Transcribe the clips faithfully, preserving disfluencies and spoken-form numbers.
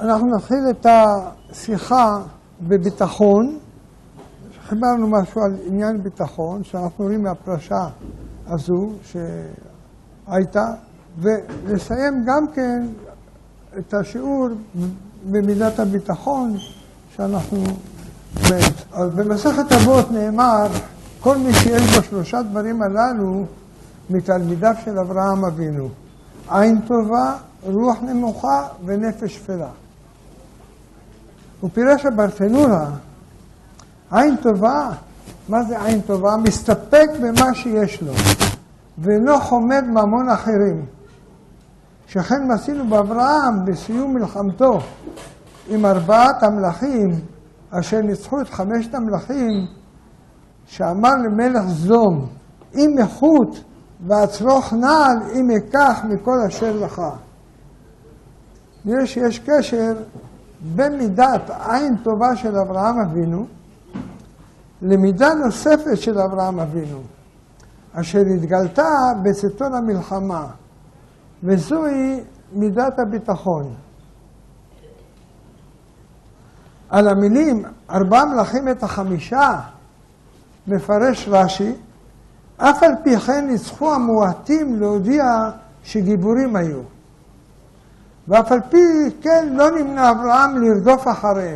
אנחנו נתחיל את השיחה בביטחון. חיברנו משהו על עניין ביטחון, שאנחנו רואים מהפרשה הזו שהייתה, ולסיים גם כן את השיעור במידת הביטחון שאנחנו בעת. אז במסכת אבות נאמר, כל מי שיש בו שלושה דברים הללו מתלמידיו של אברהם אבינו. עין טובה, רוח נמוכה ונפש שפלה. הוא פירש הברטנורה, עין טובה, מה זה עין טובה? מסתפק במה שיש לו, ואינו חומד ממון אחרים. שכן מסינו באברהם בסיום מלחמתו עם ארבעת המלכים, אשר ניצחו את חמשת המלכים, שאמר למלך זום, אם איכות ואצרוך נעל, אם אקח מכל אשר לך. נראה שיש קשר בין מידת עין טובה של אברהם אבינו למידה נוספת של אברהם אבינו, אשר התגלתה בצאתו למלחמה, וזוהי מידת הביטחון. על המילים ארבעה מלכים את החמישה מפרש רש"י, אף על פי כן ניצחו המועטים להודיע שגיבורים היו. ואף על פי כן לא נמנע אברהם לרדוף אחריהם.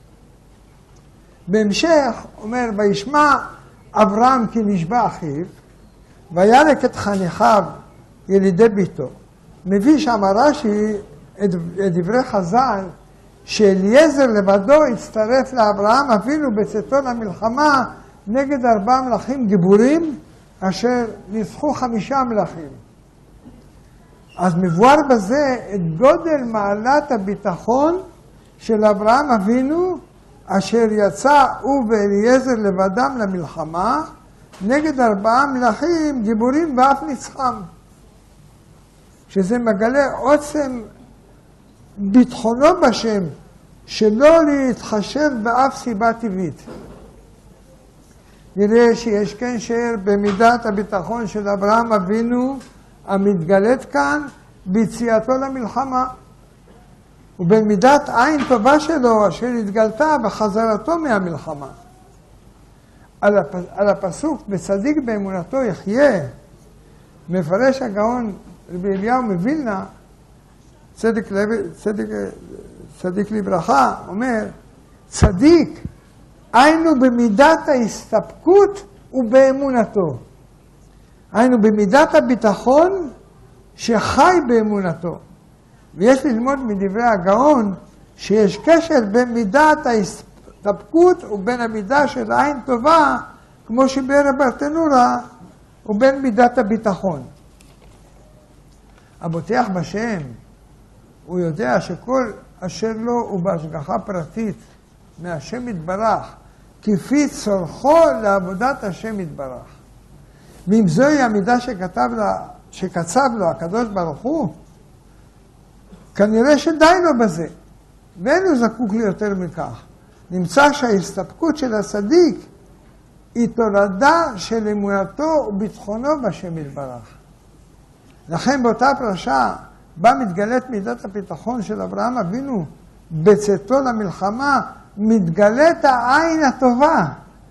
בהמשך אומר, וישמע אברהם כי נשבע אחיו, וילק את חניכיו ילידי ביתו. מביא שם רש"י את, את דברי חז"ל, שאליעזר לבדו הצטרף לאברהם אפילו בצאתו למלחמה נגד ארבעה מלכים גיבורים, אשר ניצחו חמישה מלכים. אז מבואר בזה את גודל מעלת הביטחון של אברהם אבינו, אשר יצא הוא ואליעזר לבדם למלחמה, נגד ארבעה מלכים גיבורים ואף ניצחם. שזה מגלה עוצם ביטחונו בשם, שלא להתחשב באף סיבה טבעית. נראה שיש כן שאר במידת הביטחון של אברהם אבינו, המתגלית כאן ביציאתו למלחמה, ובמידת עין טובה שלו אשר התגלתה בחזרתו מהמלחמה. על, הפ... על הפסוק בצדיק באמונתו יחיה, מפרש הגאון רבי אליהו מווילנה, צדיק, לב... צדיק... צדיק לברכה, אומר, צדיק היינו במידת ההסתפקות ובאמונתו. היינו במידת הביטחון שחי באמונתו. ויש ללמוד מדברי הגאון שיש קשר בין מידת ההסתפקות ובין המידה של עין טובה, כמו שביאר הברטנורה, ובין מידת הביטחון. הבוטח בשם, הוא יודע שכל אשר לו הוא בהשגחה פרטית מהשם יתברך, כפי צורכו לעבודת השם יתברך. ואם זוהי המידה שכתב לה, שקצב לו הקדוש ברוך הוא, כנראה שדי לו בזה, ואין הוא זקוק לי יותר מכך. נמצא שההסתפקות של הצדיק היא תולדה של אמונתו וביטחונו בשם יתברך. לכן באותה פרשה בה מתגלית מידת הביטחון של אברהם אבינו, בצאתו למלחמה מתגלית העין הטובה.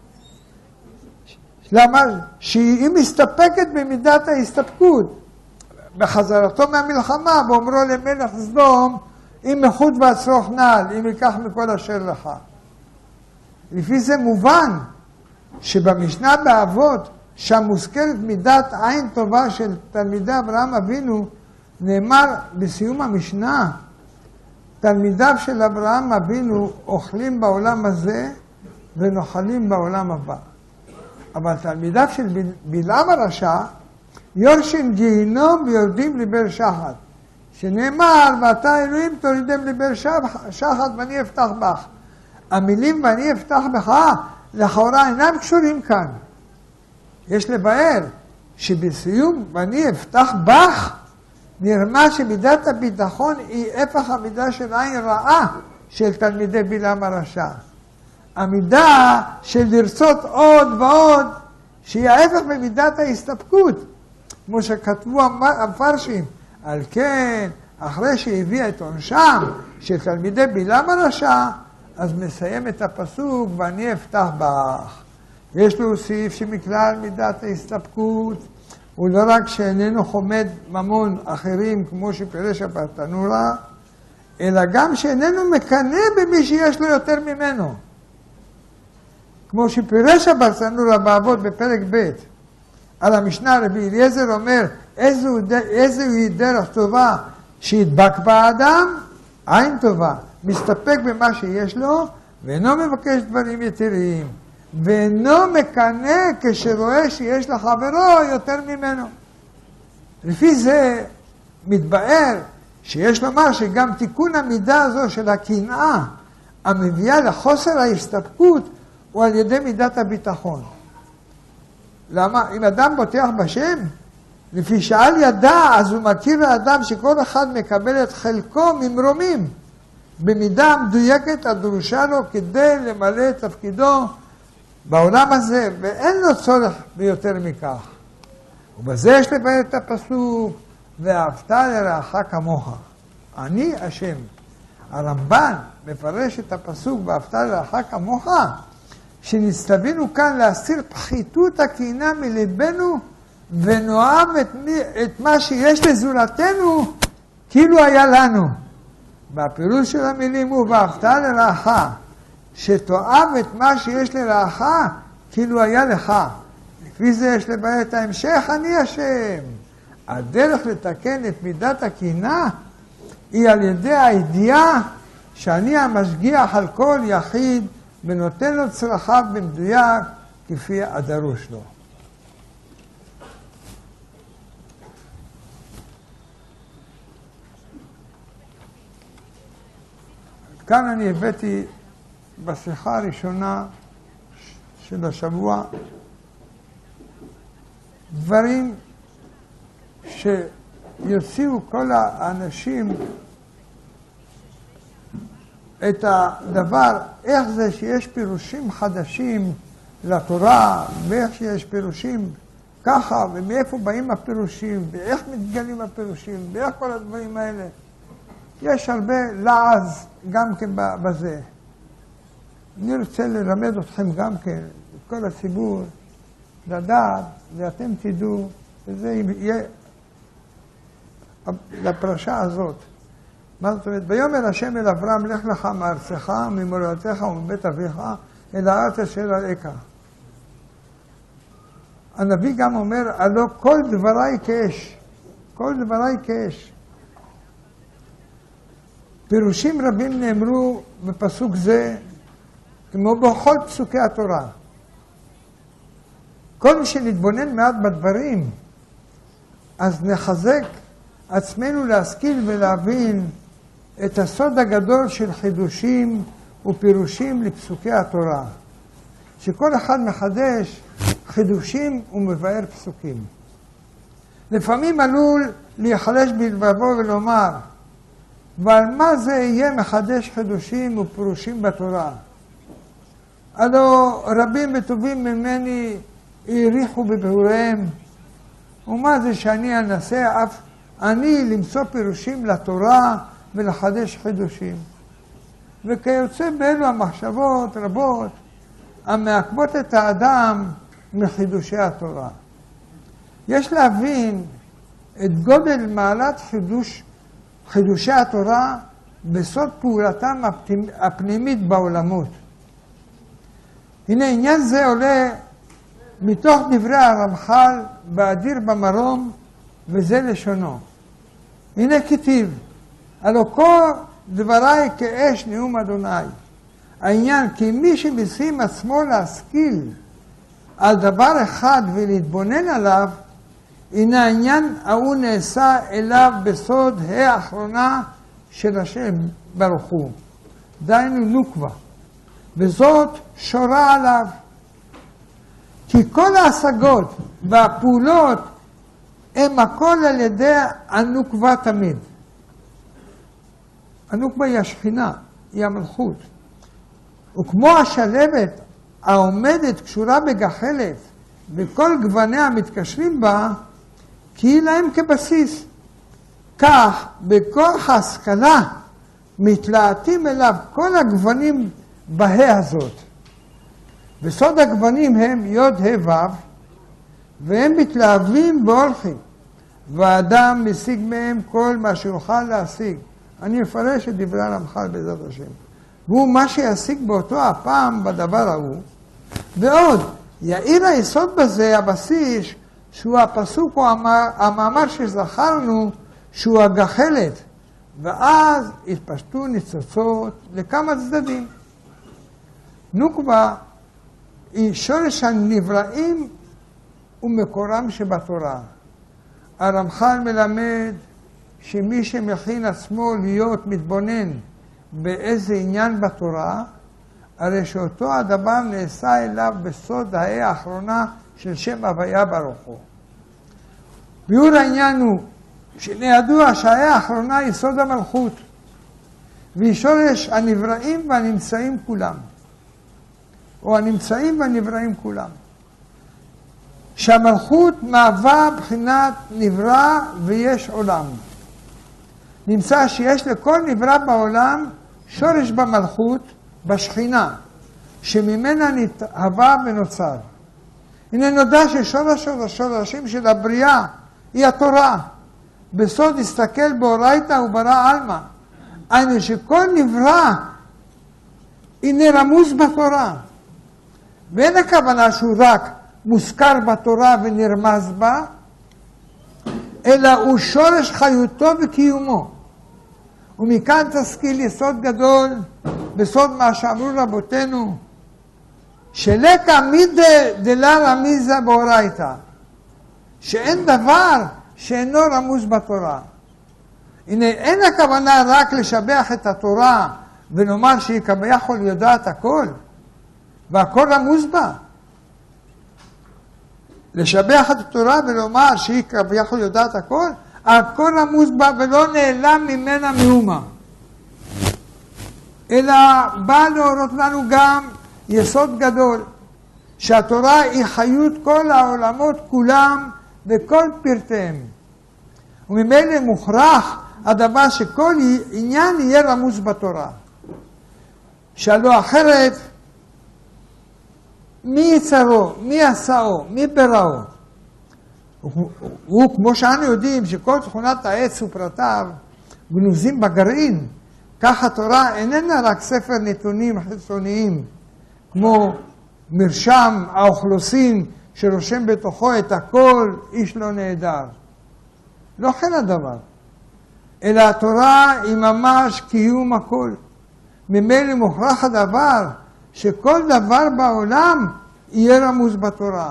למה? שהיא מסתפקת במידת ההסתפקות. בחזרתו מהמלחמה, ואומרו למלך סדום, אם איכות ואצרוך נעל, אם ייקח מכל אשר לך. לפי זה מובן שבמשנה באבות, שם מוזכרת מידת עין טובה של תלמידי אברהם אבינו, נאמר בסיום המשנה, תלמידיו של אברהם אבינו אוכלים בעולם הזה ונוחלים בעולם הבא. אבל תלמידיו של בלעם הרשע יורשים גיהינום ויורדים לבאר שחת. שנאמר, ואתה אלוהים תורידם לבאר שחת ואני אפתח בך. המילים ואני אפתח בך לכאורה אינם קשורים כאן. יש לבאר שבסיום ואני אפתח בך נראה שמידת הביטחון היא הפך המידה של עין רעה של תלמידי בלעם הרשע. המידה של לרצות עוד ועוד, שהיא ההפך ממידת ההסתפקות. כמו שכתבו המפרשים, על כן, אחרי שהביאה את עונשם, שתלמידי בלעם הרשע, אז מסיים את הפסוק, ואני אפתח בך. יש לו סעיף שמכלל מידת ההסתפקות, הוא לא רק שאיננו חומד ממון אחרים כמו שפירש הברטנורה, אלא גם שאיננו מקנא במי שיש לו יותר ממנו. כמו שפירש הברטנורה באבות בפרק ב' על המשנה, רבי אליעזר אומר, איזוהי דרך טובה שידבק באדם, עין טובה, מסתפק במה שיש לו, ואינו מבקש דברים יתרים, ואינו מקנא כשרואה שיש לחברו יותר ממנו. לפי זה מתבאר שיש לומר שגם תיקון המידה הזו של הקנאה, המביאה לחוסר ההסתפקות, הוא על ידי מידת הביטחון. למה? אם אדם בוטח בשם, לפי שעל ידע, אז הוא מכיר לאדם שכל אחד מקבל את חלקו ממרומים, במידה המדויקת הדרושה לו כדי למלא את תפקידו בעולם הזה, ואין לו צורך ביותר מכך. ובזה יש לבאר את הפסוק, ואהבת לרעך כמוך. אני השם. הרמב"ן מפרש את הפסוק, ואהבת לרעך כמוך, שנצטווינו כאן להסיר פחיתות הקנאה מלבנו, ונאהב את, את מה שיש לזולתנו, כאילו היה לנו. והפירוש של המילים הוא, ואהבת לרעך, שתאהב את מה שיש לרעך, כאילו היה לך. לפי זה יש לבאר את ההמשך, אני השם. הדרך לתקן את מידת הקנאה, היא על ידי הידיעה, שאני המשגיח על כל יחיד, ונותן לו צרכיו במדויק, כפי הדרוש לו. כאן אני הבאתי בשיחה הראשונה של השבוע דברים שיוציאו כל האנשים את הדבר, איך זה שיש פירושים חדשים לתורה, ואיך שיש פירושים ככה, ומאיפה באים הפירושים, ואיך מתגלים הפירושים, ואיך כל הדברים האלה. יש הרבה לעז גם כן בזה. אני רוצה ללמד אתכם גם כן, את כל הציבור, לדעת, ואתם תדעו, וזה יהיה לפרשה הזאת. מה זאת אומרת? ויאמר השם אל אברהם, לך לך מארצך, ממולדתך ומבית אביך, אל הארץ אשר אראך. הנביא גם אומר, הלא כל דבריי כאש, כל דבריי כאש. פירושים רבים נאמרו בפסוק זה, כמו בכל פסוקי התורה. כל מי שנתבונן מעט בדברים, אז נחזק עצמנו להשכיל ולהבין את הסוד הגדול של חידושים ופירושים לפסוקי התורה. שכל אחד מחדש חידושים ומבאר פסוקים. לפעמים עלול להיחלש בלבבו ולומר, ועל מה זה יהיה מחדש חידושים ופירושים בתורה? הלא רבים וטובים ממני העריכו בביאוריהם, ומה זה שאני אנסה אף אני למצוא פירושים לתורה ולחדש חידושים. וכיוצא באלו המחשבות רבות המעכבות את האדם מחידושי התורה. יש להבין את גודל מעלת חידוש, חידושי התורה בסוד פעולתם הפנימית בעולמות. הנה עניין זה עולה מתוך דברי הרמח"ל באדיר במרום, וזה לשונו. הנה כתיב, הלא כל דבריי כאש נאום אדוני. העניין כי מי שמשים עצמו להשכיל על דבר אחד ולהתבונן עליו, הנה העניין ההוא נעשה אליו בסוד האחרונה של השם ברוך הוא. דיינו נוקבה. וזאת שורה עליו. כי כל ההשגות והפעולות הם הכל על ידי הנוקבה תמיד. הנוקבה היא השכינה, היא המלכות. וכמו השלבת העומדת קשורה בגחלת וכל גווניה המתקשרים בה, כי היא להם כבסיס. כך בכוח ההשכלה מתלהטים אליו כל הגוונים בה"א הזאת. וסוד הגוונים הם יוד ה' ו', והם מתלהבים והולכים. והאדם משיג מהם כל מה שיוכל להשיג. אני אפרש את דברי הרמח"ל בעזרת השם. והוא מה שישיג באותו הפעם בדבר ההוא. ועוד, יאיר היסוד בזה, הבסיס, שהוא הפסוק או המאמר שזכרנו, שהוא הגחלת. ואז התפשטו ניצוצות לכמה צדדים. נוקבה היא שורש הנבראים ומקורם שבתורה. הרמח"ל מלמד שמי שמכין עצמו להיות מתבונן באיזה עניין בתורה, הרי שאותו הדבר נעשה אליו בסוד הה"א האחרונה של שם הוויה ברוך הוא. ביאור העניין הוא שידוע שהה"א האחרונה היא סוד המלכות, והיא שורש הנבראים והנמצאים כולם, או הנמצאים והנבראים כולם. שהמלכות מהווה בחינת נברא ויש עולם. נמצא שיש לכל נברא בעולם שורש במלכות, בשכינה, שממנה נתהווה ונוצר. הנה נודע ששורש השורשים של הבריאה היא התורה. בסוד הסתכל באורייתא וברא עלמא. היינו שכל נברא הנה רמוז בתורה. ואין הכוונה שהוא רק מוזכר בתורה ונרמז בה, אלא הוא שורש חיותו וקיומו. ומכאן תשכיל יסוד גדול בסוד מה שאמרו רבותינו, שלקה מידה דלה רמיזה באורייתא, שאין דבר שאינו רמוז בתורה. הנה, אין הכוונה רק לשבח את התורה ולומר שהיא כביכול יודעת הכל, והכל רמוז בה. לשבח את התורה ולומר שהיא כביכול יודעת הכל, הכל רמוז בה ולא נעלם ממנה מאומה. אלא בא להורות לנו גם יסוד גדול, שהתורה היא חיות כל העולמות כולם וכל פרטיהם. וממילא מוכרח הדבר שכל עניין יהיה רמוז בתורה. שלא אחרת, מי יצרו, מי עשאו, מי בראו. הוא, כמו שאנו יודעים, שכל תכונת העץ ופרטיו גנוזים בגרעין, כך התורה איננה רק ספר נתונים חיצוניים, כמו מרשם האוכלוסין שרושם בתוכו את הכל, איש לא נהדר. לא כן הדבר. אלא התורה היא ממש קיום הכל. ממילא מוכרח הדבר שכל דבר בעולם יהיה רמוז בתורה.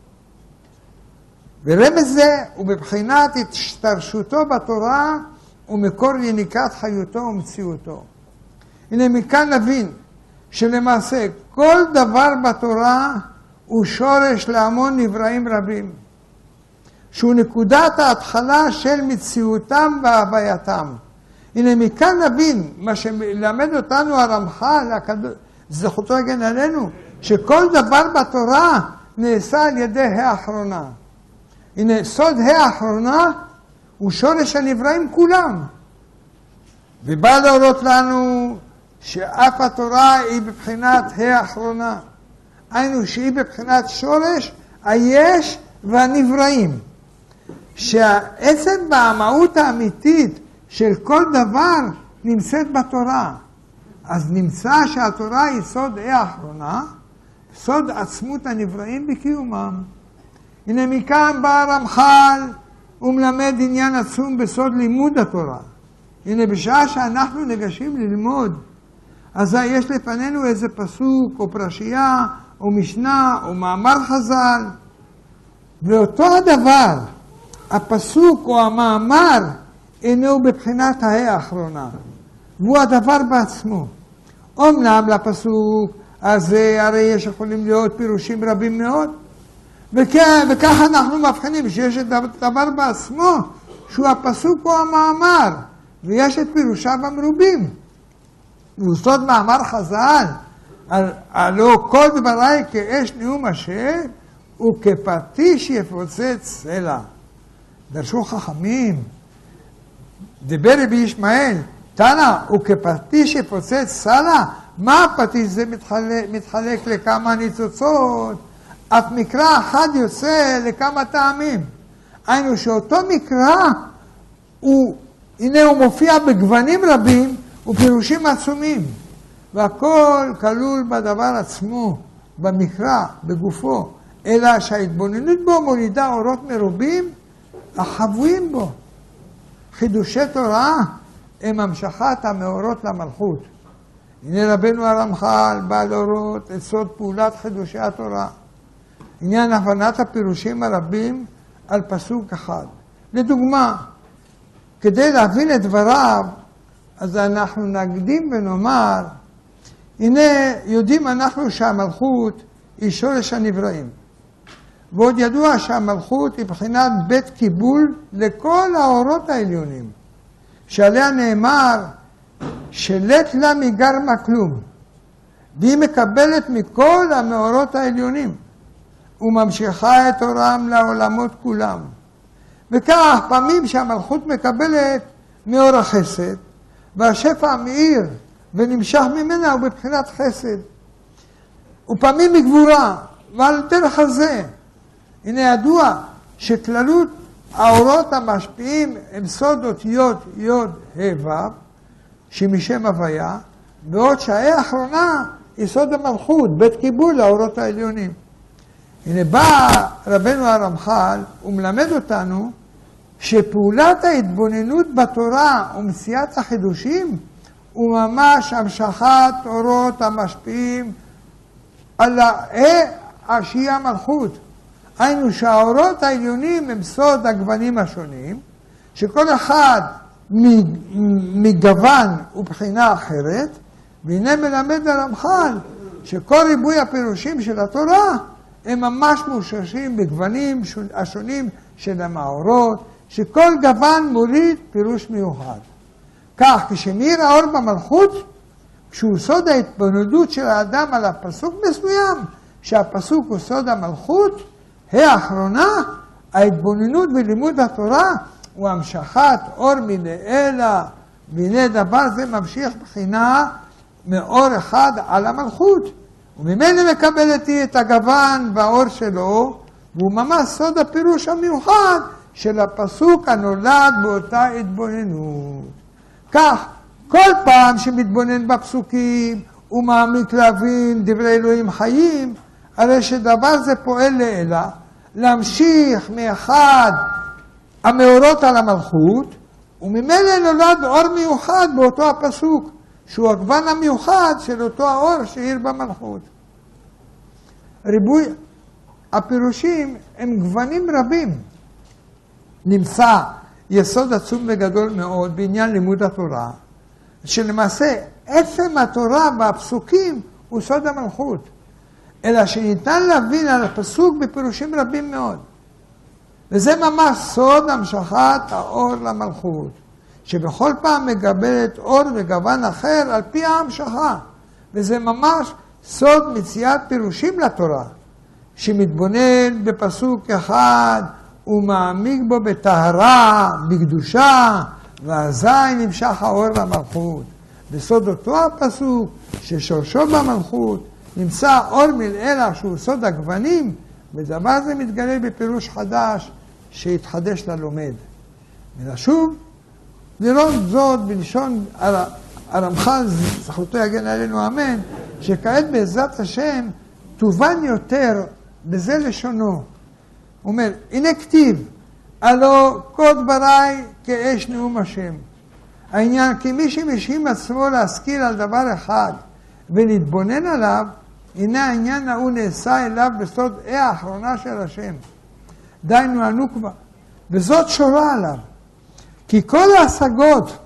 ורמז זה הוא בבחינת השתרשותו בתורה ומקור יניקת חיותו ומציאותו. הנה מכאן נבין שלמעשה כל דבר בתורה הוא שורש להמון נבראים רבים, שהוא נקודת ההתחלה של מציאותם והווייתם. הנה מכאן נבין מה שמלמד אותנו הרמח"ל, זכותו יגן עלינו, שכל דבר בתורה נעשה על ידי ה"א האחרונה. הנה סוד ה"א האחרונה הוא שורש הנבראים כולם. ובא להורות לנו שאף התורה היא בבחינת ה"א האחרונה. היינו שהיא בבחינת שורש היש והנבראים. שהעצם והמהות האמיתית של כל דבר נמצאת בתורה. אז נמצא שהתורה היא סוד ה"א האחרונה, סוד עצמות הנבראים בקיומם. הנה מכאן בא הרמח"ל ומלמד עניין עצום בסוד לימוד התורה. הנה בשעה שאנחנו ניגשים ללמוד, אז יש לפנינו איזה פסוק או פרשייה או משנה או מאמר חז"ל. ואותו הדבר, הפסוק או המאמר אינו בבחינת ה"א האחרונה. והוא הדבר בעצמו. אומנם לפסוק הזה הרי יש יכולים להיות פירושים רבים מאוד. וכן, וכך אנחנו מבחינים שיש את הדבר בעצמו, שהוא הפסוק או המאמר, ויש את פירושיו המרובים. והוא סוד מאמר חז"ל, הלא כל דברי כאש נאום השם, וכפטיש יפוצץ סלע. דרשו חכמים, דיבר רבי ישמעאל, תנא, וכפטיש שפוצץ סלע, מה הפטיש זה מתחלק, מתחלק לכמה ניצוצות? אף מקרא אחד יוצא לכמה טעמים. היינו שאותו מקרא, הוא, הנה הוא מופיע בגוונים רבים ופירושים עצומים. והכל כלול בדבר עצמו, במקרא, בגופו, אלא שההתבוננות בו מולידה אורות מרובים החבויים בו. חידושי תורה הם המשכת המאורות למלכות. הנה רבנו הרמח"ל בא להורות את סוד פעולת חידושי התורה. עניין הבנת הפירושים הרבים על פסוק אחד. לדוגמה, כדי להבין את דבריו, אז אנחנו נקדים ונאמר, הנה יודעים אנחנו שהמלכות היא שורש הנבראים. ועוד ידוע שהמלכות היא בחינת בית קיבול לכל האורות העליונים, שעליה נאמר שלט לה מגרמה כלום, והיא מקבלת מכל המאורות העליונים, וממשיכה את אורם לעולמות כולם. וכך פעמים שהמלכות מקבלת מאור החסד, והשפע מאיר ונמשך ממנה הוא בבחינת חסד. ופעמים מגבורה, ועל דרך הזה, הנה ידוע שכללות האורות המשפיעים הם סוד אותיות יוד ה' ו', שמשם הוויה, בעוד שהאה האחרונה היא סוד המלכות, בית קיבול לאורות העליונים. הנה בא רבנו הרמח"ל ומלמד אותנו שפעולת ההתבוננות בתורה ומציאת החידושים הוא ממש המשכת אורות המשפיעים על האה שהיא המלכות. היינו שהאורות העליונים הם סוד הגוונים השונים, שכל אחד מגוון ובחינה אחרת, והנה מלמד הרמח"ל שכל ריבוי הפירושים של התורה הם ממש מושרשים בגוונים השונים של המאורות, שכל גוון מוריד פירוש מיוחד. כך, כשנראה האור במלכות, כשהוא סוד ההתבוננות של האדם על הפסוק מסוים, שהפסוק הוא סוד המלכות, האחרונה, ההתבוננות ולימוד התורה הוא המשכת אור מלעילה, והנה דבר זה ממשיך בחינה מאור אחד על המלכות. וממילא מקבלת היא את הגוון והאור שלו, והוא ממש סוד הפירוש המיוחד של הפסוק הנולד באותה התבוננות. כך, כל פעם שמתבונן בפסוקים ומעמיק להבין דברי אלוהים חיים, הרי שדבר זה פועל לעילה, להמשיך מאחד המאורות על המלכות, וממילא נולד אור מיוחד באותו הפסוק, שהוא הגוון המיוחד של אותו האור שהאיר במלכות. ריבוי הפירושים הם גוונים רבים. נמצא יסוד עצום וגדול מאוד בעניין לימוד התורה, שלמעשה עצם התורה והפסוקים הוא סוד המלכות, אלא שניתן להבין על הפסוק בפירושים רבים מאוד. וזה ממש סוד המשכת האור למלכות, שבכל פעם מקבלת אור וגוון אחר על פי ההמשכה. וזה ממש סוד מציאת פירושים לתורה, שמתבונן בפסוק אחד ומעמיק בו בטהרה, בקדושה, ואזי נמשך האור למלכות. בסוד אותו הפסוק, ששורשו במלכות, נמצא אור מלעילה שהוא סוד הגוונים, ודבר זה מתגלה בפירוש חדש שהתחדש ללומד. ונשוב לראות זאת בלשון הרמח"ל, זכותו יגן עלינו אמן, שכעת בעזרת השם תובן יותר בזה לשונו. הוא אומר, הנה כתיב, הלא כל דבריי כאש נאום השם. העניין, כי מי שמשים עצמו להשכיל על דבר אחד ולהתבונן עליו, הנה העניין ההוא נעשה אליו בסוד האה האחרונה של השם. דיינו הנוקבה, וזאת שורה עליו. כי כל ההשגות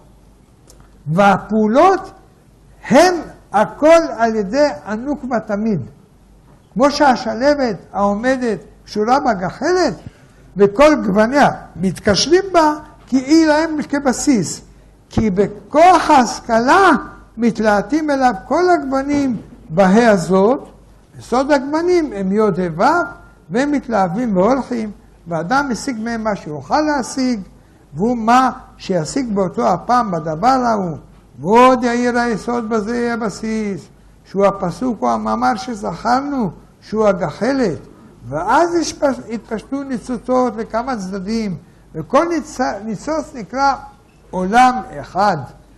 והפעולות הם הכל על ידי הנוקבה תמיד. כמו שהשלבת העומדת קשורה בגחלת, וכל גווניה מתקשרים בה, כי היא להם כבסיס. כי בכוח ההשכלה מתלהטים אליו כל הגוונים בה"א הזאת, וסוד הגוונים הם יוד ה' ו', והם מתלהבים והולכים, ואדם משיג מהם מה שיוכל להשיג, והוא מה שישיג באותו הפעם בדבר ההוא, ועוד יאיר היסוד בזה הבסיס, שהוא הפסוק או המאמר שזכרנו, שהוא הגחלת, ואז התפשטו ניצוצות לכמה צדדים, וכל ניצוץ נקרא עולם אחד.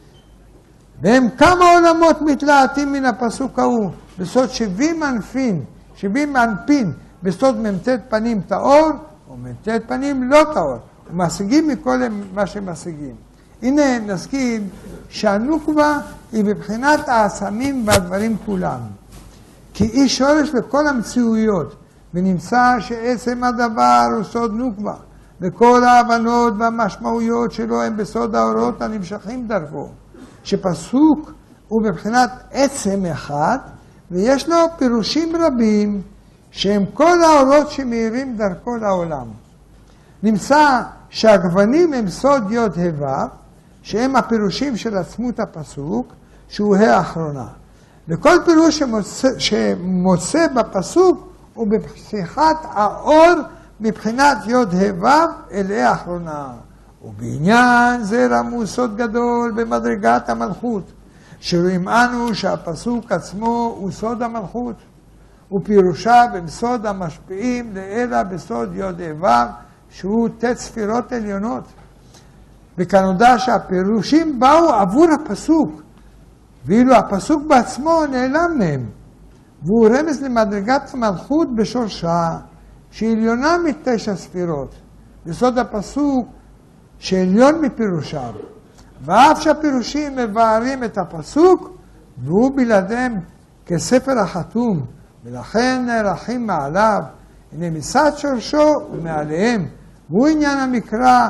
והם כמה עולמות מתלהטים מן הפסוק ההוא, בסוד שבעים ענפין, שבעים ענפין, בסוד ממתת פנים טהור, וממתת פנים לא טהור, ומשיגים מכל מה שמשיגים. הנה נסכים שהנוקבה היא בבחינת האסמים והדברים כולם. כי היא שורש לכל המציאויות, ונמצא שעצם הדבר הוא סוד נוקבה, וכל ההבנות והמשמעויות שלו הם בסוד האורות הנמשכים דרכו. שפסוק הוא בבחינת עצם אחד, ויש לו פירושים רבים, שהם כל האורות שמאירים דרכו לעולם. נמצא שהגוונים הם סוד יוד ה' שהם הפירושים של עצמות הפסוק, שהוא האחרונה. וכל פירוש שמוצא, שמוצא בפסוק הוא בפסיכת האור מבחינת יוד ה' אל האחרונה. ובעניין זה רמוז סוד גדול במדרגת המלכות, שרואים אנו שהפסוק עצמו הוא סוד המלכות, ופירושה בסוד המשפיעים לאלה בסוד יוד ה' שהוא תת ספירות עליונות. וכנודע שהפירושים באו עבור הפסוק, ואילו הפסוק בעצמו נעלם מהם, והוא רמז למדרגת המלכות בשורשה, שעליונה מתשע ספירות, בסוד הפסוק שעליון מפירושיו. ואף שהפירושים מבארים את הפסוק, והוא בלעדיהם כספר החתום, ולכן נערכים מעליו, הנה מצד שורשו ומעליהם, והוא עניין המקרא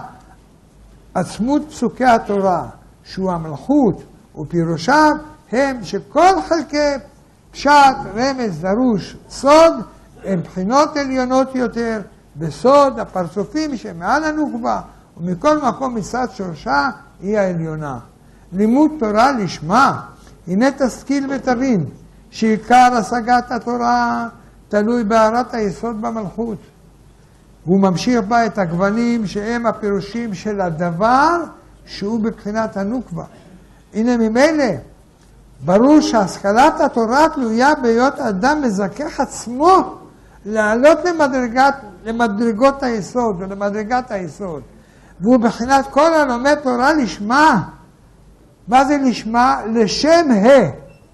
עצמות פסוקי התורה, שהוא המלכות, ופירושיו הם שכל חלקי פשט, רמז, דרוש, סוד, הם בחינות עליונות יותר, בסוד הפרצופים שמעל הנוקבה, ומכל מקום מצד שורשה היא העליונה. לימוד תורה לשמה, הנה תשכיל ותבין, שעיקר השגת התורה תלוי בהארת היסוד במלכות. והוא ממשיך בה את הגוונים שהם הפירושים של הדבר שהוא בבחינת הנוקבה. הנה ממילא, ברור שהשכלת התורה תלויה בהיות אדם מזכך עצמו לעלות למדרגת, למדרגות היסוד ולמדרגת היסוד. והוא בחינת כל הלומד תורה לשמה. מה זה לשמה? לשם ה.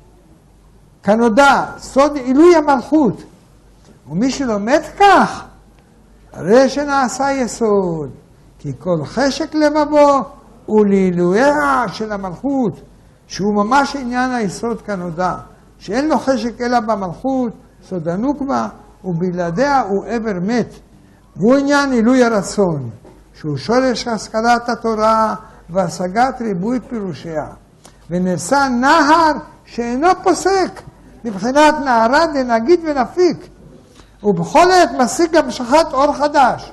כנודע, סוד עילוי המלכות. ומי שלומד כך, הרי שנעשה יסוד, כי כל חשק לבבו הוא לעילויה של המלכות, שהוא ממש עניין היסוד כנודע, שאין לו חשק אלא במלכות, סוד הנוקבה, ובלעדיה הוא עבר מת. והוא עניין עילוי הרצון, שהוא שורש השכלת התורה והשגת ריבוי פירושיה. ונעשה נהר שאינו פוסק, מבחינת נהרה דנגיד ונפיק, ובכל עת משיג המשכת אור חדש.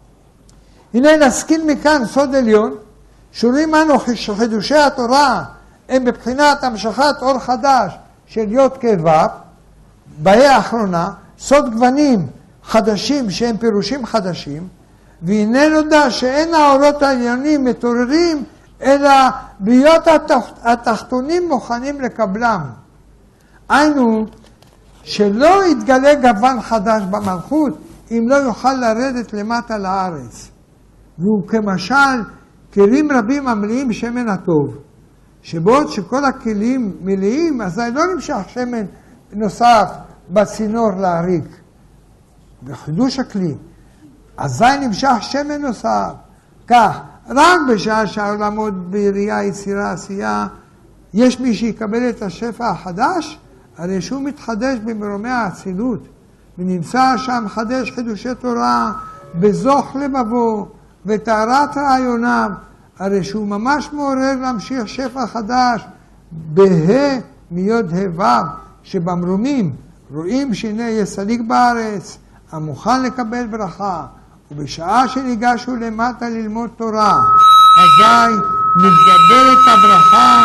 הנה נשכיל מכאן סוד עליון, שרואים אנו שחידושי התורה הם בבחינת המשכת אור חדש של יוד כבב, בה"א האחרונה, סוד גוונים חדשים שהם פירושים חדשים, והנה נודע שאין האורות העליונים מתעוררים, אלא בהיות התחתונים מוכנים לקבלם. היינו, שלא יתגלה גוון חדש במלכות, אם לא יוכל לרדת למטה לארץ. והוא כמשל, כלים רבים המלאים שמן הטוב, שבעוד שכל הכלים מלאים, אז לא נמשך שמן נוסף בצינור להריק. בחידוש הכלי. אזי נמשך שמן נוסף. כך, רק בשעה שהעולמות בעירייה, יצירה, עשייה, יש מי שיקבל את השפע החדש, הרי שהוא מתחדש במרומי האצילות, ונמצא שם חדש חידושי תורה, בזוך לבבו, וטהרת רעיוניו, הרי שהוא ממש מעורר להמשיך שפע חדש, בה' מיוד ה' שבמרומים, רואים שהנה יסליק בארץ, המוכן לקבל ברכה, ובשעה שניגשו למטה ללמוד תורה, אזי מתגברת הברכה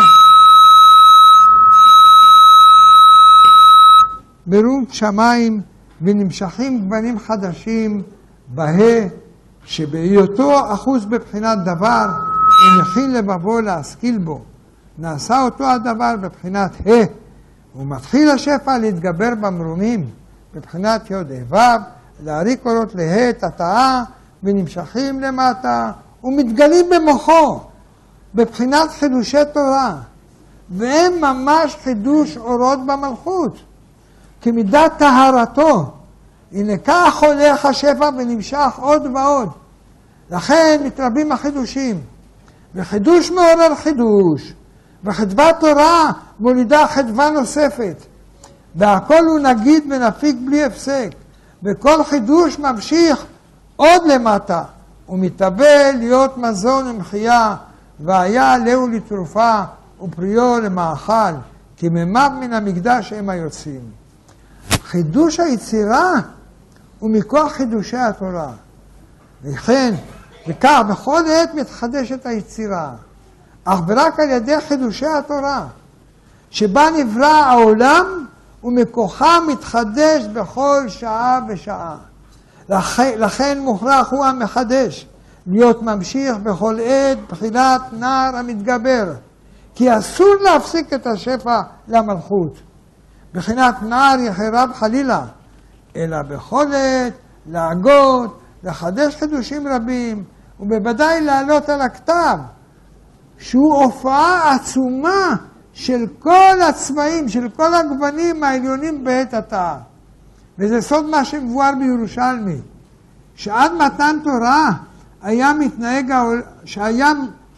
ברום שמיים, ונמשכים גוונים חדשים בה' שבהיותו אחוז בבחינת דבר, הוא מכין לבבו להשכיל בו. נעשה אותו הדבר בבחינת ה', ומתחיל השפע להתגבר במרומים, בבחינת י' ו', להריק אורות לה' תתאה, ונמשכים למטה, ומתגלים במוחו, בבחינת חידושי תורה, והם ממש חידוש אורות במלכות, כמידת טהרתו. הנה כך הולך השפע ונמשך עוד ועוד. לכן מתרבים החידושים, וחידוש מעורר חידוש, וחדווה תורה מולידה חדווה נוספת, והכל הוא נגיד ונפיק בלי הפסק, וכל חידוש ממשיך עוד למטה, ומתהווה להיות מזון ומחיה, והיה להו לתרופה ופריו למאכל, כי ממיו מן המקדש הם היוצאים. חידוש היצירה הוא מכוח חידושי התורה. וכן, וכך בכל עת מתחדשת היצירה, אך ורק על ידי חידושי התורה, שבה נברא העולם ומכוחה מתחדש בכל שעה ושעה. לכן, לכן מוכרח הוא המחדש, להיות ממשיך בכל עת בחינת נער המתגבר, כי אסור להפסיק את השפע למלכות, בחינת נער יחרב חלילה, אלא בכל עת להגות, לחדש חידושים רבים, ובוודאי לעלות על הכתב, שהוא הופעה עצומה של כל הצבעים, של כל הגוונים העליונים בעת התאה. וזה סוד מה שמבואר בירושלמי, שעד מתן תורה היה מתנהג, שהיה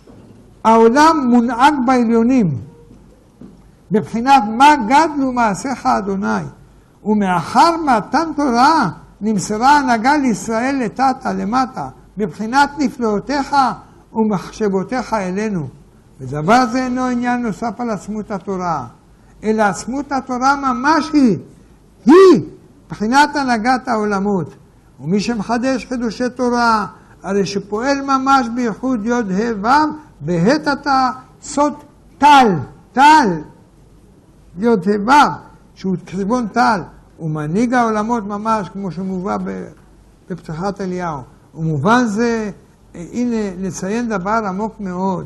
העולם מונהג בעליונים, בבחינת מה גדלו מעשיך אדוני, ומאחר מתן תורה נמסרה הנהגה לישראל לטאטה, למטה, בבחינת נפלאותיך ומחשבותיך אלינו. ודבר זה אינו עניין נוסף על עצמות התורה, אלא עצמות התורה ממש היא, היא בחינת הנהגת העולמות. ומי שמחדש חידושי תורה, הרי שפועל ממש בייחוד י' ה' ו', בה' אתה סוד טל, טל, י' ה' ו', שהוא כתבון טל, ומנהיג העולמות ממש, כמו שמובא בפתחת אליהו. ומובן זה, הנה לציין דבר עמוק מאוד,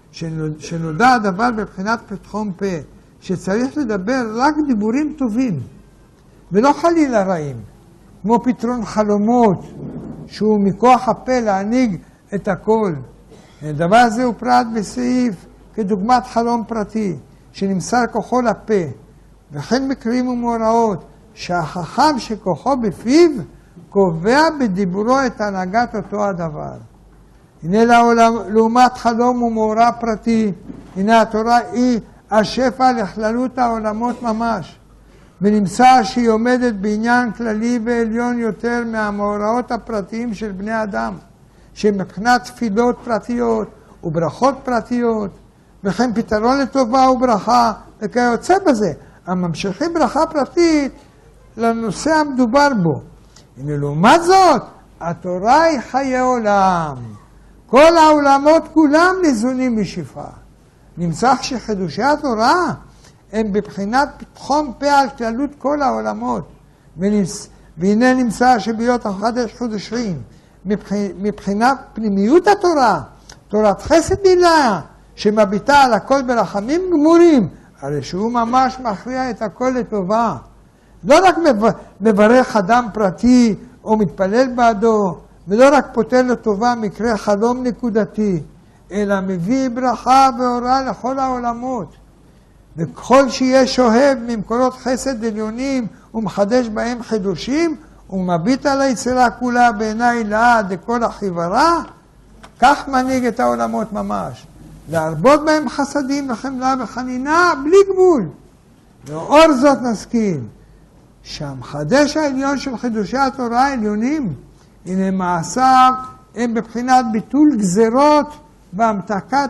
שנודע הדבר בבחינת פתחון פה, שצריך לדבר רק דיבורים טובים, ולא חלילה רעים, כמו פתרון חלומות, שהוא מכוח הפה להנהיג את הכל. הדבר הזה הוא פרט בסעיף כדוגמת חלום פרטי, שנמסר כוחו לפה, וכן מקרים ומאורעות, שהחכם שכוחו בפיו, קובע בדיבורו את הנהגת אותו הדבר. הנה לעולם, לעומת חלום ומאורע פרטי, הנה התורה היא השפע לכללות העולמות ממש, ונמצא שהיא עומדת בעניין כללי ועליון יותר מהמאורעות הפרטיים של בני אדם, שמבחינת תפילות פרטיות וברכות פרטיות, וכן פתרון לטובה וברכה, וכיוצא בזה, הממשיכים ברכה פרטית לנושא המדובר בו. הנה לעומת זאת, התורה היא חיי עולם. כל העולמות כולם ניזונים משפע. נמצא שחידושי התורה הם בבחינת פתחון פה על כללות כל העולמות. והנה נמצא שבהיות החדש חודשים, מבחינת פנימיות התורה, תורת חסד מילה, שמביטה על הכל ברחמים גמורים, הרי שהוא ממש מכריע את הכל לטובה. לא רק מברך אדם פרטי או מתפלל בעדו, ולא רק פותר לטובה מקרה חלום נקודתי, אלא מביא ברכה ואורה לכל העולמות. וכל שיהיה שואב ממקורות חסד עליונים ומחדש בהם חידושים, ומביט על היצירה כולה בעיני לעד לכל החיברה, כך מנהיג את העולמות ממש. להרבות בהם חסדים וחמלה וחנינה בלי גבול. לאור זאת נשכיל, שהמחדש העליון של חידושי התורה העליונים, הנה מעשיו הם בבחינת ביטול גזרות והמתקת,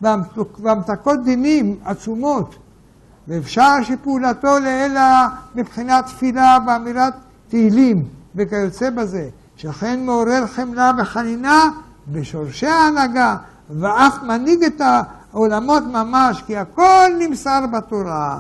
והמתקות דינים עצומות, ואפשר שפעולתו לאלה מבחינת תפילה ואמירת תהילים וכיוצא בזה, שכן מעורר חמלה וחנינה בשורשי ההנהגה, ואף מנהיג את העולמות ממש, כי הכל נמסר בתורה.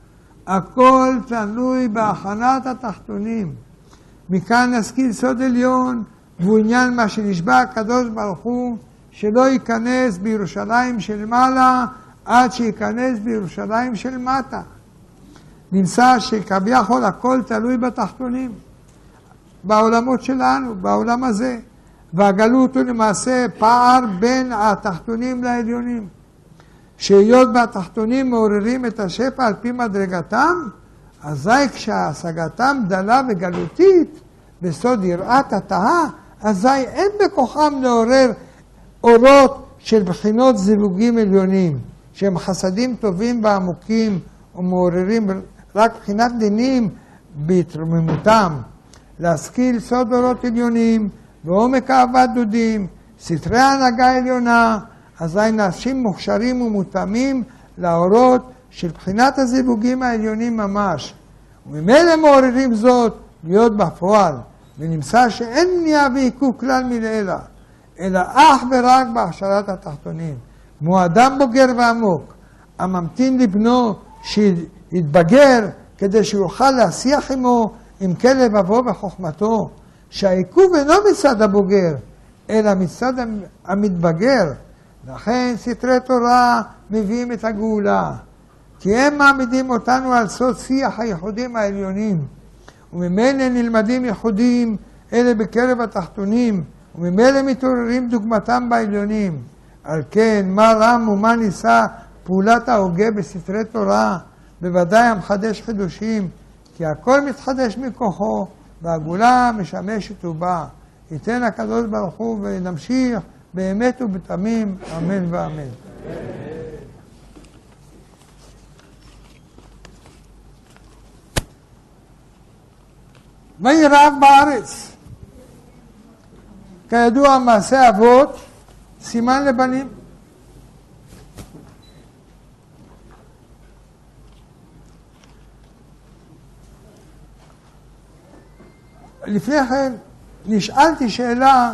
הכל תלוי בהכנת התחתונים. מכאן נשכיל סוד עליון, והוא עניין מה שנשבע הקדוש ברוך הוא, שלא ייכנס בירושלים של מעלה עד שייכנס בירושלים של מטה. נמצא שכביכול הכל תלוי בתחתונים, בעולמות שלנו, בעולם הזה. והגלות הוא למעשה פער בין התחתונים לעליונים. שהיות והתחתונים מעוררים את השפע על פי מדרגתם, אזי כשהשגתם דלה וגלותית, בסוד יראת התאה, אזי אין בכוחם לעורר אורות של בחינות זיווגים עליונים, שהם חסדים טובים ועמוקים ומעוררים רק בחינת דינים בהתרוממותם. להשכיל סוד אורות עליונים ועומק אהבת דודים, סתרי הנהגה עליונה, אזי נעשים מוכשרים ומותאמים לאורות של בחינת הזיווגים העליונים ממש. וממילא מעוררים זאת להיות בפועל, ונמצא שאין מניעה ועיכוב כלל מלעילה, אלא אך ורק בהכשרת התחתונים. כמו אדם בוגר ועמוק, הממתין לבנו שיתבגר כדי שיוכל להשיח עמו עם כלב אבו וחוכמתו, שהעיכוב אינו מצד הבוגר, אלא מצד המתבגר. לכן סתרי תורה מביאים את הגאולה, כי הם מעמידים אותנו על סוד שיח הייחודים העליונים, וממילא נלמדים ייחודים אלה בקרב התחתונים, וממילא מתעוררים דוגמתם בעליונים. על כן, מה רם ומה ניסה פעולת ההוגה בסתרי תורה, בוודאי המחדש חידושים, כי הכל מתחדש מכוחו, והגאולה משמשת ובאה. ייתן הקדוש ברוך הוא ונמשיך באמת ובתמים, אמן ואמן. ויהי רעב בארץ. כידוע מעשה אבות סימן לבנים. לפני כן נשאלתי שאלה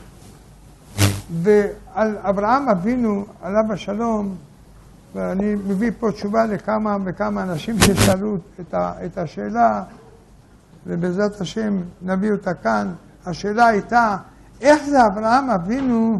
ועל אברהם אבינו עליו השלום, ואני מביא פה תשובה לכמה וכמה אנשים ששאלו את, ה, את השאלה, ובעזרת השם נביא אותה כאן. השאלה הייתה, איך זה אברהם אבינו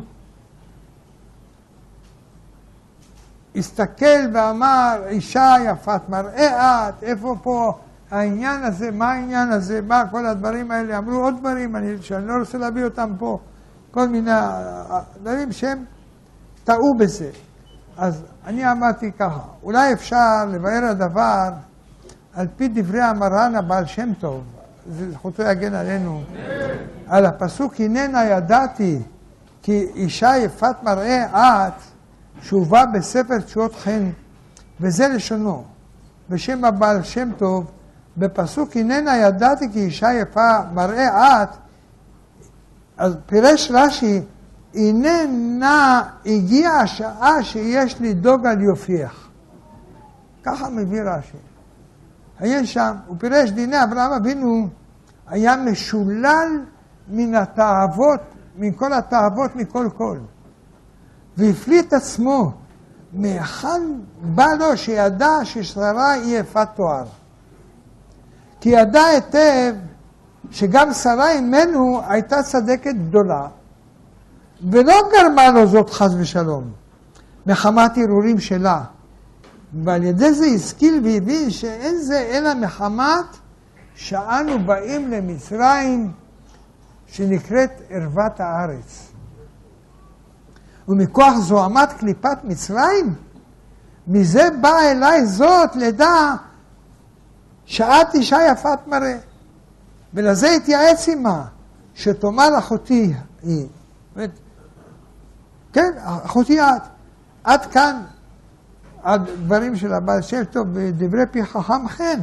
הסתכל ואמר, אישה יפת מראה את, איפה פה העניין הזה, מה העניין הזה, מה כל הדברים האלה, אמרו עוד דברים אני, שאני לא רוצה להביא אותם פה, כל מיני דברים שהם טעו בזה. אז אני אמרתי ככה, אולי אפשר לבאר הדבר על פי דברי המרן הבעל שם טוב, זכותו יגן עלינו, על הפסוק, הננה ידעתי כי אישה יפת מראה את, שהובא בספר תשועות חן, וזה לשונו, בשם הבעל שם טוב, בפסוק הננה ידעתי כי אישה יפה מראה את, אז פירש רש"י, הננה הגיעה השעה שיש לדאוג על יופייך. ככה מביא רש"י. היה שם, הוא פירש דיני אברהם אבינו, היה משולל מן התאוות, מכל התאוות מכל כל. והפליט עצמו, מהיכן בא לו שידע ששרה היא יפת תואר. כי ידע היטב שגם שרה אימנו הייתה צדקת גדולה, ולא גרמה לו זאת חס ושלום, מחמת ערעורים שלה. ועל ידי זה השכיל והבין שאין זה אלא מחמת שאנו באים למצרים שנקראת ערוות הארץ. ומכוח זוהמת קליפת מצרים, מזה באה אליי זאת לדע שאת אישה יפת מראה. ולזה התייעץ עמה, שתאמר אחותי היא. כן, אחותי את. עד כאן הדברים של הבעל שם טוב בדברי פי חכם חן.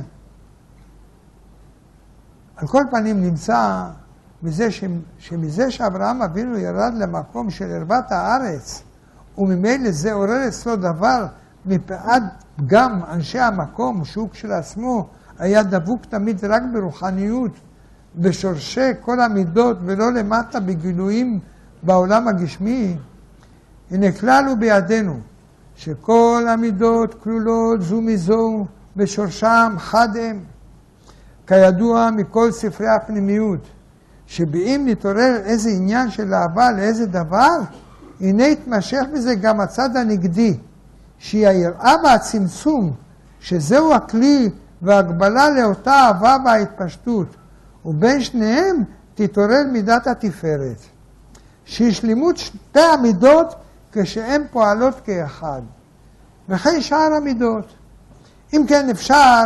על כל פנים נמצא בזה ש... שמזה שאברהם אבינו ירד למקום של ערוות הארץ, וממילא זה עורר אצלו דבר מפאת גם אנשי המקום, שהוא כשלעצמו היה דבוק תמיד רק ברוחניות, בשורשי כל המידות ולא למטה בגילויים בעולם הגשמי. הנה כלל הוא בידינו, שכל המידות כלולות זו מזו בשורשם חד הם. כידוע מכל ספרי הפנימיות, שבאים נתעורר איזה עניין של אהבה לאיזה דבר, הנה יתמשך בזה גם הצד הנגדי, שהיא היראה והצמצום, שזהו הכלי והגבלה לאותה אהבה וההתפשטות, ובין שניהם תתעורר מידת התפארת, שהיא שלמות שתי המידות כשהן פועלות כאחד, וכן שאר המידות. אם כן אפשר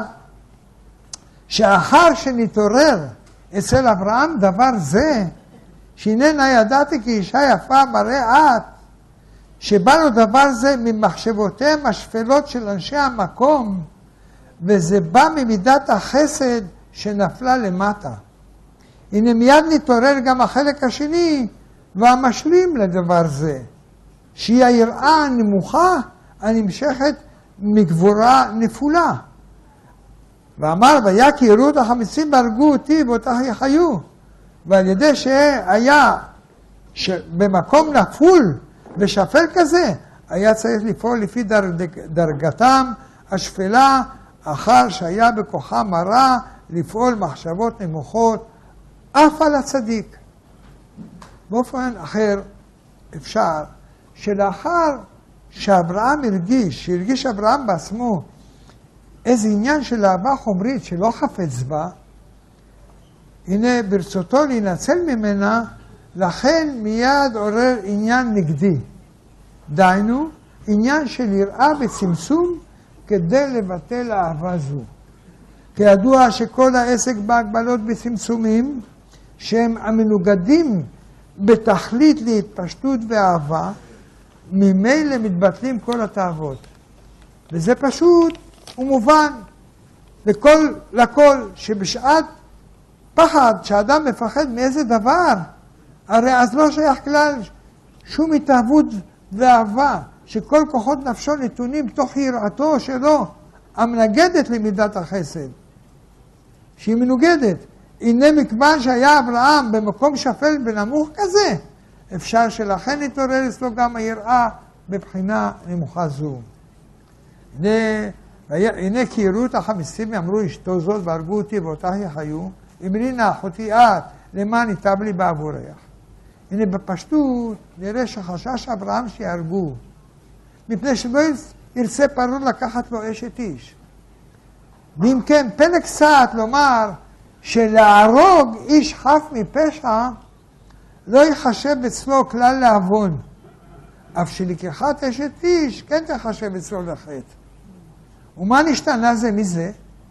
שאחר שנתעורר אצל אברהם דבר זה, שהננה ידעתי כי אישה יפה מראה את, שבא לו דבר זה ממחשבותיהם השפלות של אנשי המקום, וזה בא ממידת החסד שנפלה למטה. הנה מיד נתעורר גם החלק השני והמשלים לדבר זה, שהיא היראה הנמוכה הנמשכת מגבורה נפולה. ואמר, ויקי יראו אותך אמיצים והרגו אותי ואותך יחיו. ועל ידי שהיה במקום נפול ושפל כזה, היה צריך לפעול לפי דרג, דרגתם השפלה, אחר שהיה בכוחם הרע לפעול מחשבות נמוכות, אף על הצדיק. באופן אחר אפשר שלאחר שאברהם הרגיש, שהרגיש אברהם בעצמו איזה עניין של אהבה חומרית שלא חפץ בה, הנה ברצותו להינצל ממנה, לכן מיד עורר עניין נגדי. דיינו, עניין של יראה וצמצום כדי לבטל אהבה זו. כידוע שכל העסק בהגבלות וצמצומים, שהם המנוגדים בתכלית להתפשטות ואהבה, ממילא מתבטלים כל התאוות. וזה פשוט ומובן לכל, לכל שבשעת פחד, שאדם מפחד מאיזה דבר, הרי אז לא שייך כלל שום התאהבות ואהבה, שכל כוחות נפשו נתונים תוך יראתו שלו, המנגדת למידת החסד, שהיא מנוגדת. הנה מכיוון שהיה אברהם במקום שפל ונמוך כזה, אפשר שלכן נתעורר אצלו גם היראה בבחינה נמוכה זו. הנה, הנה כי יראו אותך אמיצים, אמרו אשתו זאת והרגו אותי ואותך יחיו, אמרי נא אחותי את, למען ייטב לי בעבורך. הנה בפשטות נראה שחשש אברהם שיהרגו, מפני שלא ירצה פרעה לקחת לו אשת איש. ואם כן, פלא קצת לומר שלהרוג איש חף מפשע לא יחשב אצלו כלל לעוון, אף שלקיחת אשת איש כן תחשב אצלו לחטא. ומה נשתנה זה מזה?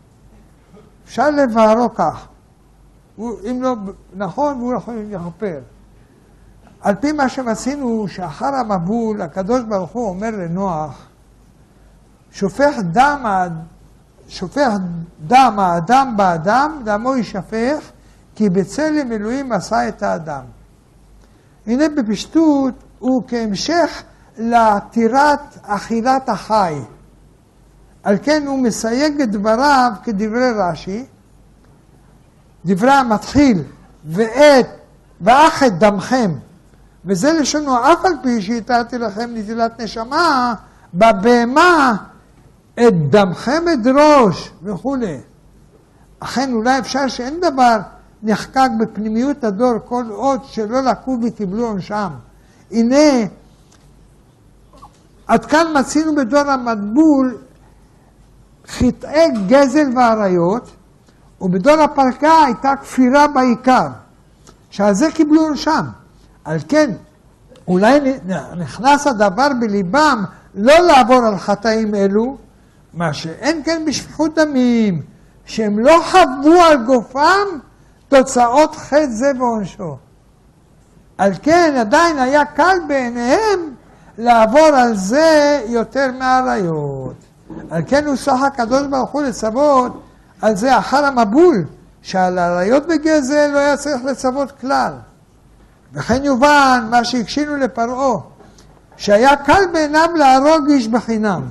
אפשר לבארו כך. הוא, אם לא נכון, הוא יכול לכפר. על פי מה שמצינו, שאחר המבול, הקדוש ברוך הוא אומר לנוח, שופך דם, שופך דם האדם באדם, דמו יישפך, כי בצלם אלוהים עשה את האדם. הנה בפשטות הוא כהמשך לתירת אכילת החי. על כן הוא מסייג את דבריו כדברי רש"י, דברי המתחיל, ואת, ואך את דמכם. וזה לשונו, אף על פי שהתרתי לכם נטילת נשמה, בבהמה את דמכם אדרוש וכו'. אכן אולי אפשר שאין דבר נחקק בפנימיות הדור כל עוד שלא לקו וקיבלו עונשם. הנה, עד כאן מצינו בדור המטבול חטאי גזל ועריות, ובדור הפרקה הייתה כפירה בעיקר, שעל זה קיבלו עונשם. על כן, אולי נכנס הדבר בליבם לא לעבור על חטאים אלו, מה שאין כן בשפיכות דמים, שהם לא חוו על גופם תוצאות חטא זה ועונשו. על כן עדיין היה קל בעיניהם לעבור על זה יותר מהעריות. על כן הוא סך הקדוש ברוך הוא לצוות על זה אחר המבול, שעל העריות בגזל לא היה צריך לצוות כלל. וכן יובן מה שהקשינו לפרעה, שהיה קל בעיניו להרוג איש בחינם,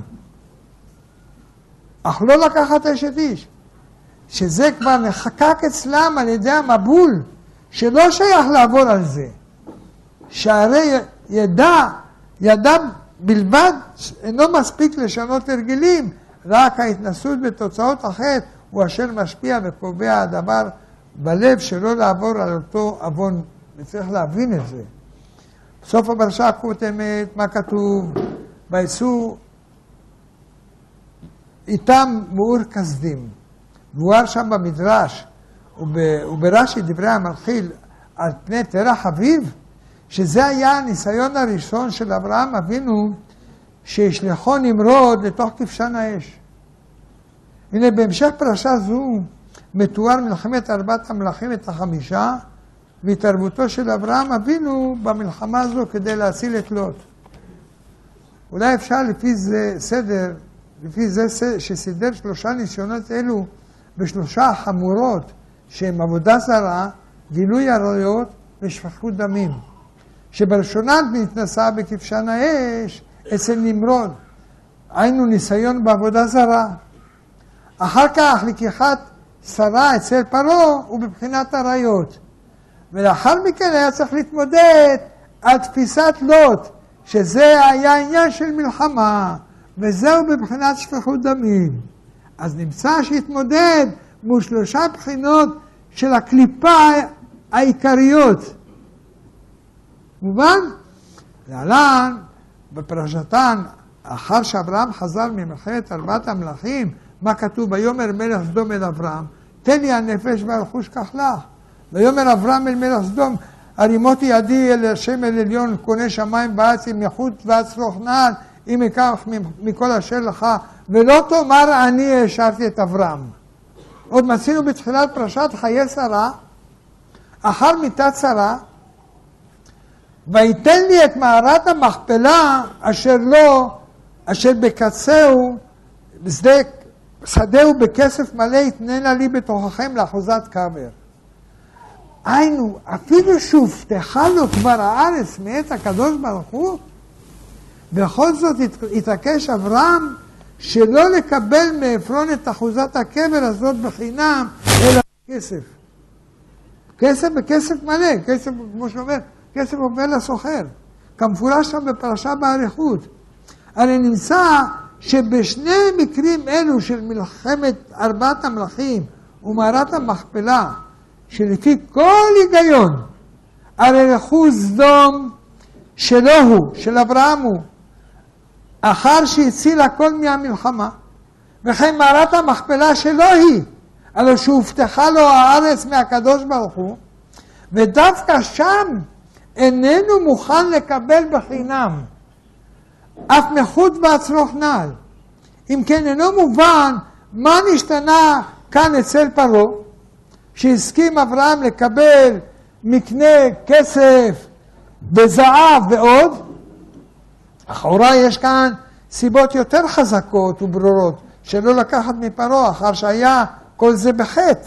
אך לא לקחת אשת איש, שזה כבר נחקק אצלם על ידי המבול, שלא שייך לעבור על זה, שהרי ידע, ידע בלבד אינו מספיק לשנות הרגלים, רק ההתנסות בתוצאות החטא הוא אשר משפיע וקובע הדבר בלב שלא לעבור על אותו עוון, וצריך להבין את זה. בסוף הפרשה הקודמת, מה כתוב? ויצאו איתם מאור כסדים. מבואר שם במדרש, וברש"י דברי המלחיל על פני תרח אביב, שזה היה הניסיון הראשון של אברהם אבינו, שישלחו נמרוד לתוך כבשן האש. הנה בהמשך פרשה זו מתואר מלחמת ארבעת המלכים את החמישה, והתערבותו של אברהם אבינו במלחמה הזו כדי להציל את לוט. אולי אפשר לפי זה סדר, לפי זה שסידר שלושה ניסיונות אלו בשלושה חמורות שהם עבודה זרה, גילוי עריות ושפכות דמים. שבראשונה נתנסה בכבשן האש אצל נמרוד, היינו ניסיון בעבודה זרה. אחר כך לקיחת שרה אצל פרעה ובבחינת עריות. ולאחר מכן היה צריך להתמודד על תפיסת לוט, שזה היה עניין של מלחמה, וזהו בבחינת שפיכות דמים. אז נמצא שהתמודד מול שלושה בחינות של הקליפה העיקריות. מובן? להלן, בפרשתן, אחר שאברהם חזר ממלחמת ארבעת המלכים, מה כתוב? ויאמר מלך סדום אל אברהם, תן לי הנפש והרכוש קח לך. ויאמר אברהם אל מלך סדום, הרימותי ידי אל השם אל עליון, קונה שמיים בארץ עם יחוד ואצרוך נעל, אם אקח מכל אשר לך, ולא תאמר אני האשרתי את אברהם. עוד מצינו בתחילת פרשת חיי שרה, אחר מיתת שרה, ויתן לי את מערת המכפלה אשר לא, אשר בקצהו, בשדה, שדהו בכסף מלא יתננה לי בתוככם לאחוזת קבר. היינו, אפילו שהובטחה לו כבר הארץ מאת הקדוש ברוך הוא, בכל זאת התעקש אברהם שלא לקבל מעפרון את אחוזת הקבר הזאת בחינם, אלא כסף. כסף בכסף מלא, כסף, כמו שאומר, כסף עובר לסוחר. כמפורש שם בפרשה באריכות. הרי נמצא שבשני מקרים אלו של מלחמת ארבעת המלכים ומערת המכפלה, שלפי כל היגיון, הרי רכוש סדום שלא הוא, של אברהם הוא, אחר שהציל הכל מהמלחמה, וכן מערת המכפלה שלא היא, אלא שהובטחה לו הארץ מהקדוש ברוך הוא, ודווקא שם איננו מוכן לקבל בחינם, אף מחוץ ואצרוך נעל. אם כן אינו מובן מה נשתנה כאן אצל פרעה, שהסכים אברהם לקבל מקנה כסף וזהב ועוד. אחורה יש כאן סיבות יותר חזקות וברורות שלא לקחת מפרעה אחר שהיה כל זה בחטא.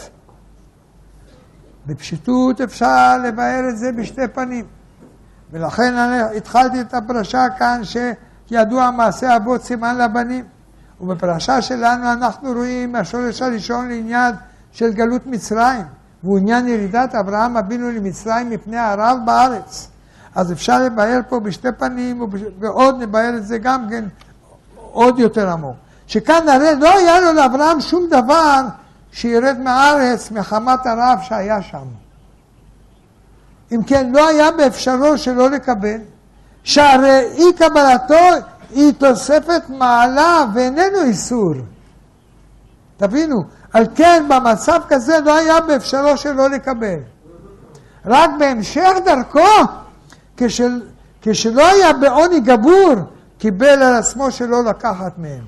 בפשיטות אפשר לבאר את זה בשתי פנים. ולכן אני התחלתי את הפרשה כאן שידוע מעשה אבות סימן לבנים. ובפרשה שלנו אנחנו רואים השורש הראשון לעניין של גלות מצרים, והוא עניין ירידת אברהם אבינו למצרים מפני ערב בארץ. אז אפשר לבאר פה בשתי פנים, ועוד נבאר את זה גם כן עוד יותר עמוק. שכאן הרי לא היה לו לאברהם שום דבר שירד מהארץ מחמת הרעב שהיה שם. אם כן, לא היה באפשרו שלא לקבל, שהרי אי קבלתו היא תוספת מעלה ואיננו איסור. תבינו, על כן במצב כזה לא היה באפשרו שלא לקבל. רק בהמשך דרכו, כשל, כשלא היה בעוני גבור, קיבל על עצמו שלא לקחת מהם.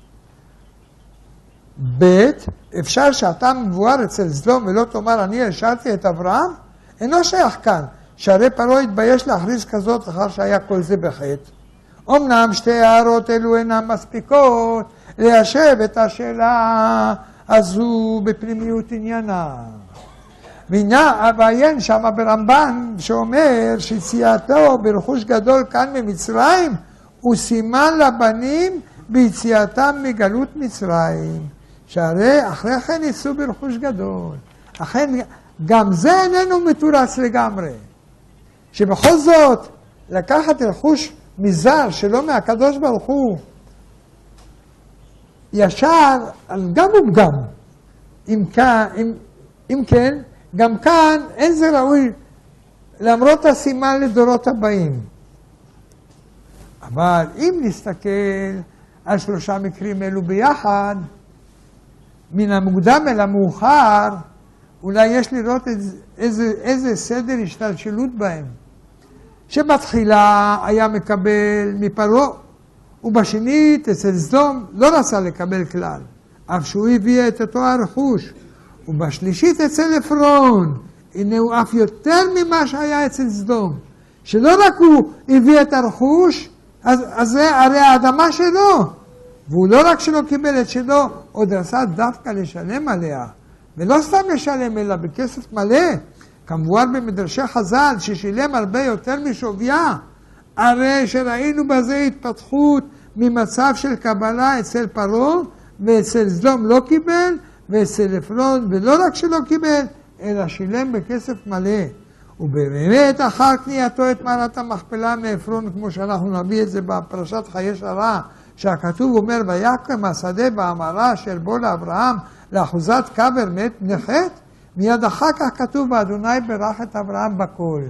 ב' אפשר שאתה מבואר אצל סדום ולא תאמר אני השארתי את אברהם? אינו שייך כאן, שהרי פרעה התבייש להכריז כזאת אחר שהיה כל זה בחטא. אמנם שתי הערות אלו אינן מספיקות ליישב את השאלה הזו בפנימיות עניינה. ועיין שם ברמב"ן שאומר שיציאתו ברכוש גדול כאן ממצרים הוא סימן לבנים ביציאתם מגלות מצרים, שהרי אחרי כן ייסעו ברכוש גדול. אכן גם זה איננו מתורץ לגמרי, שבכל זאת לקחת רכוש מזר שלא מהקדוש ברוך הוא ישר על גם וגם. אם כאן, אם, אם כן, גם כאן אין זה ראוי למרות הסימן לדורות הבאים. אבל אם נסתכל על שלושה מקרים אלו ביחד, מן המוקדם אל המאוחר, אולי יש לראות איזה, איזה סדר השתלשלות בהם. שבתחילה היה מקבל מפרעה, ובשנית אצל סדום לא רצה לקבל כלל, אף שהוא הביא את אותו הרכוש. ובשלישית אצל עפרון, הנה הוא אף יותר ממה שהיה אצל סדום, שלא רק הוא הביא את הרכוש, אז, אז זה הרי האדמה שלו, והוא לא רק שלא קיבל את שלו, עוד רצה דווקא לשלם עליה, ולא סתם לשלם אלא בכסף מלא, כמובן במדרשי חז"ל ששילם הרבה יותר משוויה, הרי שראינו בזה התפתחות ממצב של קבלה אצל פרעה, ואצל סדום לא קיבל, ואצל עפרון ולא רק שלא קיבל, אלא שילם בכסף מלא. ובאמת אחר קנייתו את מערת המכפלה מעפרון, כמו שאנחנו נביא את זה בפרשת חיי שרה, שהכתוב אומר, ויקם השדה בהמרה של בו לאברהם לאחוזת קבר מת נחת, מיד אחר כך כתוב, ואדוני ברך את אברהם בכל.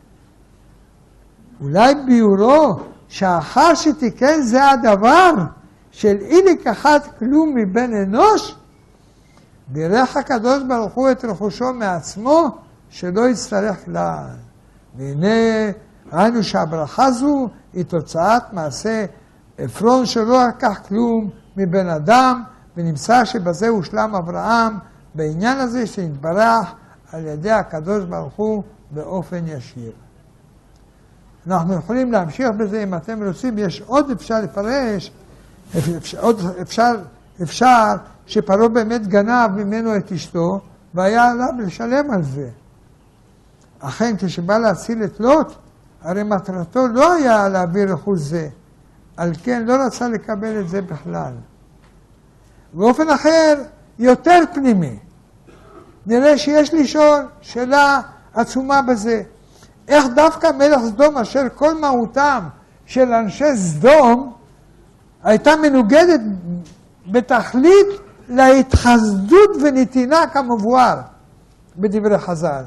אולי ביורו, שאחר שתיקן זה הדבר, של אי לקחת כלום מבן אנוש, בירך הקדוש ברוך הוא את רכושו מעצמו, שלא יצטרך כלל. והנה ראינו שהברכה זו היא תוצאת מעשה עפרון שלא לקח כלום מבן אדם, ונמצא שבזה הושלם אברהם, בעניין הזה שהתברך על ידי הקדוש ברוך הוא באופן ישיר. אנחנו יכולים להמשיך בזה אם אתם רוצים, יש עוד אפשר לפרש, אפשר, עוד אפשר, אפשר שפרעה באמת גנב ממנו את אשתו, והיה עליו לשלם על זה. אכן, כשבא להציל את לוט, הרי מטרתו לא היה להעביר רכוש זה, על כן לא רצה לקבל את זה בכלל. באופן אחר, יותר פנימי, נראה שיש לשאול שאלה עצומה בזה. איך דווקא מלך סדום, אשר כל מהותם של אנשי סדום, הייתה מנוגדת בתכלית להתחסדות ונתינה כמבואר בדברי חז"ל.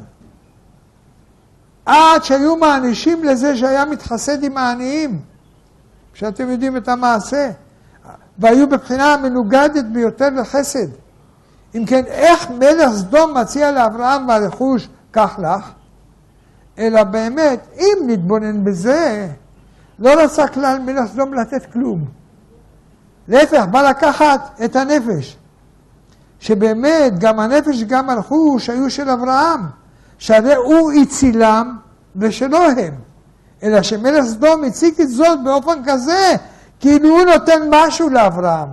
עד שהיו מענישים לזה שהיה מתחסד עם העניים, שאתם יודעים את המעשה, והיו בבחינה מנוגדת ביותר לחסד. אם כן, איך מלך סדום מציע לאברהם והרכוש, כך לך? אלא באמת, אם נתבונן בזה, לא רצה כלל מלך סדום לתת כלום. להפך, בא לקחת את הנפש. שבאמת, גם הנפש וגם הרכוש היו של אברהם. שהרי הוא הצילם ושלא הם. אלא שמלך סדום הציג את זאת באופן כזה, כאילו הוא נותן משהו לאברהם.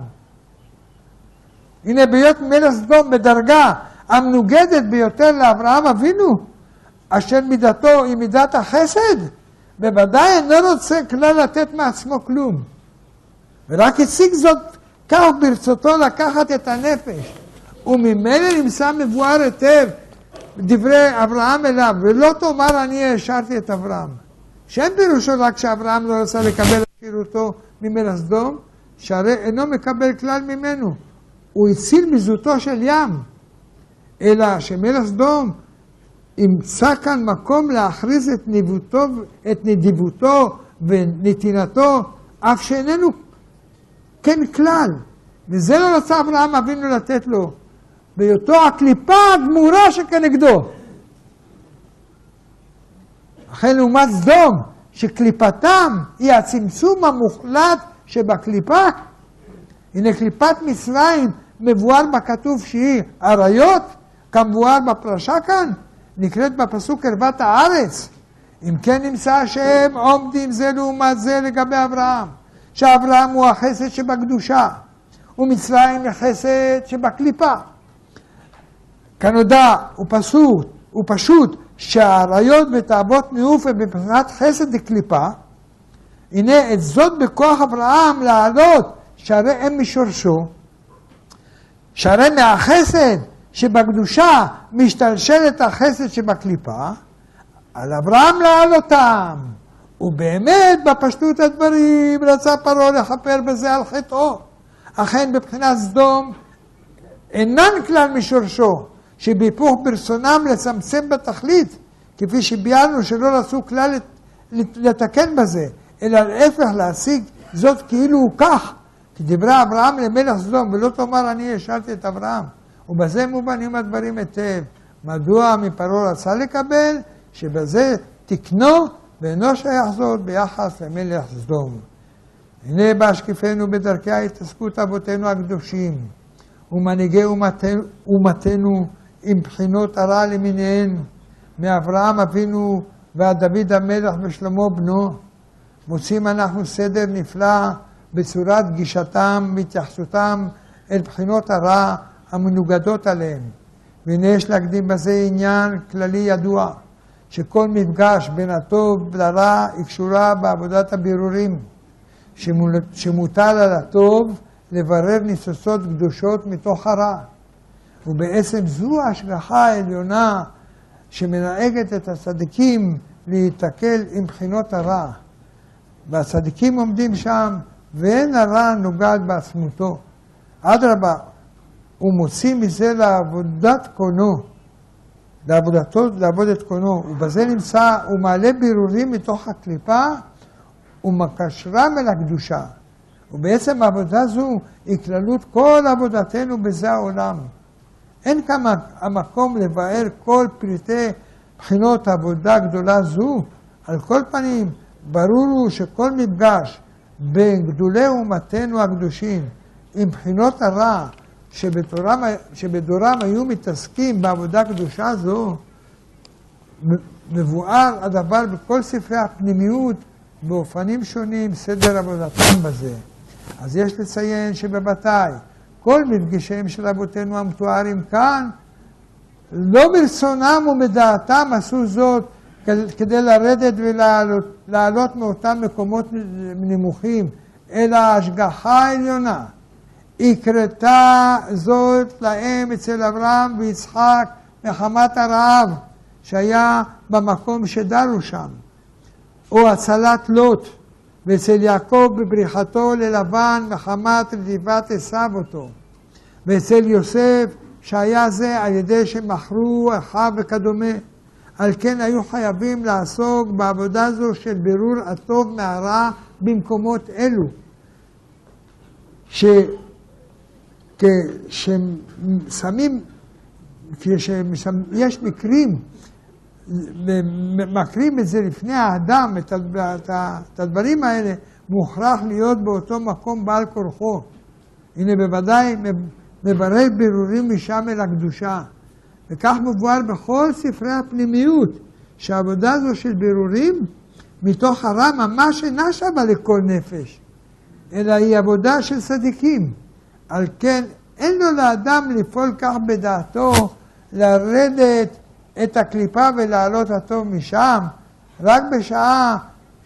הנה, בהיות מלך סדום בדרגה המנוגדת ביותר לאברהם אבינו, אשר מידתו היא מידת החסד, בוודאי אינו רוצה כלל לתת מעצמו כלום. ורק הציג זאת כך ברצותו לקחת את הנפש. וממילא נמצא מבואר היטב דברי אברהם אליו, ולא תאמר אני השארתי את אברהם. שאין פירושו רק שאברהם לא רצה לקבל את שירותו ממלך סדום, שהרי אינו מקבל כלל ממנו. הוא הציל מזותו של ים. אלא שמלך סדום ימצא כאן מקום להכריז את נדיבותו, את נדיבותו ונתינתו, אף שאיננו כן כלל. וזה לא רצה אברהם אבינו לתת לו, בהיותו הקליפה הגמורה שכנגדו. אכן לעומת סדום, שקליפתם היא הצמצום המוחלט שבקליפה. הנה קליפת מצרים מבואר בכתוב שהיא עריות, כמבואר בפרשה כאן, נקראת בפסוק קרבת הארץ. אם כן נמצא שהם עומדים זה לעומת זה לגבי אברהם, שאברהם הוא החסד שבקדושה, ומצרים החסד שבקליפה. כנודע ופשוט, ופשוט שהעריות ותאוות ניאוף הם מבחינת חסד לקליפה, הנה את זאת בכוח אברהם לעלות, שהרי הם משורשו, שהרי מהחסד שבקדושה משתלשלת החסד שבקליפה, על אברהם לעלותם. ובאמת בפשטות הדברים רצה פרעה לכפר בזה על חטאו. אכן בבחינת סדום אינן כלל משורשו, שבהיפוך ברצונם לצמצם בתכלית, כפי שביארנו שלא רצו כלל לתקן בזה, אלא להפך להשיג זאת כאילו הוא כך, כי דיברה אברהם למלך סדום, ולא תאמר אני השארתי את אברהם. ובזה מובנים הדברים היטב. מדוע מפרעה רצה לקבל? שבזה תקנו ואינו שייך זאת ביחס למלך סדום. הנה בהשקיפנו בדרכי ההתעסקות אבותינו הקדושים, ומנהיגי אומתנו עם בחינות הרע למיניהן, מאברהם אבינו ועד דוד המלך ושלמה בנו, מוצאים אנחנו סדר נפלא בצורת גישתם והתייחסותם אל בחינות הרע המנוגדות עליהם. והנה יש להקדים בזה עניין כללי ידוע, שכל מפגש בין הטוב לרע היא קשורה בעבודת הבירורים, שמוטל על הטוב לברר ניסוסות קדושות מתוך הרע. ובעצם זו ההשגחה העליונה שמנהגת את הצדיקים להתקל עם בחינות הרע. והצדיקים עומדים שם ואין הרע נוגעת בעצמותו. אדרבה, הוא מוציא מזה לעבודת קונו, לעבודתו, לעבוד את קונו, ובזה נמצא, הוא מעלה בירורים מתוך הקליפה, ומקשרם אל הקדושה. ובעצם העבודה זו היא כללות כל עבודתנו בזה העולם. אין כמה המקום לבאר כל פריטי בחינות עבודה גדולה זו. על כל פנים, ברור הוא שכל מפגש בין גדולי אומתנו הקדושים עם בחינות הרע, שבדורם, שבדורם היו מתעסקים בעבודה קדושה זו, מבואר הדבר בכל ספרי הפנימיות באופנים שונים, סדר עבודתם בזה. אז יש לציין שבבתי, כל מפגשיהם של אבותינו המתוארים כאן, לא ברצונם ומדעתם עשו זאת כדי לרדת ולעלות מאותם מקומות נמוכים, אלא ההשגחה העליונה. הקרתה זאת להם אצל אברהם ויצחק מחמת הרעב שהיה במקום שדרו שם, או הצלת לוט, ואצל יעקב בבריחתו ללבן מחמת רדיפת עשיו אותו, ואצל יוסף שהיה זה על ידי שמכרו אחיו וכדומה. על כן היו חייבים לעסוק בעבודה זו של בירור הטוב מהרע במקומות אלו, ש... כששמים, כשיש מקרים, מקרים את זה לפני האדם, את הדברים האלה, מוכרח להיות באותו מקום בעל כורחו. הנה בוודאי מברר בירורים משם אל הקדושה. וכך מבואר בכל ספרי הפנימיות, שהעבודה הזו של בירורים מתוך הרע ממש אינה שווה לכל נפש, אלא היא עבודה של צדיקים. על כן אין לו לאדם לפעול כך בדעתו, לרדת את הקליפה ולעלות הטוב משם, רק בשעה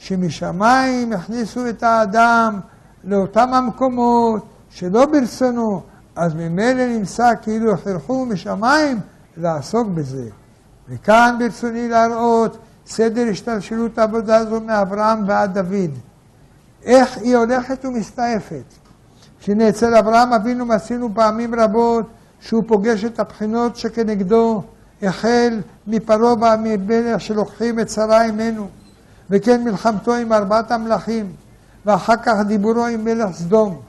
שמשמיים הכניסו את האדם לאותם המקומות שלא ברצונו, אז ממילא נמצא כאילו הכרחו משמיים לעסוק בזה. וכאן ברצוני להראות סדר השתלשלות העבודה הזו מאברהם ועד דוד. איך היא הולכת ומסתעפת. שהנה אצל אברהם אבינו מסינו פעמים רבות שהוא פוגש את הבחינות שכנגדו, החל מפרעה והמלך שלוקחים את שרה ממנו, וכן מלחמתו עם ארבעת המלכים, ואחר כך דיבורו עם מלך סדום,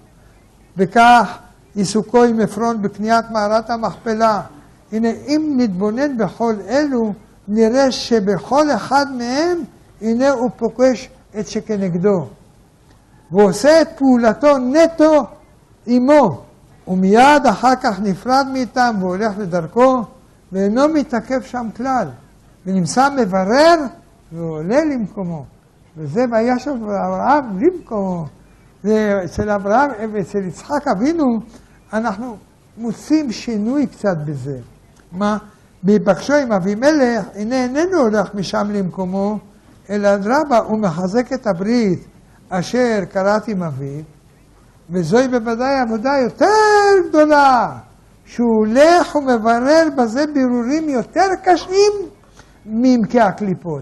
וכך עיסוקו עם עפרון בקניית מערת המכפלה. הנה אם נתבונן בכל אלו, נראה שבכל אחד מהם, הנה הוא פוגש את שכנגדו. והוא עושה את פעולתו נטו עמו, ומיד אחר כך נפרד מאיתם והולך לדרכו, ואינו מתעכב שם כלל, ונמצא מברר ועולה למקומו. וזה וישב אברהם למקומו. ואצל אברהם ואצל יצחק אבינו, אנחנו מוצאים שינוי קצת בזה. מה? בהיפגשו עם אבימלך, הנה איננו הולך משם למקומו, אלא אדרבה, הוא מחזק את הברית אשר קראת עם אביו, וזוהי בוודאי עבודה יותר גדולה, שהוא הולך ומברר בזה בירורים יותר קשים מעמקי הקליפות.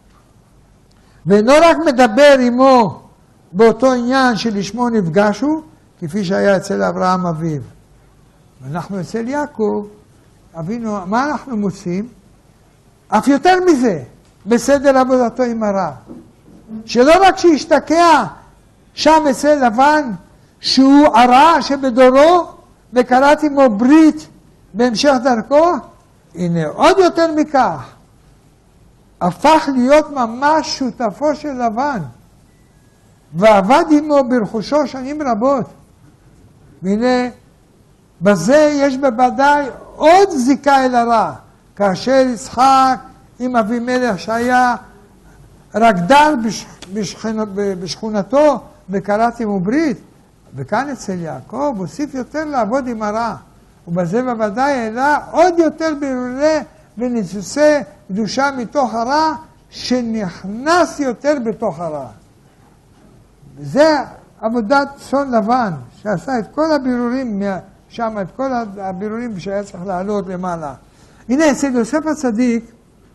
ואינו רק מדבר עמו באותו עניין שלשמו נפגשו, כפי שהיה אצל אברהם אביו. ואנחנו אצל יעקב, אבינו, מה אנחנו מוצאים? אף יותר מזה, בסדר עבודתו עם הרע. שלא רק שהשתקע שם אצל לבן, שהוא הרע שבדורו, וקראתי עמו ברית בהמשך דרכו, הנה עוד יותר מכך, הפך להיות ממש שותפו של לבן, ועבד עמו ברכושו שנים רבות. והנה, בזה יש בוודאי עוד זיקה אל הרע, כאשר יצחק עם אבימלך שהיה רקדן בשכונתו, וקראתי עמו ברית, וכאן אצל יעקב הוסיף יותר לעבוד עם הרע, ובזה בוודאי העלה עוד יותר בירורי וניסוסי קדושה מתוך הרע, שנכנס יותר בתוך הרע. וזה עבודת צאן לבן, שעשה את כל הבירורים שם, את כל הבירורים שהיה צריך לעלות למעלה. הנה אצל יוסף הצדיק,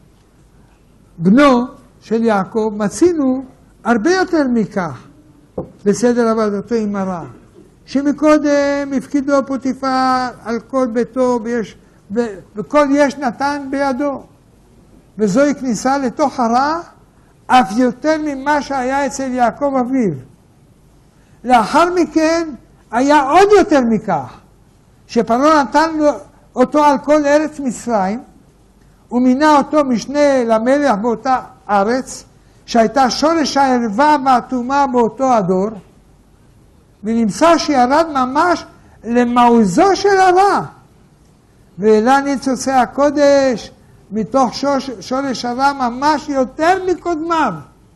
בנו של יעקב, מצינו הרבה יותר מכך בסדר עבודתו עם הרע. שמקודם הפקידו פוטיפר על כל ביתו, ויש, וכל יש נתן בידו. וזוהי כניסה לתוך הרע, אף יותר ממה שהיה אצל יעקב אביו. לאחר מכן היה עוד יותר מכך, שפרעה נתן אותו על כל ארץ מצרים, ומינה אותו משנה למלך באותה ארץ, שהייתה שורש הערווה והטומאה באותו הדור, ונמצא שירד ממש למעוזו של הרע, והעלה ניצוצי הקודש מתוך שורש, שורש הרע ממש יותר מקודמיו.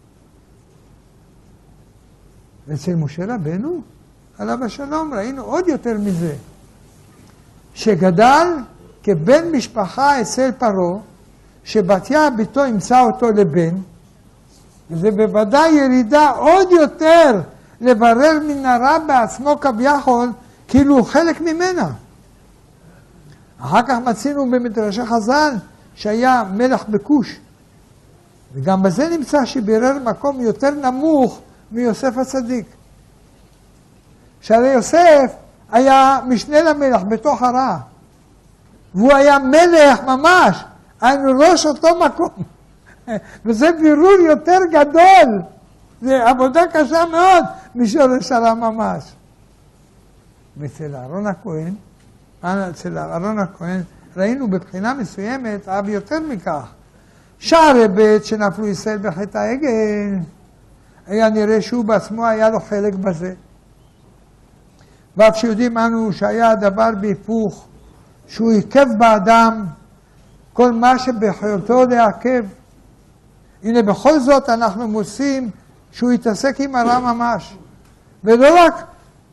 ואצל משה רבנו, עליו השלום, ראינו עוד יותר מזה, שגדל כבן משפחה אצל פרעה, שבתיה ביתו ימצא אותו לבן, וזה בוודאי ירידה עוד יותר לברר מן הרע בעצמו כביכול, כאילו הוא חלק ממנה. אחר כך מצינו במדרשי חז"ל שהיה מלך בכוש, וגם בזה נמצא שבירר מקום יותר נמוך מיוסף הצדיק. שהרי יוסף היה משנה למלך בתוך הרע, והוא היה מלך ממש, היינו ראש אותו מקום. וזה בירור יותר גדול, זה עבודה קשה מאוד משורש הרע ממש. ואצל אהרון הכהן, אצל אהרון הכהן, ראינו בבחינה מסוימת, אף יותר מכך. שערי בית שנפלו ישראל בחטא העגל, היה נראה שהוא בעצמו היה לו חלק בזה. ואף שיודעים אנו שהיה הדבר בהיפוך, שהוא עיכב באדם כל מה שביכולתו לעכב. הנה בכל זאת אנחנו מוצאים שהוא יתעסק עם הרע ממש. ולא רק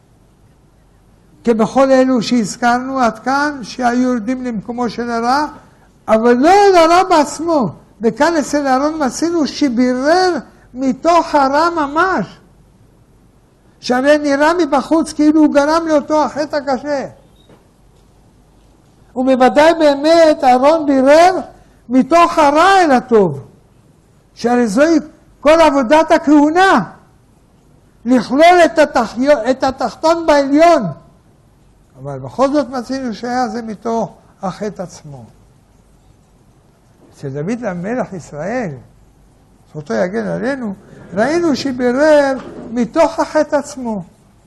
כבכל אלו שהזכרנו עד כאן, שהיו יורדים למקומו של הרע, אבל לא אל הרע בעצמו. וכאן אצל אהרון מצינו שבירר מתוך הרע ממש. שהרי נראה מבחוץ כאילו הוא גרם לאותו החטא הקשה. ובוודאי באמת אהרון בירר מתוך הרע אל הטוב. שהרי זוהי כל עבודת הכהונה, לכלול את, התחיו, את התחתון בעליון. אבל בכל זאת מצינו שהיה זה מתוך החטא עצמו. אצל דוד המלך ישראל, זכותו יגן עלינו, ראינו שבירר מתוך החטא עצמו.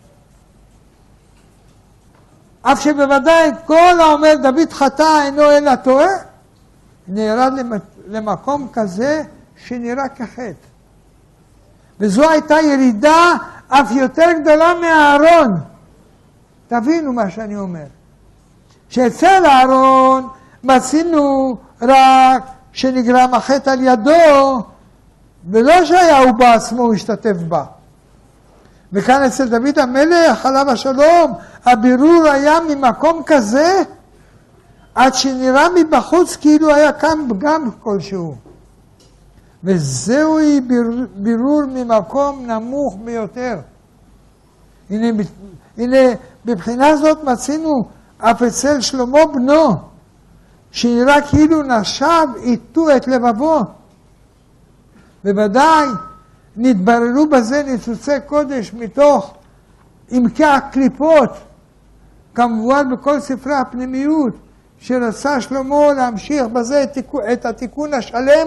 אף שבוודאי כל האומר דוד חטא אינו אלא טועה, נרד למקום כזה שנראה כחטא. וזו הייתה ירידה אף יותר גדולה מהארון. תבינו מה שאני אומר. שאצל הארון מצינו רק שנגרם החטא על ידו, ולא שהיה הוא בעצמו השתתף בה. וכאן אצל דוד המלך, עליו השלום, הבירור היה ממקום כזה, עד שנראה מבחוץ כאילו היה כאן פגם כלשהו. וזהו ביר, בירור ממקום נמוך ביותר. הנה, הנה, בבחינה זאת מצינו אף אצל שלמה בנו, שנראה כאילו נשב איתו את לבבו. בוודאי נתבררו בזה ניצוצי קודש מתוך עמקי הקליפות, כמובן בכל ספרי הפנימיות, שרצה שלמה להמשיך בזה את התיקון השלם,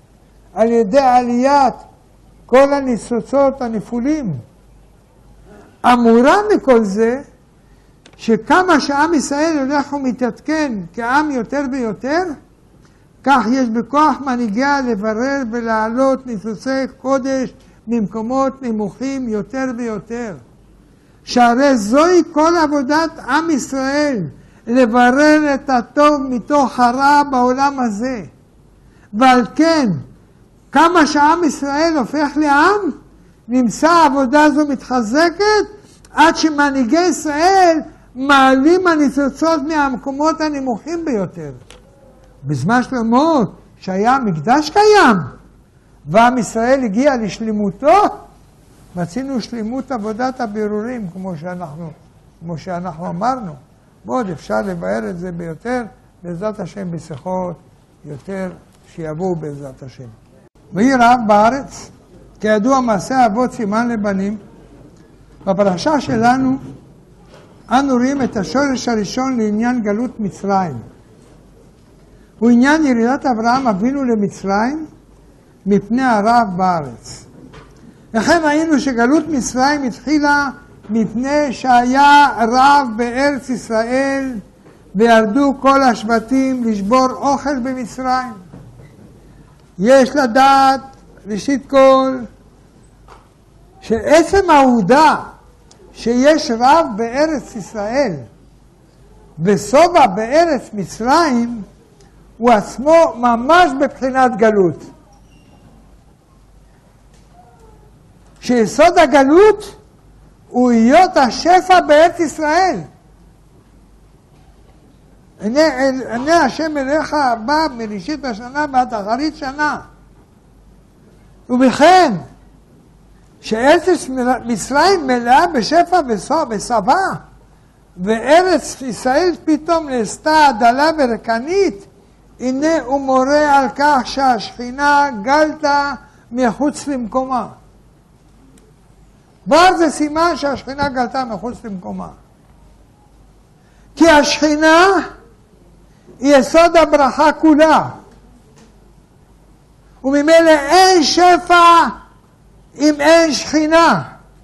על ידי עליית כל הניצוצות הנפולים. אמורה מכל זה, שכמה שעם ישראל הולך ומתעדכן כעם יותר ויותר, כך יש בכוח מנהיגיה לברר ולהעלות ניסוסי קודש ממקומות נמוכים יותר ויותר. שהרי זוהי כל עבודת עם ישראל, לברר את הטוב מתוך הרע בעולם הזה. ועל כן, כמה שעם ישראל הופך לעם, נמצא העבודה זו מתחזקת, עד שמנהיגי ישראל מעלים הניצוצות מהמקומות הנמוכים ביותר. בזמן שלמה, שהיה מקדש קיים, ועם ישראל הגיע לשלמותו, מצינו שלמות עבודת הבירורים, כמו שאנחנו, כמו שאנחנו אמרנו. מאוד אפשר לבאר את זה ביותר, בעזרת השם בשיחות יותר שיבואו בעזרת השם. ויהי רעב בארץ, כידוע מעשה אבות סימן לבנים. בפרשה שלנו אנו רואים את השורש הראשון לעניין גלות מצרים. הוא עניין ירידת אברהם אבינו למצרים מפני הרעב בארץ. לכן ראינו שגלות מצרים התחילה מפני שהיה רעב בארץ ישראל וירדו כל השבטים לשבור אוכל במצרים. יש לדעת, ראשית כל, שעצם העובדה שיש רעב בארץ ישראל ושובע בארץ מצרים, הוא עצמו ממש בבחינת גלות. שיסוד הגלות הוא להיות השפע בארץ ישראל. הנה, הנה השם אליך בא מראשית השנה ועד אחרית שנה. ובכן, שארץ מצרים מלאה בשפע ושבע, וארץ ישראל פתאום נעשתה דלה ורקנית, הנה הוא מורה על כך שהשכינה גלתה מחוץ למקומה. כבר זה סימן שהשכינה גלתה מחוץ למקומה. כי השכינה היא יסוד הברכה כולה. וממילא אין שפע אם אין שכינה.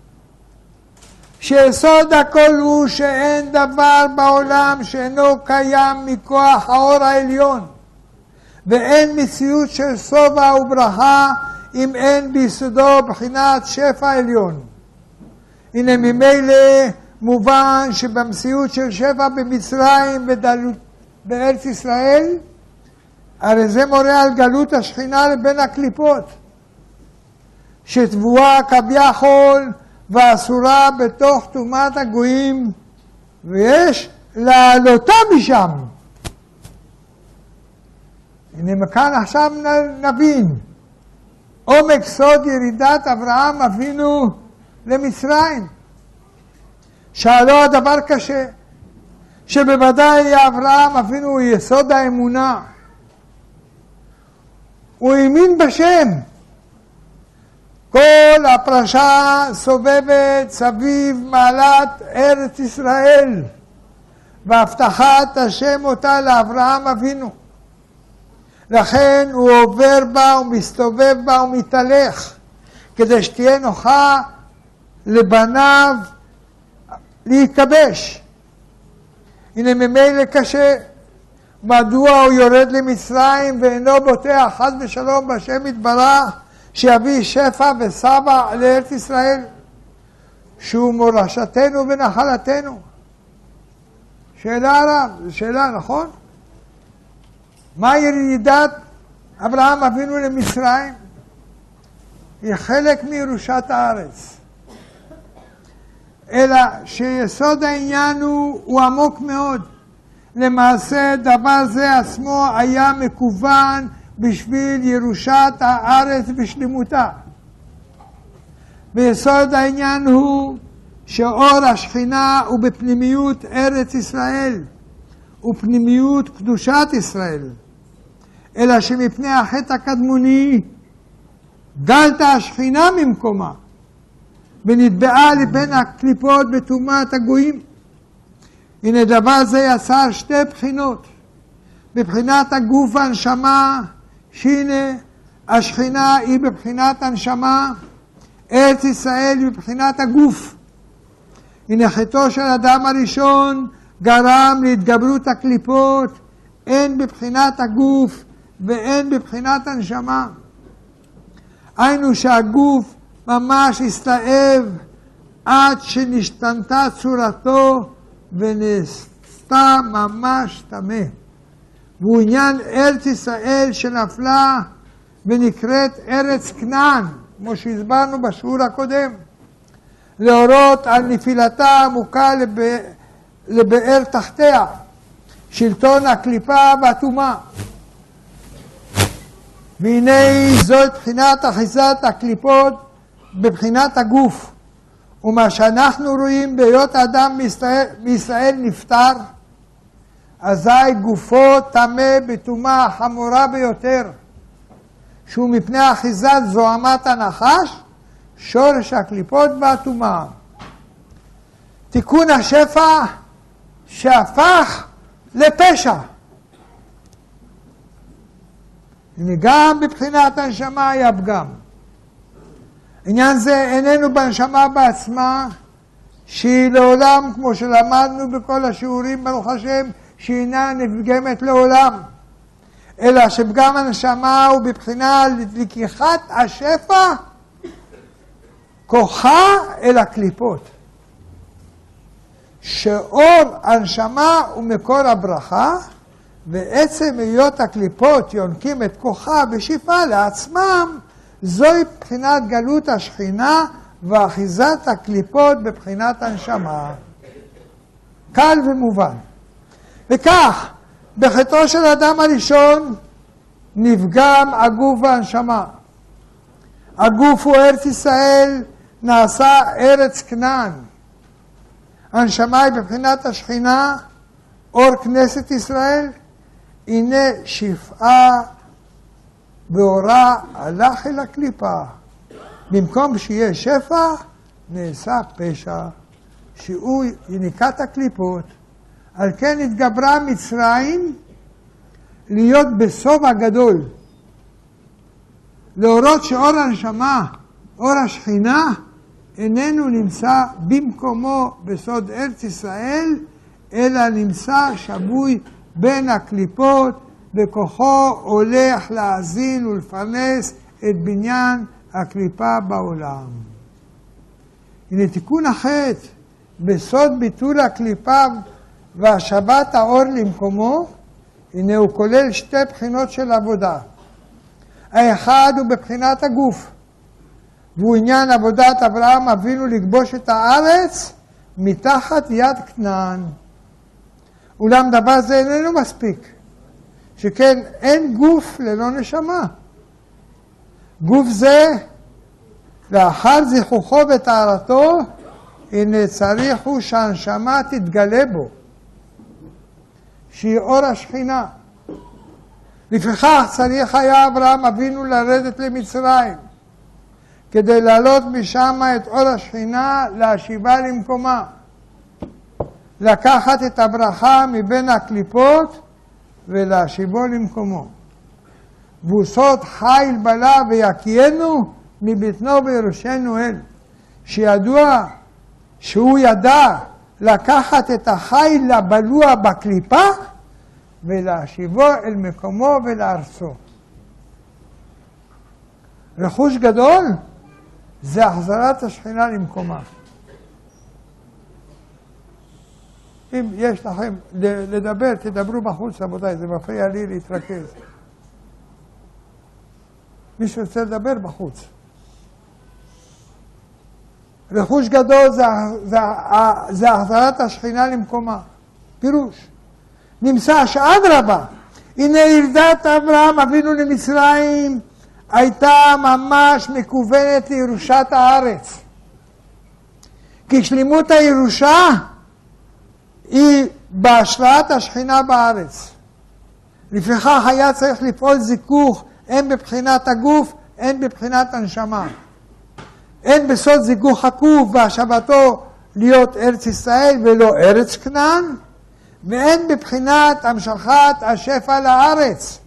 שיסוד הכל הוא שאין דבר בעולם שאינו קיים מכוח האור העליון. ואין מציאות של שובע וברכה אם אין ביסודו בחינת שפע עליון. הנה ממילא מובן שבמציאות של שפע במצרים ודלות בארץ ישראל, הרי זה מורה על גלות השכינה לבין הקליפות, שטבועה כביכול ואסורה בתוך טומאת הגויים, ויש להעלותה משם. הנה מכאן עכשיו נבין עומק סוד ירידת אברהם אבינו למצרים. שעלו הדבר קשה, שבוודאי אברהם אבינו הוא יסוד האמונה. הוא האמין בשם. כל הפרשה סובבת סביב מעלת ארץ ישראל, והבטחת השם אותה לאברהם אבינו. לכן הוא עובר בה ומסתובב בה ומתהלך, כדי שתהיה נוחה לבניו להתכבש. הנה ממילא קשה, מדוע הוא יורד למצרים ואינו בוטח חס ושלום בשם יתברך שיביא שפע ושבע לארץ ישראל, שהוא מורשתנו ונחלתנו? שאלה הרב, שאלה, נכון? מה ירידת אברהם אבינו למצרים? היא חלק מירושת הארץ. אלא שיסוד העניין הוא, הוא עמוק מאוד. למעשה דבר זה עצמו היה מקוון בשביל ירושת הארץ בשלמותה. ויסוד העניין הוא שאור השכינה הוא בפנימיות ארץ ישראל ופנימיות קדושת ישראל. אלא שמפני החטא הקדמוני גלתה השכינה ממקומה ונטבעה לבין הקליפות בטומאת הגויים. הנה דבר זה יצר שתי בחינות. בבחינת הגוף והנשמה, שהנה השכינה היא בבחינת הנשמה, ארץ ישראל היא בבחינת הגוף. הנה חטאו של אדם הראשון גרם להתגברות הקליפות, הן בבחינת הגוף והן בבחינת הנשמה. היינו שהגוף ממש הסתאב עד שנשתנתה צורתו ונעשתה ממש טמא. והוא עניין ארץ ישראל שנפלה ונקראת ארץ כנען, כמו שהסברנו בשיעור הקודם, להורות על נפילתה עמוקה לב... לבאר תחתיה, שלטון הקליפה והטומאה. והנה זו בחינת אחיזת הקליפות בבחינת הגוף. ומה שאנחנו רואים בהיות האדם מישראל, מישראל נפטר, אזי גופו טמא בטומאה חמורה ביותר, שהוא מפני אחיזת זוהמת הנחש, שורש הקליפות והטומאה. תיקון השפע שהפך לפשע. וגם בבחינת הנשמה היה פגם. עניין זה איננו בנשמה בעצמה, שהיא לעולם, כמו שלמדנו בכל השיעורים ברוך השם, שאינה נפגמת לעולם, אלא שפגם הנשמה הוא בבחינה לקיחת השפע כוחה אל הקליפות. שאור הנשמה הוא מקור הברכה, ועצם היות הקליפות יונקים את כוחה בשפע לעצמם, זוהי בחינת גלות השכינה ואחיזת הקליפות בבחינת הנשמה. קל ומובן. וכך, בחטאו של אדם הראשון נפגם הגוף והנשמה. הגוף הוא ארץ ישראל, נעשה ארץ כנען. הנשמה היא בבחינת השכינה, אור כנסת ישראל. הנה שפעה ואורה הלך אל הקליפה. במקום שיהיה שפע, נעשה פשע, שהוא יניקת הקליפות. על כן התגברה מצרים להיות בסוב הגדול. להורות שאור הנשמה, אור השכינה, איננו נמצא במקומו בסוד ארץ ישראל, אלא נמצא שבוי בין הקליפות, וכוחו הולך להאזין ולפרנס את בניין הקליפה בעולם. הנה תיקון החטא בסוד ביטול הקליפה והשבת האור למקומו, הנה הוא כולל שתי בחינות של עבודה. האחד הוא בבחינת הגוף, והוא עניין עבודת אברהם אבינו לכבוש את הארץ מתחת יד כנען. אולם דבר זה איננו מספיק, שכן אין גוף ללא נשמה. גוף זה, לאחר זיכוכו וטהרתו, הנה צריך הוא שהנשמה תתגלה בו, שהיא אור השכינה. לפיכך צריך היה אברהם אבינו לרדת למצרים, כדי להעלות משם את אור השכינה, להשיבה למקומה, לקחת את הברכה מבין הקליפות ולהשיבו למקומו. והוא סוד חיל בלה ויקיינו מבטנו וירושנו אל, שידוע שהוא ידע לקחת את החיל הבלוע בקליפה ולהשיבו אל מקומו ולארצו. רכוש גדול זה החזרת השכינה למקומה. אם יש לכם לדבר, תדברו בחוץ, רבותיי, זה מפריע לי להתרכז. מי שרוצה לדבר בחוץ. רכוש גדול זה, זה, זה החזרת השכינה למקומה. פירוש. נמצא שאדרבה, הנה ירידת אברהם אבינו למצרים הייתה ממש מקוונת לירושת הארץ. כי שלמות הירושה היא בהשראת השכינה בארץ. לפיכך היה צריך לפעול זיכוך הן בבחינת הגוף, הן בבחינת הנשמה. הן בסוד זיכוך הכוף והשבתו להיות ארץ ישראל ולא ארץ כנען, והן בבחינת המשכת השפע לארץ,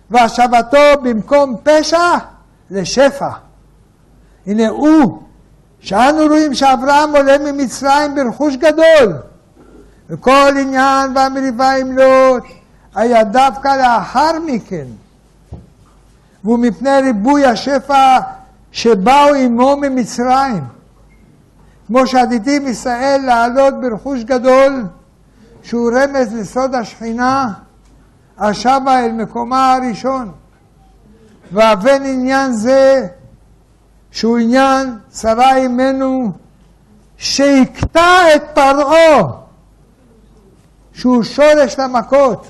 והשבתו במקום פשע לשפע. הנה הוא שאנו רואים שאברהם עולה ממצרים ברכוש גדול, וכל עניין והמריבה עם לוט היה דווקא לאחר מכן, והוא מפני ריבוי השפע שבאו עמו ממצרים. כמו שעתידים ישראל לעלות ברכוש גדול, שהוא רמז לסוד השכינה, השבה אל מקומה הראשון. ואבן עניין זה, שהוא עניין שרה עמנו, שיקטע את פרעה, שהוא שורש למכות.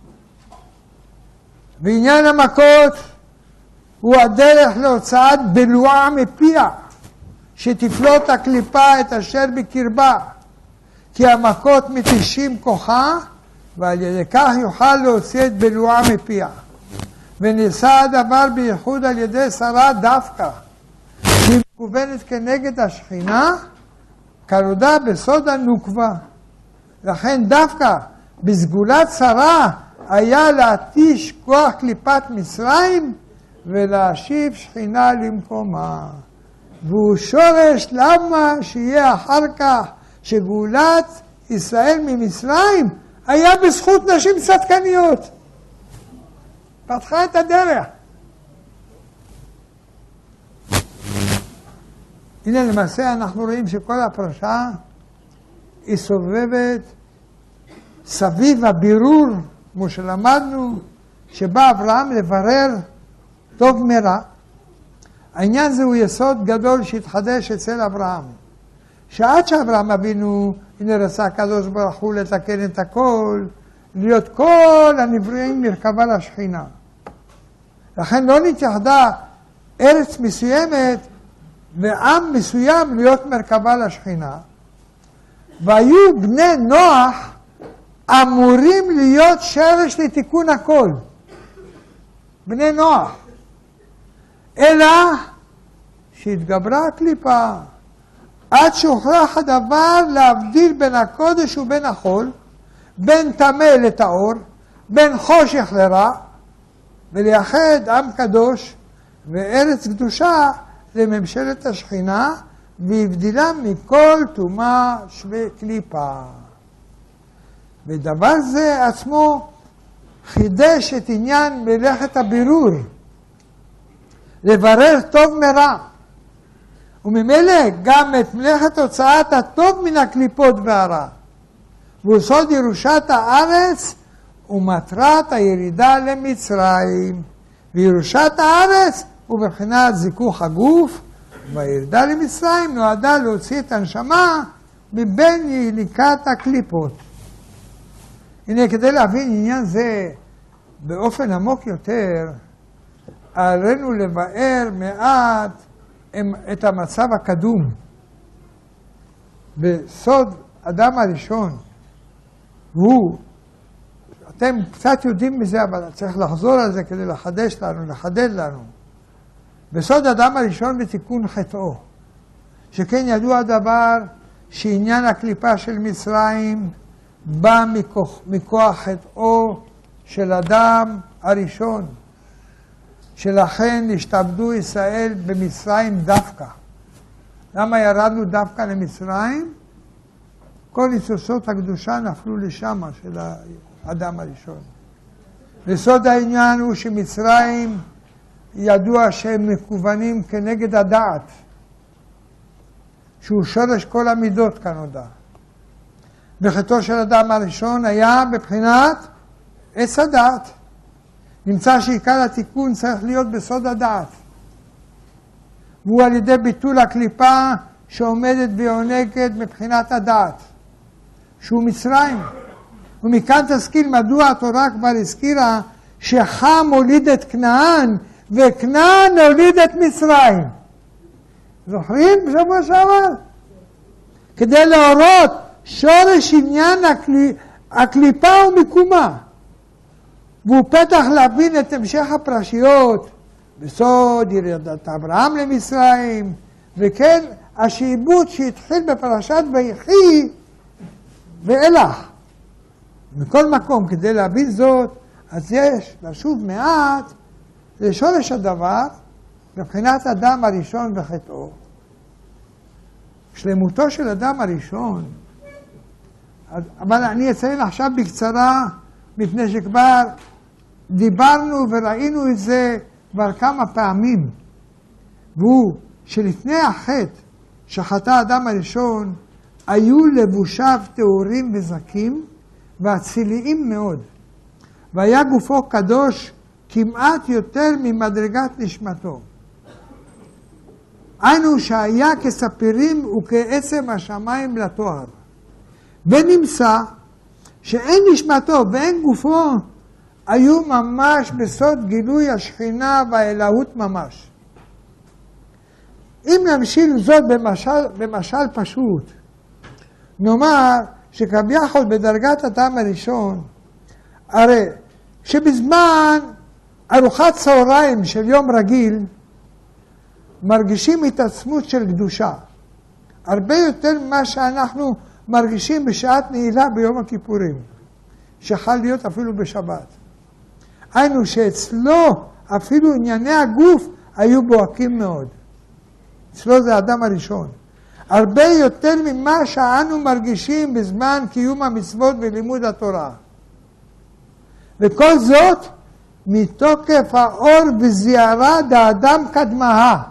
ועניין המכות הוא הדרך להוצאת בלועה מפיה, שתפלוט הקליפה את אשר בקרבה, כי המכות מתישים כוחה, ועל ידי כך יוכל להוציא את בלועה מפיה. ונעשה הדבר בייחוד על ידי שרה דווקא, שהיא מכוונת כנגד השכינה, כרודה בסוד הנוקבה. לכן דווקא בסגולת שרה היה להתיש כוח קליפת מצרים ולהשיב שכינה למקומה. והוא שורש למה שיהיה אחר כך שגאולת ישראל ממצרים היה בזכות נשים צדקניות. פתחה את הדרך. הנה למעשה אנחנו רואים שכל הפרשה היא סובבת סביב הבירור, כמו שלמדנו, שבא אברהם לברר טוב מרע. העניין זה הוא יסוד גדול שהתחדש אצל אברהם. שעד שאברהם אבינו, הנה רצה הקדוש ברוך הוא לתקן את הכל, להיות כל הנבראים מרכבה לשכינה. לכן לא נתייחדה ארץ מסוימת ועם מסוים להיות מרכבה לשכינה. והיו בני נוח אמורים להיות שרש לתיקון הכל. בני נוח. אלא שהתגברה הקליפה, עד שהוכרח הדבר להבדיל בין הקודש ובין החול, בין טמא לטהור, בין חושך לרע, ולייחד עם קדוש וארץ קדושה לממשלת השכינה, והבדילם מכל טומאה וקליפה. ודבר זה עצמו חידש את עניין מלאכת הבירור, לברר טוב מרע, וממילא גם את מלאכת הוצאת הטוב מן הקליפות והרע. והוא סוד ירושת הארץ ומטרת הירידה למצרים. וירושת הארץ הוא בבחינת זיכוך הגוף, והירידה למצרים נועדה להוציא את הנשמה מבין יניקת הקליפות. הנה, כדי להבין עניין זה באופן עמוק יותר, עלינו לבאר מעט את המצב הקדום. בסוד אדם הראשון, הוא, אתם קצת יודעים מזה, אבל צריך לחזור על זה כדי לחדש לנו, לחדד לנו. בסוד אדם הראשון בתיקון חטאו, שכן ידוע הדבר שעניין הקליפה של מצרים בא מכוח, מכוח חטאו של אדם הראשון, שלכן השתעבדו ישראל במצרים דווקא. למה ירדנו דווקא למצרים? כל ניצוצות הקדושה נפלו לשם של האדם הראשון. וסוד העניין הוא שמצרים ידוע שהם מכוונים כנגד הדעת, שהוא שורש כל המידות כנודע. וחטאו של האדם הראשון היה בבחינת עץ הדעת. נמצא שעיקר התיקון צריך להיות בסוד הדעת. והוא על ידי ביטול הקליפה שעומדת ויונקת מבחינת הדעת, שהוא מצרים. ומכאן תשכיל מדוע התורה כבר הזכירה שחם הוליד את כנען, וכנען הוליד את מצרים. זוכרים בשבוע שעבר? כדי להורות שורש עניין הקלי, הקליפה ומיקומה. והוא פתח להבין את המשך הפרשיות בסוד ירידת אברהם למצרים, וכן השעבוד שהתחיל בפרשת ויחי ואילך. מכל מקום, כדי להבין זאת, אז יש לשוב מעט לשורש הדבר, מבחינת אדם הראשון וחטאו. שלמותו של אדם הראשון. אבל אני אציין עכשיו בקצרה, מפני שכבר דיברנו וראינו את זה כבר כמה פעמים. והוא שלפני החטא שחטא האדם הראשון, היו לבושיו טהורים וזכים ואציליים מאוד. והיה גופו קדוש כמעט יותר ממדרגת נשמתו. היינו שהיה כספירים וכעצם השמיים לתואר. ונמצא שאין נשמתו ואין גופו היו ממש בסוד גילוי השכינה והאלוהות ממש. אם נמשיל זאת במשל, במשל פשוט, נאמר שכביכול בדרגת הטעם הראשון, הרי שבזמן ארוחת צהריים של יום רגיל, מרגישים התעצמות של קדושה. הרבה יותר ממה שאנחנו מרגישים בשעת נעילה ביום הכיפורים, שחל להיות אפילו בשבת. היינו שאצלו אפילו ענייני הגוף היו בוהקים מאוד. אצלו זה האדם הראשון. הרבה יותר ממה שאנו מרגישים בזמן קיום המצוות ולימוד התורה. וכל זאת מתוקף האור וזיערה דאדם קדמה,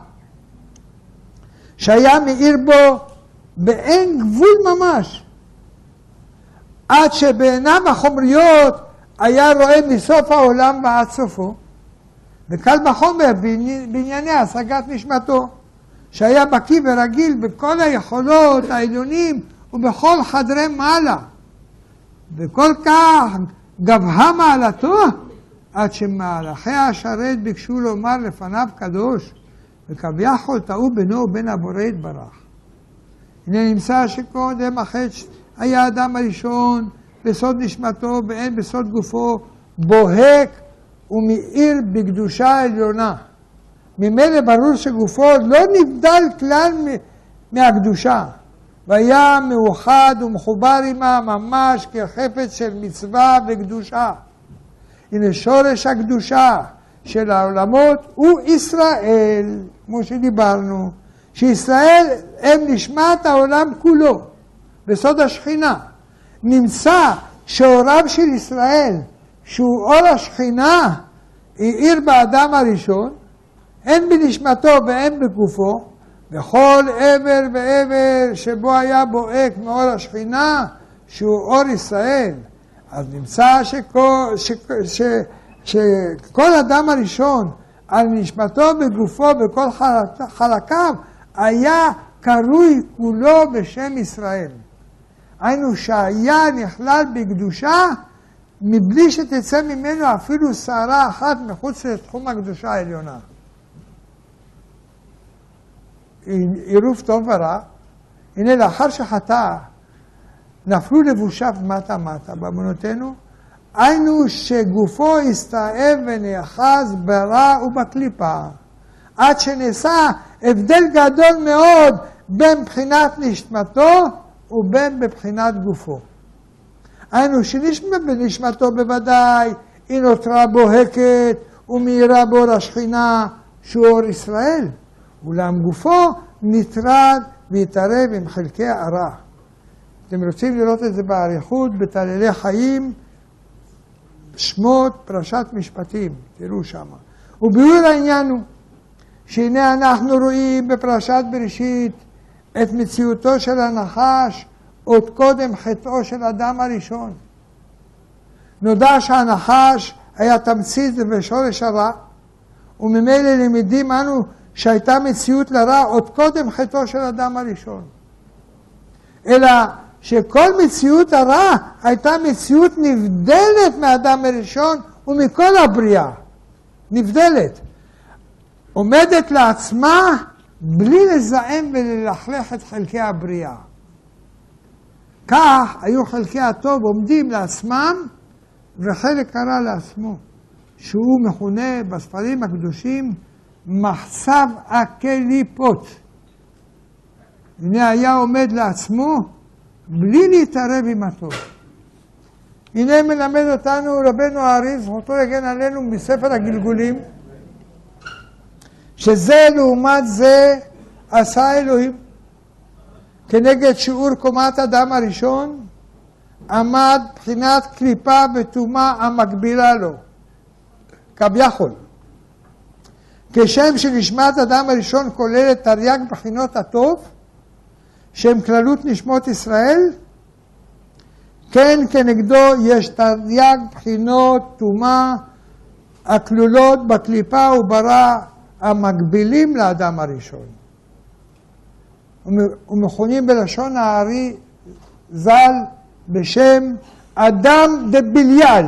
שהיה מאיר בו באין גבול ממש, עד שבעיניו החומריות היה רואה מסוף העולם ועד סופו, וקל וחומר בענייני השגת נשמתו, שהיה בקיא ורגיל בכל היכולות העליונים ובכל חדרי מעלה, וכל כך גבהה מעלתו, עד שמהלכי השרת ביקשו לומר לפניו קדוש, וכביכול טעו בינו ובין הבורא יתברך. הנה נמצא שקודם החטא היה האדם הראשון בסוד נשמתו ואין בסוד גופו, בוהק ומאיר בקדושה העליונה. ממילא ברור שגופו לא נבדל כלל מהקדושה, והיה מאוחד ומחובר עמה ממש כחפץ של מצווה וקדושה. הנה שורש הקדושה של העולמות הוא ישראל, כמו שדיברנו, שישראל הם נשמת העולם כולו, בסוד השכינה. נמצא שאוריו של ישראל, שהוא אור השכינה, האיר באדם הראשון, הן בנשמתו והן בגופו, וכל עבר ועבר שבו היה בוהק מאור השכינה, שהוא אור ישראל. אז נמצא שכל, ש, ש, ש, שכל אדם הראשון, על נשמתו בגופו וכל חלקיו, היה קרוי כולו בשם ישראל. היינו שהיה נכלל בקדושה, מבלי שתצא ממנו אפילו שערה אחת מחוץ לתחום הקדושה העליונה. עירוב טוב ורע, הנה לאחר שחטא, נפלו לבושיו מטה מטה באמונותינו, היינו שגופו הסתאב ונאחז ברע ובקליפה, עד שנעשה הבדל גדול מאוד בין בחינת נשמתו ובין בבחינת גופו. היינו שנשמתו בוודאי היא נותרה בוהקת ומאירה באור השכינה שהוא אור ישראל, אולם גופו נטרד והתערב עם חלקי הרע. אתם רוצים לראות את זה באריכות בתהלילי חיים, שמות, פרשת משפטים, תראו שמה. וביאור העניין הוא שהנה אנחנו רואים בפרשת בראשית את מציאותו של הנחש עוד קודם חטאו של אדם הראשון. נודע שהנחש היה תמצית ושורש הרע, וממילא למדים אנו שהייתה מציאות לרע עוד קודם חטאו של אדם הראשון. אלא שכל מציאות הרע הייתה מציאות נבדלת מהאדם הראשון ומכל הבריאה. נבדלת. עומדת לעצמה בלי לזהם וללכלך את חלקי הבריאה. כך היו חלקי הטוב עומדים לעצמם וחלק הרע לעצמו, שהוא מכונה בספרים הקדושים מחצב הקליפות. הנה היה עומד לעצמו בלי להתערב עם הטוב. הנה מלמד אותנו רבנו האריז, זכותו יגן עלינו מספר הגלגולים, שזה לעומת זה עשה אלוהים. כנגד שיעור קומת אדם הראשון, עמד בחינת קליפה וטומאה המקבילה לו, כביכול. כשם שנשמת אדם הראשון כוללת תרי"ג בחינות הטוב, שהם כללות נשמות ישראל, כן כנגדו יש תרי"ג בחינות טומאה הכלולות בקליפה וברע המקבילים לאדם הראשון. ומכונים בלשון הארי ז"ל בשם אדם דבליעל.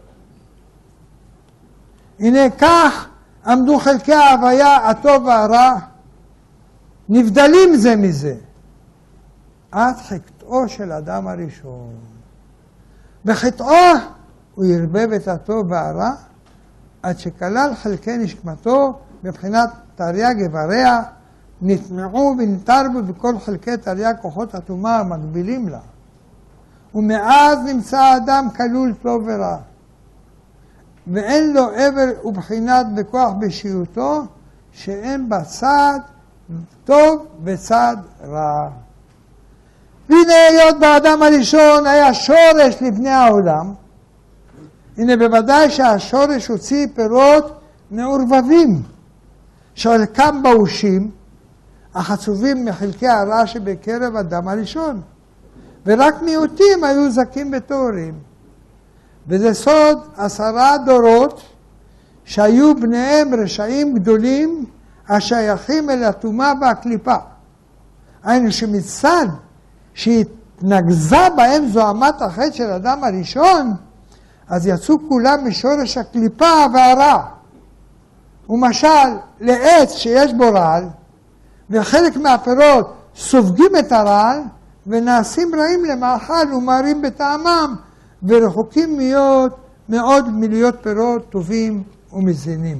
הנה כך עמדו חלקי ההוויה הטוב והרע, נבדלים זה מזה, עד חטאו של אדם הראשון. בחטאו הוא ירבב את הטוב והרע, עד שכלל חלקי נשמתו בבחינת תרי"ג איבריה, נטמעו ונתרבו בכל חלקי תרי"ג כוחות הטומאה המקבילים לה. ומאז נמצא האדם כלול טוב ורע, ואין לו עבר ובחינת בכוח בשיעותו, שאין בה צד טוב וצד רע. והנה היות באדם הראשון היה שורש לבני העולם, הנה בוודאי שהשורש הוציא פירות מעורבבים, שחלקם באושים, החצובים מחלקי הרע שבקרב אדם הראשון, ורק מיעוטים היו זכים וטהורים. וזה סוד עשרה דורות שהיו בניהם רשעים גדולים השייכים אל הטומאה והקליפה. היינו שמצד שהתנגזה בהם זוהמת החטא של אדם הראשון, אז יצאו כולם משורש הקליפה והרע. ומשל, לעץ שיש בו רעל, וחלק מהפירות סופגים את הרעל, ונעשים רעים למאכל ומרים בטעמם, ורחוקים מאוד מאוד מלהיות פירות טובים ומזינים.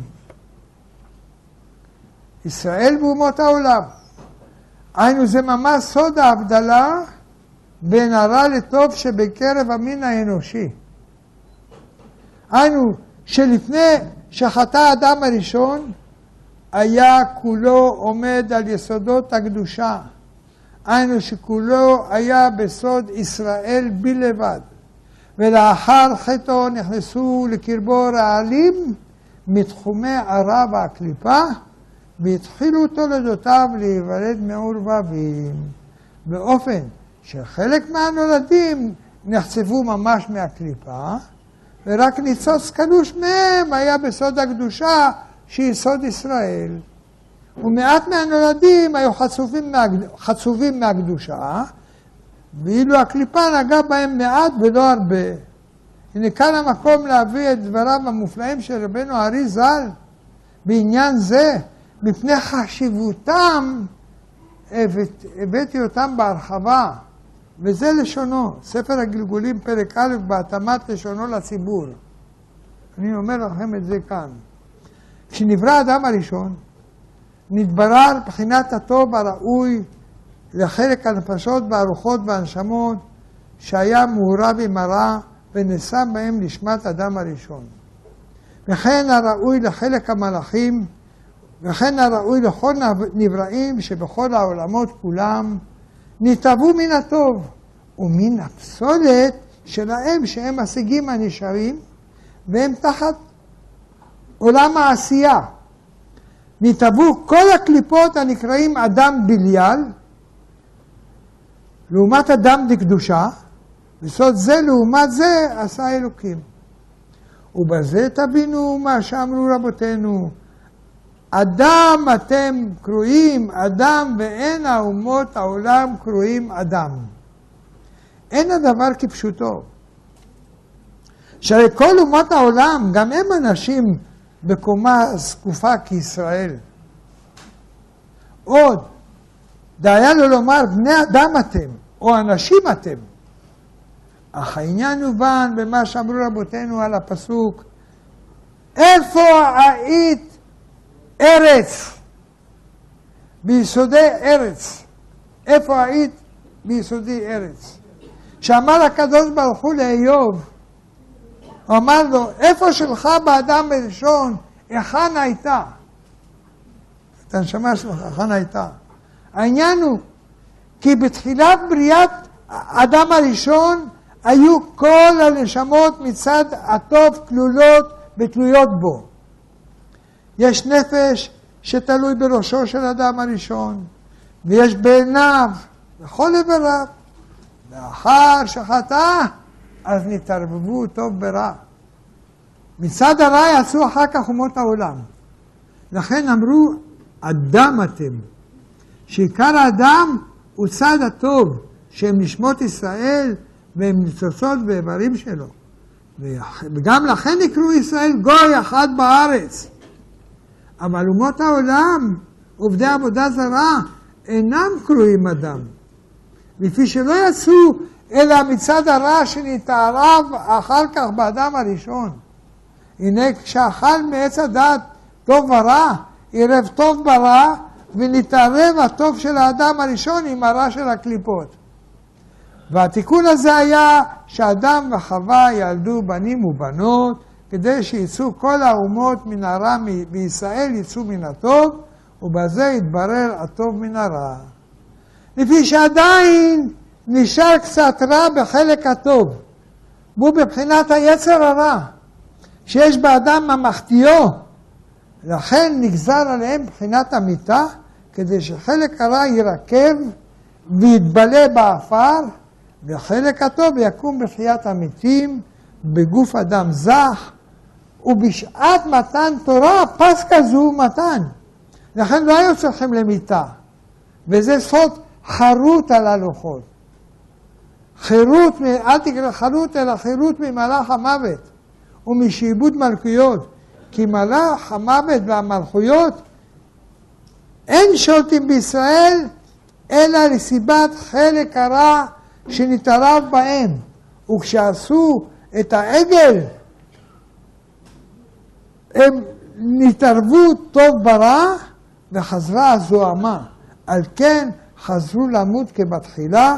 ישראל ואומות העולם. היינו זה ממש סוד ההבדלה בין הרע לטוב שבקרב המין האנושי. היינו שלפני שחטא האדם הראשון, היה כולו עומד על יסודות הקדושה. היינו שכולו היה בסוד ישראל בלבד. ולאחר חטאו נכנסו לקרבו רעלים מתחומי הרע והקליפה, והתחילו תולדותיו להיוולד מעורבבים, באופן שחלק מהנולדים נחצבו ממש מהקליפה, ורק ניצוץ קלוש מהם היה בסוד הקדושה שהיא סוד ישראל. ומעט מהנולדים היו חצובים, מהקד... חצובים מהקדושה, ואילו הקליפה נגע בהם מעט ולא הרבה. הנה כאן המקום להביא את דבריו המופלאים של רבנו הארי ז"ל בעניין זה, מפני חשיבותם הבאתי אותם בהרחבה, וזה לשונו, ספר הגלגולים פרק א' בהתאמת לשונו לציבור. אני אומר לכם את זה כאן. כשנברא האדם הראשון, נתברר בחינת הטוב הראוי לחלק הנפשות והרוחות והנשמות שהיה מעורב עם הרע ונשם בהם נשמת אדם הראשון. וכן הראוי לחלק המלאכים, וכן הראוי לכל נבראים שבכל העולמות כולם נתעבו מן הטוב ומן הפסולת שלהם שהם השיגים הנשארים, והם תחת עולם העשייה. נתעבו כל הקליפות הנקראים אדם בליעל, לעומת אדם דקדושה, וסוד זה לעומת זה עשה אלוקים. ובזה תבינו מה שאמרו רבותינו, אדם אתם קרואים אדם, ואין האומות העולם קרואים אדם. אין הדבר כפשוטו. שהרי כל אומות העולם, גם הם אנשים בקומה זקופה כישראל. עוד, דהיה לו לומר בני אדם אתם, או אנשים אתם. אך העניין הובן במה שאמרו רבותינו על הפסוק, איפה היית ארץ? ביסודי ארץ. איפה היית? ביסודי ארץ. שאמר הקדוש ברוך הוא לאיוב, הוא אמר לו, איפה שלך באדם הראשון, היכן הייתה? את הנשמה שלך, היכן הייתה? העניין הוא, כי בתחילת בריאת האדם הראשון היו כל הנשמות מצד הטוב כלולות ותלויות בו. יש נפש שתלוי בראשו של האדם הראשון, ויש בעיניו, בכל איבריו. לאחר שחטא, אז נתערבבו טוב ברע. מצד הרע יצאו אחר כך אומות העולם. לכן אמרו, אדם אתם. שעיקר האדם הוא צד הטוב, שהם נשמות ישראל, והם ניצוצות באיברים שלו. וגם לכן יקראו ישראל גוי אחד בארץ. אבל אומות העולם, עובדי עבודה זרה, אינם קרויים אדם. לפי שלא יצאו אלא מצד הרע שנתערב אחר כך באדם הראשון. הנה כשאכל מעץ הדת טוב ורע, ערב טוב ברע, ונתערב הטוב של האדם הראשון עם הרע של הקליפות. והתיקון הזה היה שאדם וחווה ילדו בנים ובנות, כדי שיצאו כל האומות מן הרע בישראל יצאו מן הטוב, ובזה יתברר הטוב מן הרע. לפי שעדיין נשאר קצת רע בחלק הטוב, והוא בבחינת היצר הרע, שיש באדם ממחתיו, לכן נגזר עליהם בחינת המיתה, כדי שחלק הרע ירקב ויתבלה באפר, וחלק הטוב יקום בחיית המתים, בגוף אדם זך, ובשעת מתן תורה, פס כזו מתן. לכן לא היו צריכים למיתה. וזה סוד חרות על הלוחות. חירות, אל תקרא חרות, אלא חירות ממלאך המוות, ומשעבוד מלכויות. כי מלאך המוות והמלכויות, אין שולטים בישראל, אלא לסיבת חלק הרע שנתערב בהם. וכשעשו את העגל, הם נתערבו טוב ברע, וחזרה הזוהמה. על כן חזרו למות כבתחילה,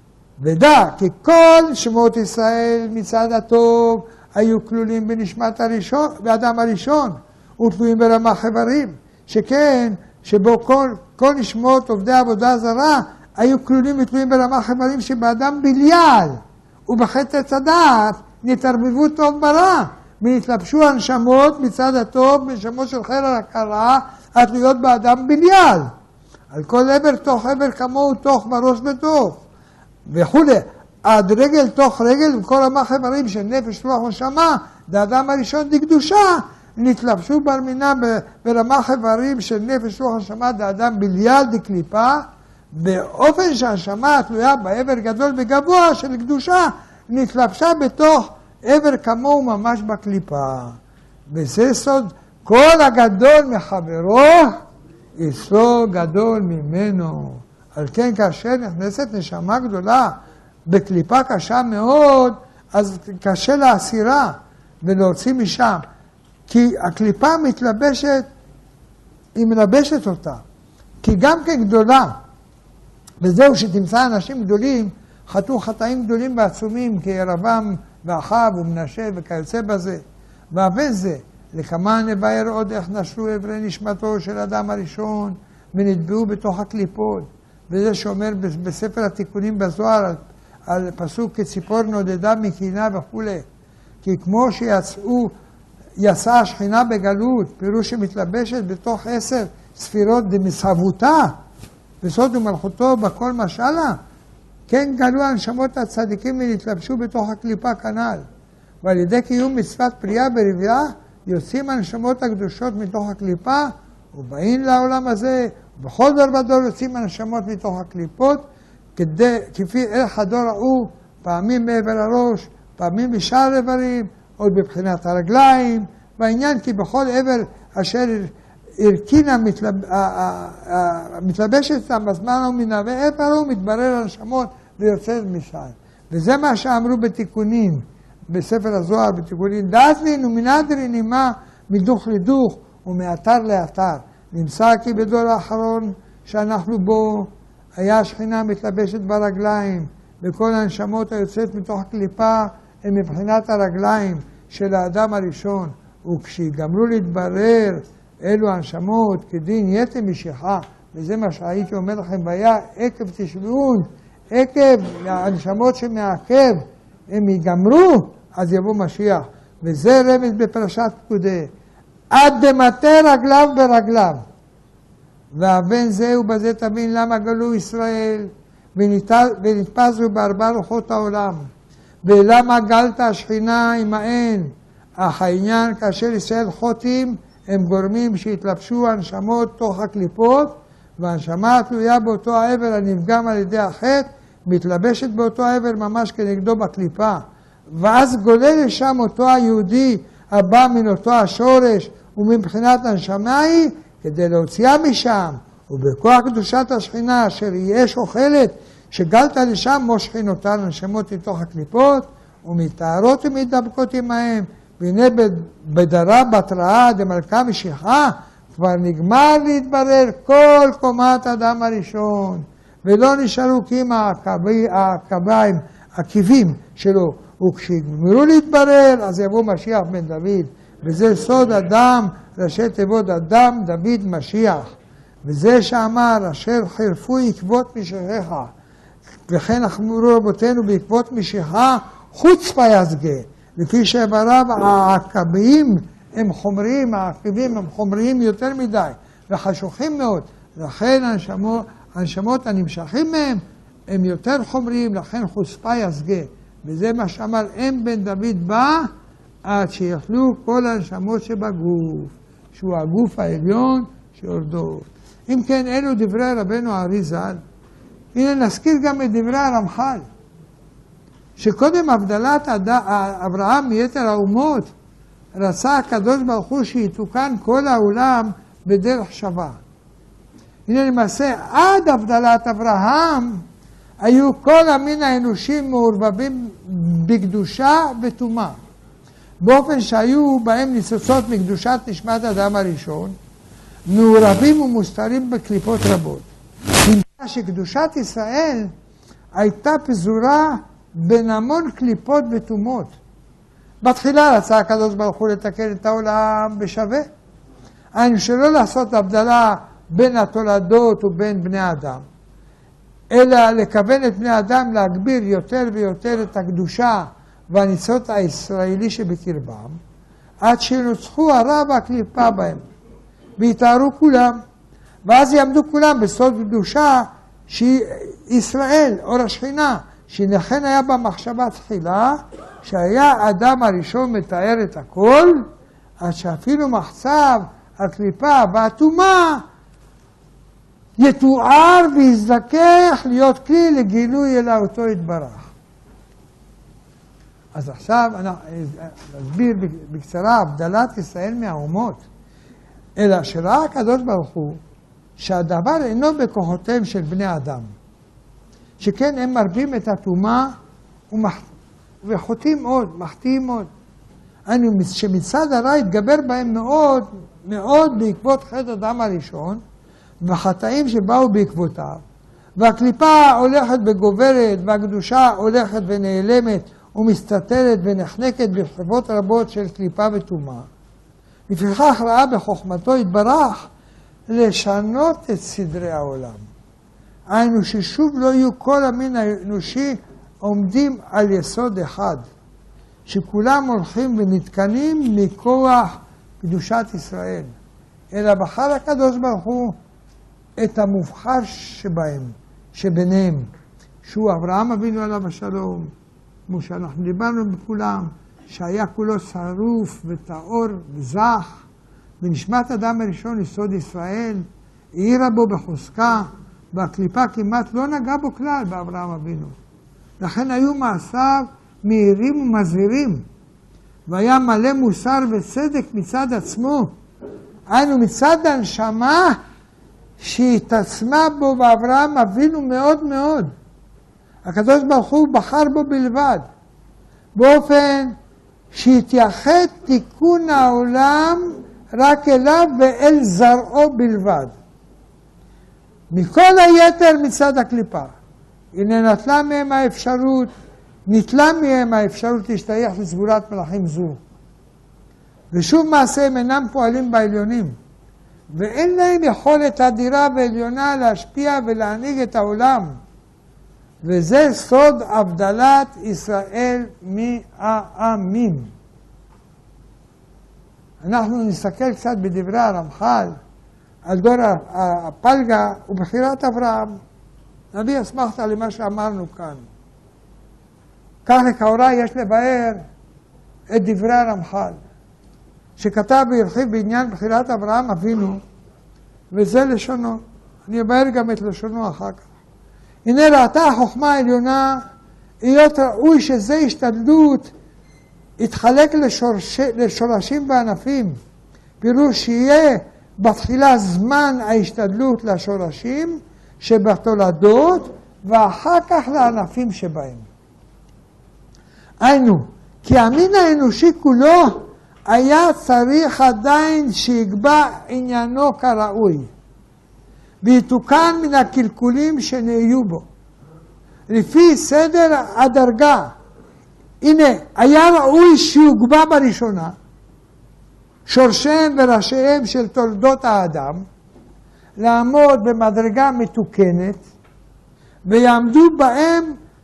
ודע כי כל שמות ישראל מצד הטוב היו כלולים בנשמת הראשון, באדם הראשון, ותלויים ברמ"ח איברים, שכן שבו כל, כל נשמות עובדי עבודה זרה היו כלולים ותלויים ברמ"ח איברים שבאדם בליעל, ובחטא עץ הדעת נתערבבו טוב ברע, ונתלבשו הנשמות מצד הטוב בנשמות של חיל הרע התלויות באדם בליעל. על כל עבר תוך עבר כמוהו תוך בראש בתוך וכולי, עד רגל תוך רגל וכל רמ"ח איברים של נפש רוח ונשמה, האדם הראשון דקדושה, נתלבשו ברמינה ברמ"ח איברים של נפש רוח ונשמה, האדם בליעל דקליפה, באופן שהנשמה התלויה בעבר גדול וגבוה של קדושה, נתלבשה בתוך עבר כמוהו ממש בקליפה. וזה סוד, כל הגדול מחברו, יסרו גדול ממנו. על כן כאשר נכנסת נשמה גדולה בקליפה קשה מאוד, אז קשה להסירה ולהוציא משם. כי הקליפה מתלבשת, היא מלבשת אותה. כי גם כן גדולה, וזהו שתמצא אנשים גדולים, חטאו חטאים גדולים ועצומים, כירבעם ואחיו ומנשה וכיוצא בזה. ואבין זה, לכמה נבהר עוד איך נשרו עברי נשמתו של אדם הראשון, ונטבעו בתוך הקליפות. וזה שאומר בספר התיקונים בזוהר, על, על פסוק כציפור נודדה מקינה וכו'. כי כמו שיצאו, יצאה השכינה בגלות, פירוש שמתלבשת בתוך עשר ספירות דמסהבותה, בסוד ומלכותו בכל משלה, כן גלו הנשמות הצדיקים ונתלבשו בתוך הקליפה כנ"ל. ועל ידי קיום מצוות פריאה ורבייה, יוצאים הנשמות הקדושות מתוך הקליפה, ובאים לעולם הזה, ובכל דור ודור יוצאים הנשמות מתוך הקליפות, כדי, כפי ערך הדור ההוא, פעמים מעבר הראש, פעמים בשאר איברים, עוד בבחינת הרגליים, והעניין כי בכל עבר אשר הרכינה מתלב... מתלבשת בזמן ומנהווה עבר הוא מתברר הנשמות ויוצאת משם. וזה מה שאמרו בתיקונים, בספר הזוהר, בתיקונים, דאסלין ומנדרין עמה מדוך לדוך ומאתר לאתר. נמצא כי בדור האחרון שאנחנו בו, היה השכינה מתלבשת ברגליים, וכל הנשמות היוצאת מתוך הקליפה הן מבחינת הרגליים של האדם הראשון, וכשיגמרו להתברר אלו הנשמות כדין יתר משיכה וזה מה שהייתי אומר לכם, והיה עקב תשבעון, עקב הנשמות שמעכב, הם ייגמרו, אז יבוא משיח. וזה רמז בפרשת פקודי. עד דמטה רגליו ברגליו. והבן זה ובזה תבין למה גלו ישראל, ונתפסו בארבע רוחות העולם. ולמה גלת השכינה עמהן. אך העניין כאשר ישראל חוטאים, הם גורמים שהתלבשו הנשמות תוך הקליפות, והנשמה התלויה באותו העבר הנפגם על ידי החטא, מתלבשת באותו העבר ממש כנגדו בקליפה. ואז גולל לשם אותו היהודי הבא מן אותו השורש, ומבחינת הנשמה היא כדי להוציאה משם, ובכוח קדושת השכינה אשר היא אש אוכלת, שגלת לשם מושכין אותן הנשמות לתוך הקליפות, ומתארות ומתדבקות עמהם. והנה בדרה בתראה דמלכה משיחה, כבר נגמר להתברר כל קומת אדם הראשון, ולא נשארו כי אם העקביים, העקיבים שלו, וכשיגמרו להתברר, אז יבוא משיח בן דוד, וזה סוד אדם, ראשי תיבות אדם, דוד משיח. וזה שאמר, אשר חירפו עקבות משיחך, וכן החמרו רבותינו בעקבות משיחה, חוצפה יסגה. לפי שברב העקביים הם חומריים, העקבים הם חומריים יותר מדי, וחשוכים מאוד. לכן הנשמות, הנשמות הנמשכים מהם הם יותר חומריים, לכן חוצפה יסגה. וזה מה שאמר אם בן דוד בא, עד שיכלו כל הנשמות שבגוף, שהוא הגוף העליון שיורדות. אם כן, אלו דברי רבנו הארי ז"ל. הנה נזכיר גם את דברי הרמח"ל, שקודם הבדלת אברהם מיתר האומות, רצה הקדוש ברוך הוא שיתוקן כל העולם בדרך שווה. הנה למעשה, עד הבדלת אברהם, היו כל המין האנושים מעורבבים בקדושה וטומאה. באופן שהיו בהם ניצוצות מקדושת נשמת האדם הראשון, מעורבים ומוסתרים בקליפות רבות. נמצא שקדושת ישראל הייתה פזורה בין המון קליפות וטומאות. בתחילה רצה הקדוש ברוך הוא לתקן את העולם בשווה. היינו שלא לעשות הבדלה בין התולדות ובין בני אדם, אלא לכוון את בני אדם להגביר יותר ויותר את הקדושה והניצוץ הישראלי שבקרבם, עד שנוצחו הרע והקליפה בהם, ויתארו כולם, ואז יעמדו כולם בסוד קדושה שהיא ישראל, אור השכינה, שלכן היה במחשבה תחילה, שהיה אדם הראשון מתאר את הכל, עד שאפילו מחצב, הקליפה והטומאה, יתואר ויזדכך להיות כלי לגילוי אלוהותו יתברך. אז עכשיו נסביר בקצרה הבדלת ישראל מהאומות, אלא שראה הקדוש ברוך הוא שהדבר אינו בכוחותיהם של בני אדם, שכן הם מרבים את הטומאה וחוטאים עוד, מחטיאים עוד. שמצד הרע התגבר בהם מאוד מאוד בעקבות חטא אדם הראשון, והחטאים שבאו בעקבותיו, והקליפה הולכת וגוברת, והקדושה הולכת ונעלמת ומסתתרת ונחנקת ברחבות רבות של קליפה וטומאה. לפיכך ראה בחוכמתו יתברך לשנות את סדרי העולם. היינו ששוב לא יהיו כל המין האנושי עומדים על יסוד אחד, שכולם הולכים ונתקנים מכוח קדושת ישראל, אלא בחר הקדוש ברוך הוא את המובחר שבהם, שביניהם, שהוא אברהם אבינו עליו השלום, כמו שאנחנו דיברנו בכולם, שהיה כולו שרוף וטהור וזך, ונשמת אדם הראשון יסוד ישראל, העירה בו בחוזקה, והקליפה כמעט לא נגעה בו כלל באברהם אבינו. לכן היו מעשיו מהירים ומזהירים, והיה מלא מוסר וצדק מצד עצמו, היינו מצד הנשמה שהתעצמה בו באברהם אבינו מאוד מאוד. הקדוש ברוך הוא בחר בו בלבד, באופן שהתייחד תיקון העולם רק אליו ואל זרעו בלבד. מכל היתר מצד הקליפה. הנה נטלה מהם האפשרות, נטלה מהם האפשרות להשתייך לסגולת מלאכים זו. ושוב מעשיהם אינם פועלים בעליונים, ואין להם יכולת אדירה ועליונה להשפיע ולהנהיג את העולם. וזה סוד הבדלת ישראל מהעמים. אנחנו נסתכל קצת בדברי הרמח"ל על דור הפלגה ובחירת אברהם. נביא אסמכתא למה שאמרנו כאן. כך לכאורה יש לבאר את דברי הרמח"ל, שכתב והרחיב בעניין בחירת אברהם אבינו, וזה לשונו. אני אבאר גם את לשונו אחר כך. הנה ראתה החוכמה העליונה, היות ראוי שזה השתדלות, יתחלק לשורש, לשורשים וענפים. פירוש שיהיה בתחילה זמן ההשתדלות לשורשים שבתולדות, ואחר כך לענפים שבהם. היינו, כי המין האנושי כולו היה צריך עדיין שיגבה עניינו כראוי, ויתוקן מן הקלקולים שנהיו בו, לפי סדר הדרגה. הנה, היה ראוי שיוגבה בראשונה, שורשיהם וראשיהם של תולדות האדם, לעמוד במדרגה מתוקנת, ויעמדו בהם,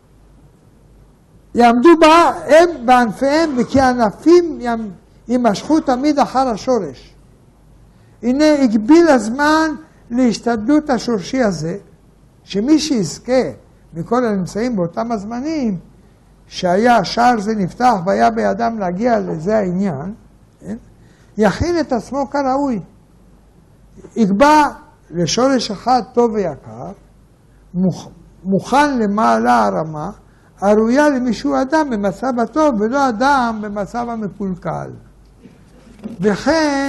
יעמדו בהם בענפיהם, וכי הענפים יימשכו תמיד אחר השורש. הנה, הגביל הזמן להשתדלות השורשי הזה, שמי שיזכה מכל הנמצאים באותם הזמנים, שהיה שער זה נפתח והיה בידם להגיע לזה העניין, יכין את עצמו כראוי. יקבע לשורש אחד טוב ויקר, מוכן למעלה הרמה, הראויה למישהו אדם במצב הטוב ולא אדם במצב המקולקל. וכן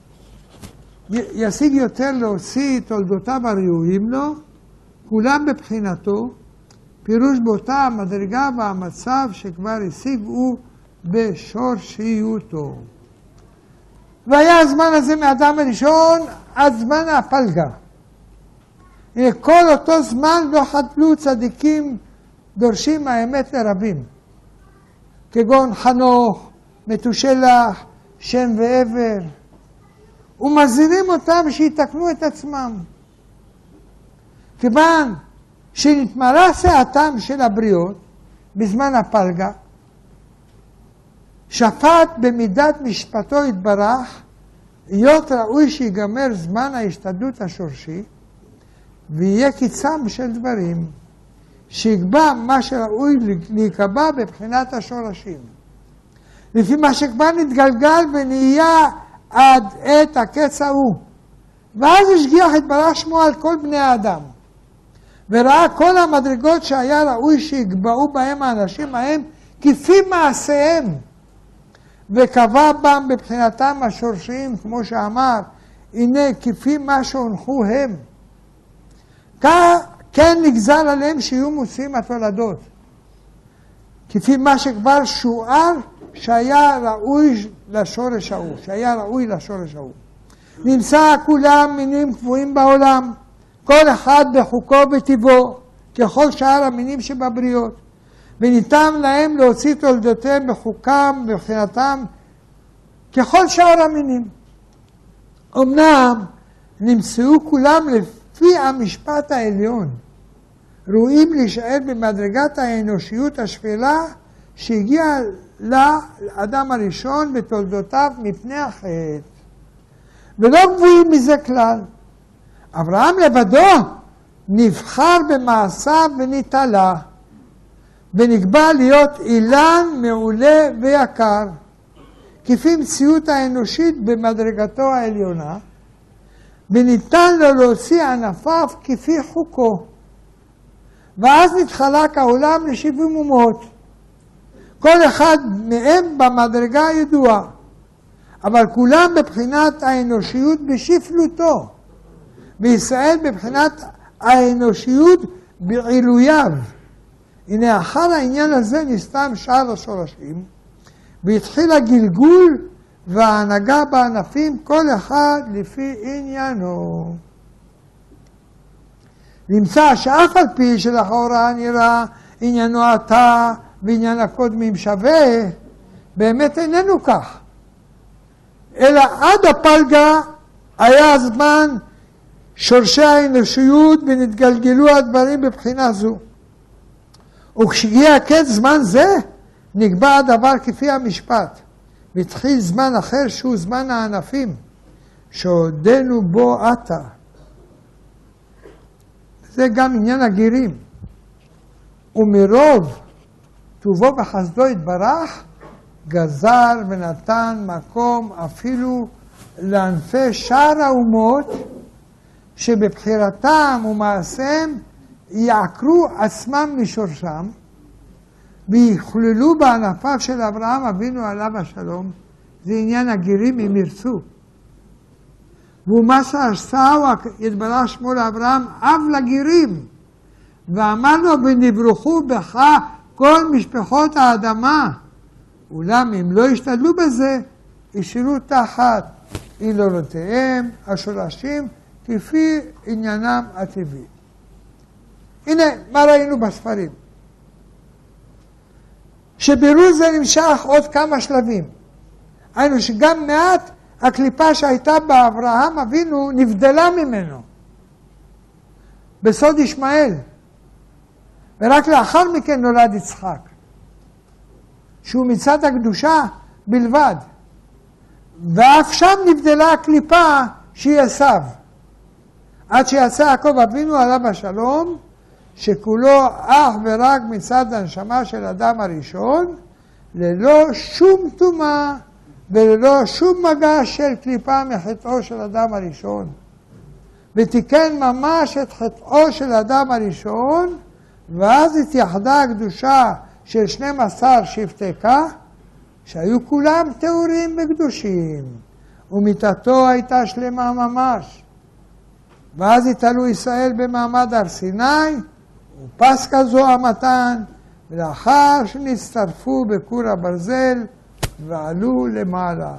ישיג יותר להוציא תולדותיו הראויים לו, כולם בבחינתו, פירוש באותה המדרגה והמצב שכבר השיגו בשורשיותו. והיה הזמן הזה מאדם הראשון עד זמן הפלגה. כל אותו זמן לא חדלו צדיקים דורשים האמת לרבים, כגון חנוך, מתושלח, שם ועבר, ומזהירים אותם שיתקנו את עצמם. כיוון שנתמלאה שעתם של הבריות בזמן הפלגה, שפט במידת משפטו יתברך, להיות ראוי שיגמר זמן ההשתדלות השורשי, ויהיה קיצם של דברים, שיקבע מה שראוי להיקבע בבחינת השורשים. לפי מה שכבר נתגלגל ונהיה עד את הקץ ההוא. ואז השגיח יתברך שמו על כל בני האדם. וראה כל המדרגות שהיה ראוי שיגבעו בהם האנשים ההם כפי מעשיהם. וקבע בם בבחינתם השורשיים, כמו שאמר, הנה כפי מה שהונחו הם. כן נגזר עליהם שיהיו מוציאים התולדות. כפי מה שכבר שוער שהיה ראוי לשורש ההוא, שהיה ראוי לשורש ההוא. נמצא כולם מינים קבועים בעולם, כל אחד בחוקו וטבעו, ככל שאר המינים שבבריות, וניתן להם להוציא תולדותיהם בחוקם ובבחינתם ככל שאר המינים. אמנם נמצאו כולם לפי המשפט העליון, ראויים להישאר במדרגת האנושיות השפלה שהגיעה לאדם הראשון בתולדותיו מפני החטא, ולא גבוהים מזה כלל. אברהם לבדו נבחר במעשיו ונתעלה, ונקבע להיות אילן מעולה ויקר, כפי מציאות האנושית במדרגתו העליונה, וניתן לו להוציא ענפיו כפי חוקו. ואז נתחלק העולם לשבעים אומות, כל אחד מהם במדרגה הידועה, אבל כולם בבחינת האנושיות בשפלותו, וישראל בבחינת האנושיות בעילוייו. הנה אחר העניין הזה נסתם שאר השורשים, והתחיל הגלגול וההנהגה בענפים, כל אחד לפי עניינו. נמצא שאף על פי שלכאורה נראה עניינו עתה ועניין הקודמים שווה, באמת איננו כך. אלא עד הפלגה היה זמן שורשי האנושיות ונתגלגלו הדברים בבחינה זו. וכשהגיע קץ זמן זה, נקבע הדבר כפי המשפט, והתחיל זמן אחר שהוא זמן הענפים, שעודנו בו עתה. זה גם עניין הגירים. ומרוב טובו וחסדו יתברך, גזר ונתן מקום אפילו לענפי שאר האומות, שבבחירתם ומעשיהם יעקרו עצמם משורשם, ויכללו בענפיו של אברהם אבינו עליו השלום. זה עניין הגירים אם ירצו. ומה שעשהו יתברך שמו לאברהם אב לגירים, ואמר לו ונברכו בך כל משפחות האדמה, אולם אם לא ישתדלו בזה ישארו תחת אילונותיהם השורשים כפי עניינם הטבעי. הנה מה ראינו בספרים, שבירור זה נמשך עוד כמה שלבים. היינו שגם מעט הקליפה שהייתה באברהם אבינו נבדלה ממנו בסוד ישמעאל, ורק לאחר מכן נולד יצחק, שהוא מצד הקדושה בלבד, ואף שם נבדלה הקליפה שהיא עשיו, עד שיצא יעקב אבינו עליו השלום, שכולו אך ורק מצד הנשמה של אדם הראשון, ללא שום טומאה וללא שום מגע של קליפה מחטאו של אדם הראשון, ותיקן ממש את חטאו של אדם הראשון, ואז התייחדה הקדושה של שנים עשר שבטי קה, שהיו כולם טהורים וקדושים, ומיתתו הייתה שלמה ממש. ואז התעלו ישראל במעמד הר סיני, ופסקה זו המתן, ולאחר שנצטרפו בכור הברזל, ועלו למעלה.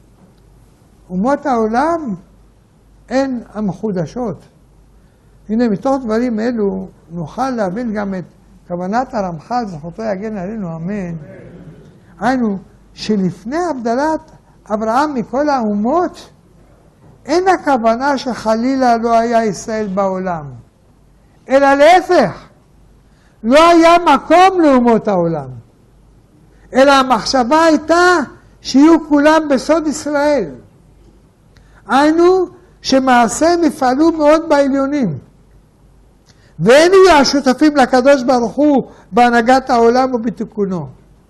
אומות העולם הן המחודשות. הנה, מתוך דברים אלו נוכל להבין גם את כוונת הרמח"ל, זכותו יגן עלינו, אמן. היינו, שלפני הבדלת אברהם מכל האומות, אין הכוונה שחלילה לא היה ישראל בעולם, אלא להפך, לא היה מקום לאומות העולם, אלא המחשבה הייתה שיהיו כולם בסוד ישראל. היינו, שמעשיהם יפעלו מאוד בעליונים, ואין יהיו השותפים לקדוש ברוך הוא בהנהגת העולם ובתיקונו.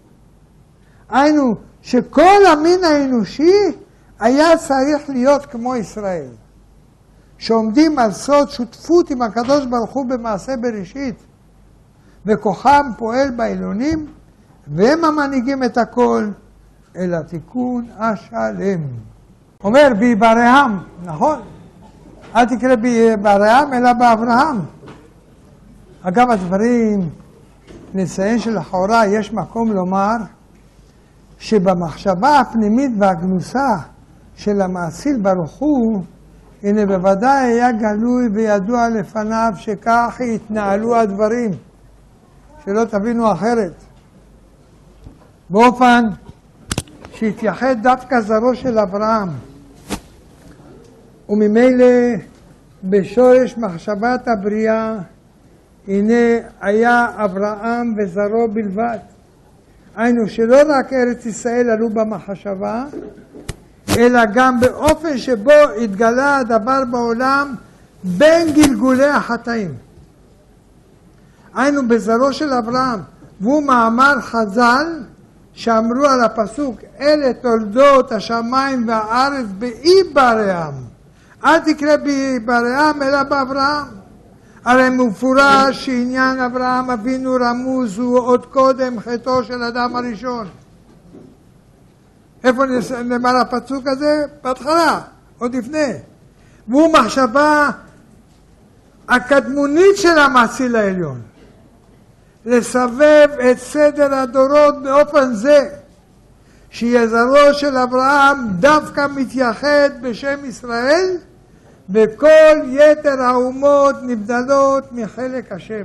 היינו, שכל המין האנושי היה צריך להיות כמו ישראל, שעומדים על סוד שותפות עם הקדוש ברוך הוא במעשה בראשית, וכוחם פועל בעליונים, והם המנהיגים את הכל אל התיקון השלם. אומר באברהם, נכון? אל תקרא באברהם אלא באברהם. אגב הדברים, נציין שלכאורה יש מקום לומר שבמחשבה הפנימית והגנוסה של המאציל ברוך הוא, הנה בוודאי היה גלוי וידוע לפניו שכך התנהלו הדברים, שלא תבינו אחרת. באופן שהתייחד דווקא זרעו של אברהם, וממילא בשורש מחשבת הבריאה, הנה היה אברהם וזרעו בלבד. היינו שלא רק ארץ ישראל עלו במחשבה, אלא גם באופן שבו התגלה הדבר בעולם בין גלגולי החטאים. היינו בזרעו של אברהם, והוא מאמר חז"ל שאמרו על הפסוק, אלה תולדות השמיים והארץ באברהם. אל תקרא באברהם אלא באברהם. הרי מפורש שעניין אברהם אבינו רמוז הוא עוד קודם חטאו של אדם הראשון. איפה נאמר הפסוק הזה? בהתחלה, עוד לפני. והוא מחשבה הקדמונית של המאציל העליון, לסבב את סדר הדורות באופן זה שיזרו של אברהם דווקא מתייחד בשם ישראל, וכל יתר האומות נבדלות מחלק השם.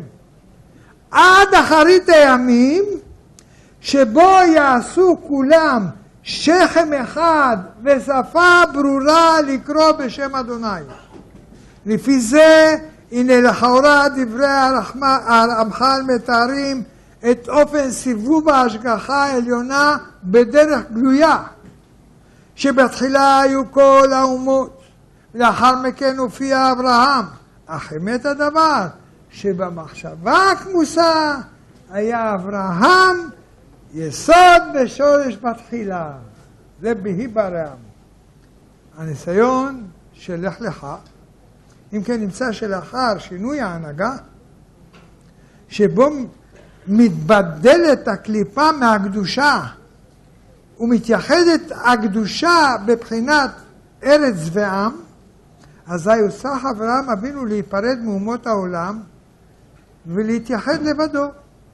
עד אחרית הימים שבו יעשו כולם שכם אחד ושפה ברורה לקרוא בשם אדוני. לפי זה, הנה לכאורה דברי הרמח"ל מתארים את אופן סיבוב ההשגחה העליונה בדרך גלויה, שבתחילה היו כל האומות, ולאחר מכן הופיע אברהם. אך אמת הדבר, שבמחשבה הכמוסה היה אברהם יסוד ושורש בתחילה. זה בהיברם. הניסיון של לך לך, אם כן נמצא שלאחר שינוי ההנהגה, שבו מתבדלת הקליפה מהקדושה, ומתייחדת הקדושה בבחינת ארץ ועם, אזי הוסח אברהם אבינו להיפרד מאומות העולם, ולהתייחד לבדו.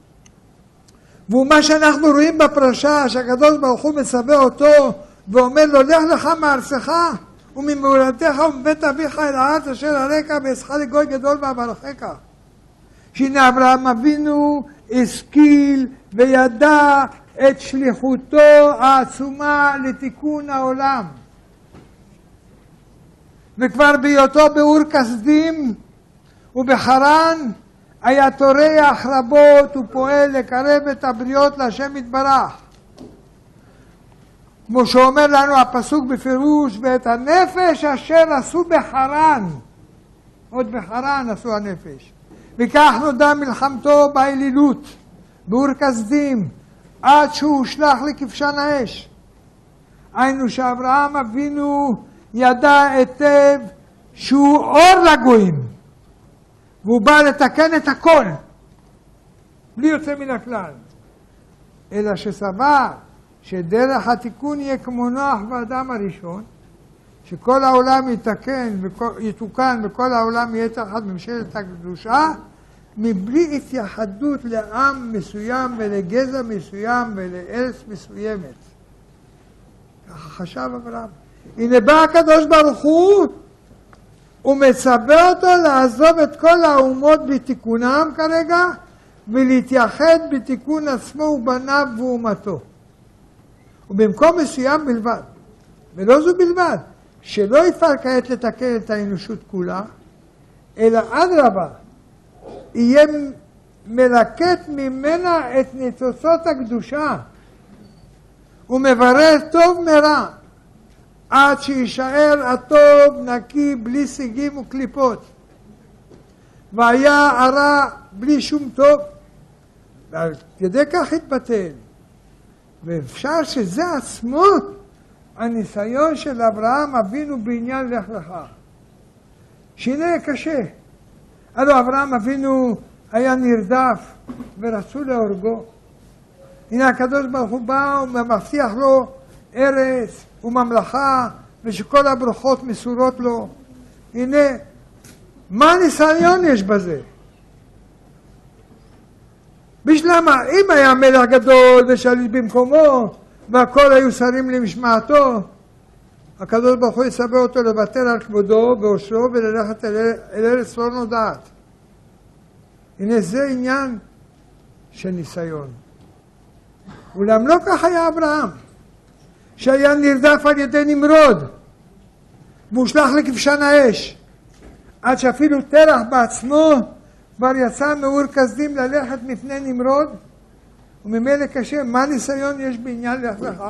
ומה שאנחנו רואים בפרשה, שהקדוש ברוך הוא מצווה אותו, ואומר לו, לך לך מארצך, וממולדתך ומבית אביך אל הארץ אשר הרקע, ואעשך לגוי גדול ואברכך. שהנה אברהם אבינו השכיל וידע את שליחותו העצומה לתיקון העולם. וכבר בהיותו באור כסדים ובחרן, היה טורח רבות ופועל לקרב את הבריות להשם יתברך. כמו שאומר לנו הפסוק בפירוש, ואת הנפש אשר עשו בחרן, עוד בחרן עשו הנפש. וכך נודע מלחמתו באלילות, באור כסדים, עד שהוא הושלך לכבשן האש. היינו שאברהם אבינו ידע היטב שהוא אור לגויים, והוא בא לתקן את הכל, בלי יוצא מן הכלל. אלא שסבר שדרך התיקון יהיה כמו נוח באדם הראשון, שכל העולם יתקן, יתוקן וכל העולם יהיה תחת ממשלת הקדושה, מבלי התייחדות לעם מסוים ולגזע מסוים ולארץ מסוימת. ככה חשב אברהם. הנה בא הקדוש ברוך הוא, הוא מצווה אותו לעזוב את כל האומות בתיקונם כרגע, ולהתייחד בתיקון עצמו ובניו ואומתו. ובמקום מסוים בלבד, ולא זו בלבד, שלא יפעל כעת לתקן את האנושות כולה, אלא אדרבה, יהיה מלקט ממנה את ניצוצות הקדושה, ומברר טוב מרע, עד שישאר הטוב נקי בלי סיגים וקליפות, והיה הרע בלי שום טוב, ועל כדי כך התבטל. ואפשר שזה עצמו הניסיון של אברהם אבינו בעניין לך לך. שהנה קשה. הלוא אברהם אבינו היה נרדף ורצו להורגו. הנה הקדוש ברוך הוא בא ומבטיח לו ארץ וממלכה ושכל הברכות מסורות לו. הנה, מה ניסיון יש בזה? בשלמה, אם היה מלך גדול ושליט במקומו והכל היו שרים למשמעתו, הקדוש ברוך הוא יצווה אותו לוותר על כבודו ואושרו וללכת אל ארץ לא נודעת. הנה זה עניין של ניסיון. אולם לא כך היה אברהם, שהיה נרדף על ידי נמרוד והושלך לכבשן האש, עד שאפילו תרח בעצמו כבר יצא מאור כסדים ללכת מפני נמרוד, וממילא קשה, מה ניסיון יש בעניין לך לך?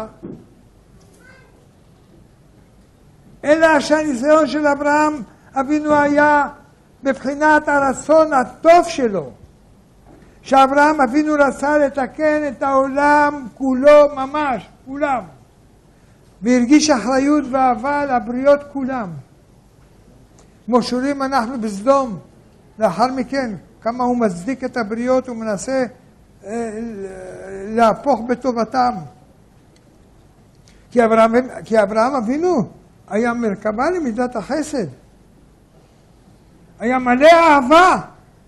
אלא שהניסיון של אברהם אבינו היה בבחינת הרצון הטוב שלו, שאברהם אבינו רצה לתקן את העולם כולו ממש, כולם, והרגיש אחריות ואהבה לבריות כולם. כמו שרואים אנחנו בסדום, לאחר מכן, כמה הוא מצדיק את הבריות ומנסה אה, להפוך בטובתם. כי אברהם, כי אברהם אבינו היה מרכבה למידת החסד. היה מלא אהבה.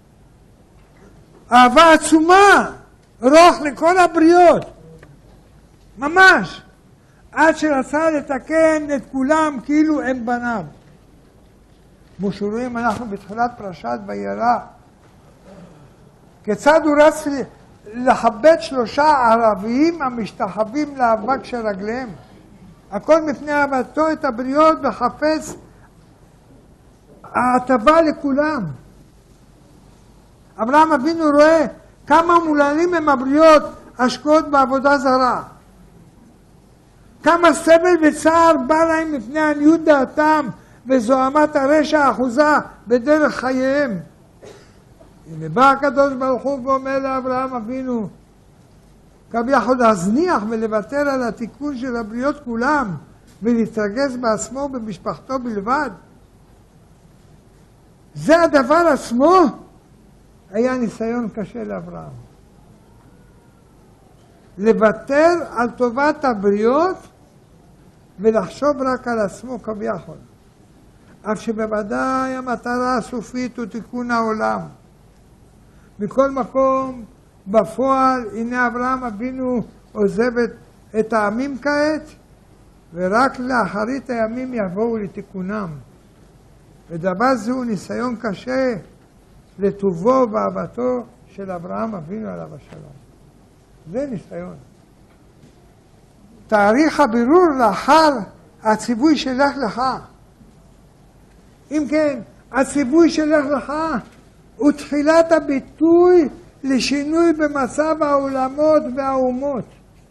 אהבה עצומה. רוח לכל הבריות. ממש. עד שרצה לתקן את כולם כאילו הם בניו. כמו שרואים אנחנו בתחילת פרשת וירא. כיצד הוא רץ לכבד שלושה ערבים המשתחווים לאבק של רגליהם. הכל מפני אהבתו את הבריות וחפץ ההטבה לכולם. אברהם אבינו רואה כמה מוללים הם הבריות השקעות בעבודה זרה. כמה סבל וצער בא להם מפני עניות דעתם וזוהמת הרשע האחוזה בדרך חייהם. הנה בא הקדוש ברוך הוא ואומר לאברהם אבינו, כביכול להזניח ולוותר על התיקון של הבריות כולם ולהתרגז בעצמו ובמשפחתו בלבד. זה הדבר עצמו היה ניסיון קשה לאברהם. לוותר על טובת הבריות ולחשוב רק על עצמו כביכול. אף שבוודאי המטרה הסופית הוא תיקון העולם. מכל מקום, בפועל, הנה אברהם אבינו עוזב את, את העמים כעת, ורק לאחרית הימים יבואו לתיקונם. ודבר זה הוא ניסיון קשה לטובו ואהבתו של אברהם אבינו עליו השלום. זה ניסיון. תאריך הבירור לאחר הציווי שלך לך. אם כן, הציווי שלך לך הוא תחילת הביטוי לשינוי במצב העולמות והאומות.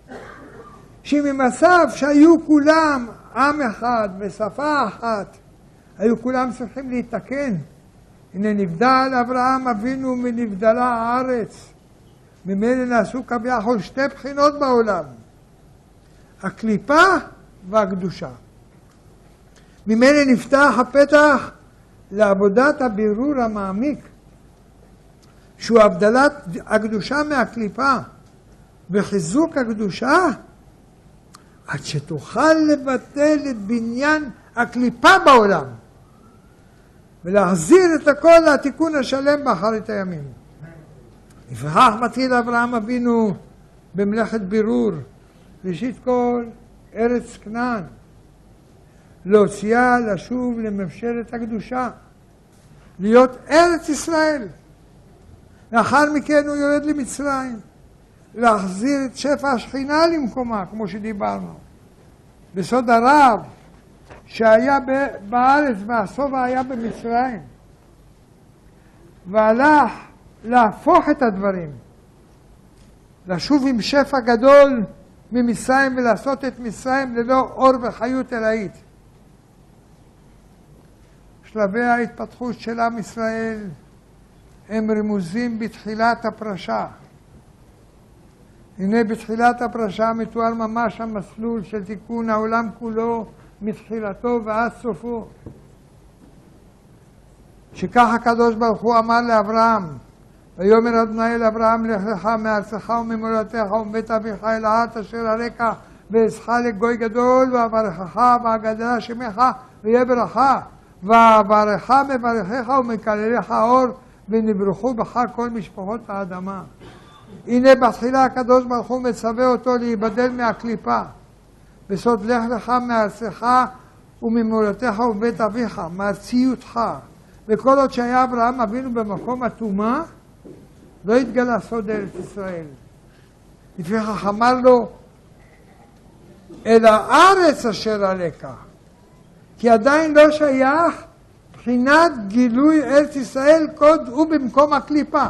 שממצב שהיו כולם עם אחד ושפה אחת, היו כולם צריכים להתקן. הנה נבדל אברהם אבינו מנבדלה הארץ. ממילא נעשו כביכול שתי בחינות בעולם. הקליפה והקדושה. ממילא נפתח הפתח לעבודת הבירור המעמיק, שהוא הבדלת הקדושה מהקליפה וחיזוק הקדושה, עד שתוכל לבטל את בניין הקליפה בעולם ולהחזיר את הכל לתיקון השלם באחרית הימים. לפיכך מתחיל אברהם אבינו במלאכת בירור. ראשית כל, ארץ כנען, להוציאה לשוב לממשלת הקדושה, להיות ארץ ישראל. לאחר מכן הוא יורד למצרים, להחזיר את שפע השכינה למקומה, כמו שדיברנו. בסוד הרב שהיה בארץ והסובה היה במצרים, והלך להפוך את הדברים, לשוב עם שפע גדול ממצרים ולעשות את מצרים ללא אור וחיות אלאית. שלבי ההתפתחות של עם ישראל הם רמוזים בתחילת הפרשה. הנה בתחילת הפרשה מתואר ממש המסלול של תיקון העולם כולו מתחילתו ועד סופו. שכך הקדוש ברוך הוא אמר לאברהם, ויאמר אדוני אל אברהם, לך לך מארצך וממולדתך ומבית אביך אל הארץ אשר אראך ואעשך לגוי גדול ואברכך ואגדלה שמך ויהיה ברכה, ואברך מברכך ומקללך אור ונברכו בך כל משפחות האדמה. הנה בתחילה הקדוש ברוך הוא מצווה אותו להיבדל מהקליפה. בסוד לך לך מארצך וממולדתך ומבית אביך, מארציותך. וכל עוד שהיה אברהם אבינו במקום הטומאה, לא התגלה סוד ארץ ישראל. לפיכך אמר לו, אל הארץ אשר עליך, כי עדיין לא שייך בחינת גילוי ארץ ישראל קוד הוא במקום הקליפה.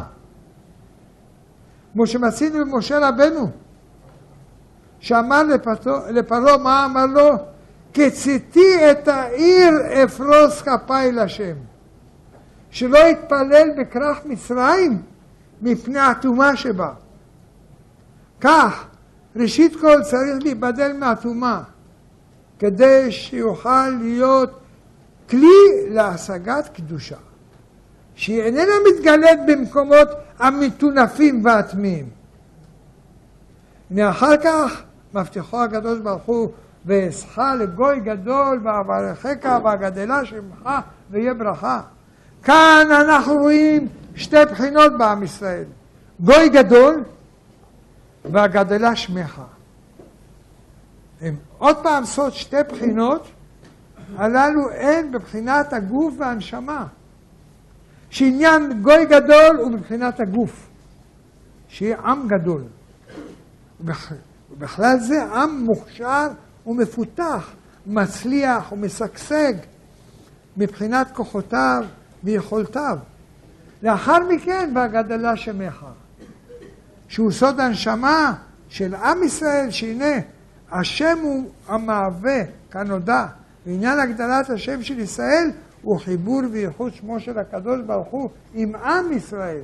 כמו שמצינו במשה רבנו, שאמר לפרעה, מה אמר לו? כציתי את העיר אפרוס כפיי להשם. שלא יתפלל בכרך מצרים מפני הטומאה שבה. כך, ראשית כל צריך להיבדל מהטומאה, כדי שיוכל להיות כלי להשגת קדושה, שהיא איננה מתגלית במקומות המטונפים והטמאים. הנה אחר כך מבטיחו הקדוש ברוך הוא, ואעשך לגוי גדול ואברכך ואגדלה שמך ויהיה ברכה. כאן אנחנו רואים שתי בחינות בעם ישראל, גוי גדול ואגדלה שמך. הם עוד פעם סוד שתי בחינות, הללו אין בבחינת הגוף והנשמה. שעניין גוי גדול הוא בבחינת הגוף, שיהיה עם גדול. ובכלל זה עם מוכשר ומפותח, מצליח ומשגשג מבחינת כוחותיו ויכולתיו. לאחר מכן, והגדלה שמך, שהוא סוד הנשמה של עם ישראל, שהנה השם הוא המהווה כנודע, ועניין הגדלת השם של ישראל הוא חיבור וייחוד שמו של הקדוש ברוך הוא עם עם ישראל.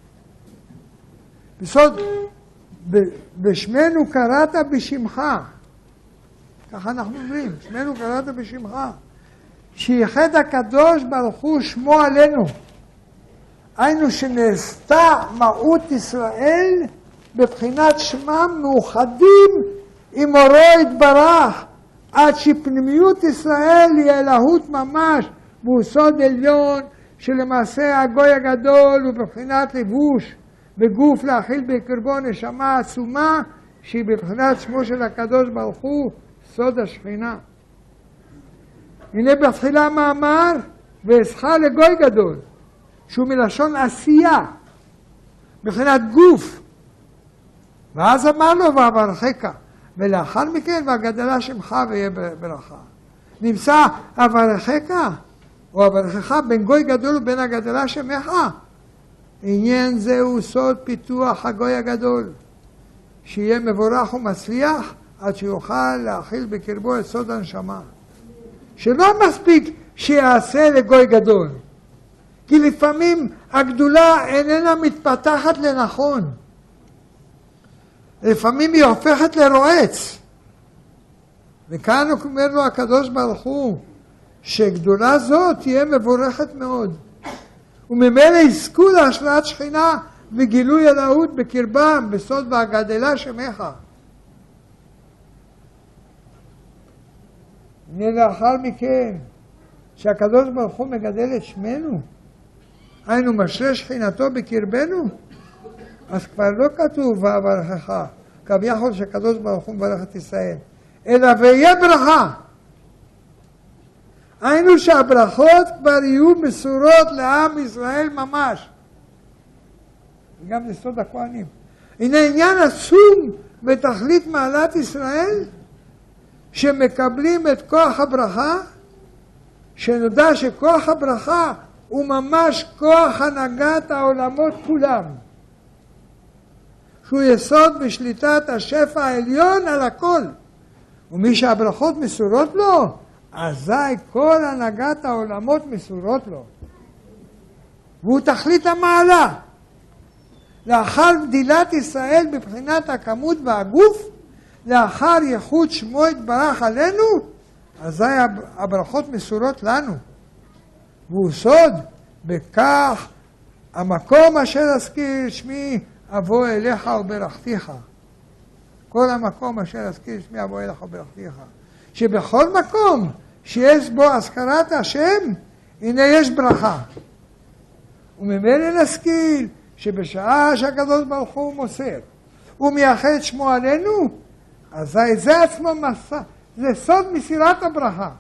בסוד, בשמנו קראת בשמך, ככה אנחנו אומרים, שמנו קראת בשמך, שייחד הקדוש ברוך הוא שמו עלינו. היינו שנעשתה מהות ישראל בבחינת שמם מאוחדים עם אורו יתברך, עד שפנימיות ישראל היא אלוהות ממש, והוא סוד עליון שלמעשה הגוי הגדול הוא בבחינת לבוש בגוף להכיל בקרבו נשמה עצומה שהיא בבחינת שמו של הקדוש ברוך הוא סוד השכינה. הנה בתחילה מאמר ואסחה לגוי גדול שהוא מלשון עשייה בבחינת גוף, ואז אמר לו ואברכך, ולאחר מכן והגדלה שמך ויהיה ברכה. נמצא אברכך או אברכך בין גוי גדול ובין הגדלה שמך. עניין זה הוא סוד פיתוח הגוי הגדול, שיהיה מבורך ומצליח עד שיוכל להכיל בקרבו את סוד הנשמה. שלא מספיק שיעשה לגוי גדול, כי לפעמים הגדולה איננה מתפתחת לנכון. לפעמים היא הופכת לרועץ. וכאן אומר לו הקדוש ברוך הוא, שגדולה זאת תהיה מבורכת מאוד. וממילא יזכו להשראת שכינה וגילוי אלוהות בקרבם, בסוד והגדלה שמך. הנה לאחר מכן, שהקדוש ברוך הוא מגדל את שמנו, היינו משרה שכינתו בקרבנו, אז כבר לא כתוב ואברכך, כביכול שהקדוש ברוך הוא מברך את ישראל, אלא ויהיה ברכה. היינו שהברכות כבר יהיו מסורות לעם ישראל ממש. וגם לסוד הכהנים. הנה עניין עצום בתכלית מעלת ישראל, שמקבלים את כוח הברכה, שנודע שכוח הברכה הוא ממש כוח הנהגת העולמות כולם. שהוא יסוד בשליטת השפע העליון על הכל. ומי שהברכות מסורות לו, אזי כל הנהגת העולמות מסורות לו. והוא תכלית המעלה. לאחר גדילת ישראל בבחינת הכמות והגוף, לאחר ייחוד שמו יתברך עלינו, אזי הברכות מסורות לנו. והוא סוד בכך המקום אשר אזכיר שמי אבוא אליך וברכתיך. כל המקום אשר אזכיר שמי אבוא אליך וברכתיך. שבכל מקום שיש בו הזכרת השם, הנה יש ברכה. וממילא נשכיל שבשעה שהקדוש ברוך הוא מוסר ומייחד שמו עלינו, אזי זה עצמו מסע, זה סוד מסירת הברכה.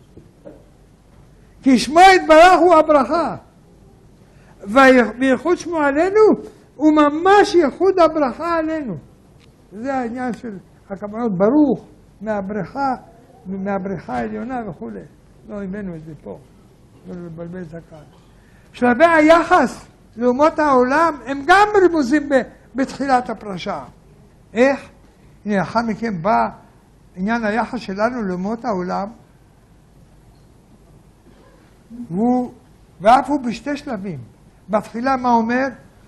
כי שמו יתברך הוא הברכה. וייחוד שמו עלינו הוא ממש ייחוד הברכה עלינו. זה העניין של הכוונות ברוך מהברכה, מהברכה העליונה וכו'. לא הבאנו את זה פה, לא לבלבל את הקהל. שלבי היחס לאומות העולם הם גם רמוזים בתחילת הפרשה. איך? הנה, לאחר מכן בא עניין היחס שלנו לאומות העולם, והוא, ואף הוא בשתי שלבים. בתחילה מה אומר?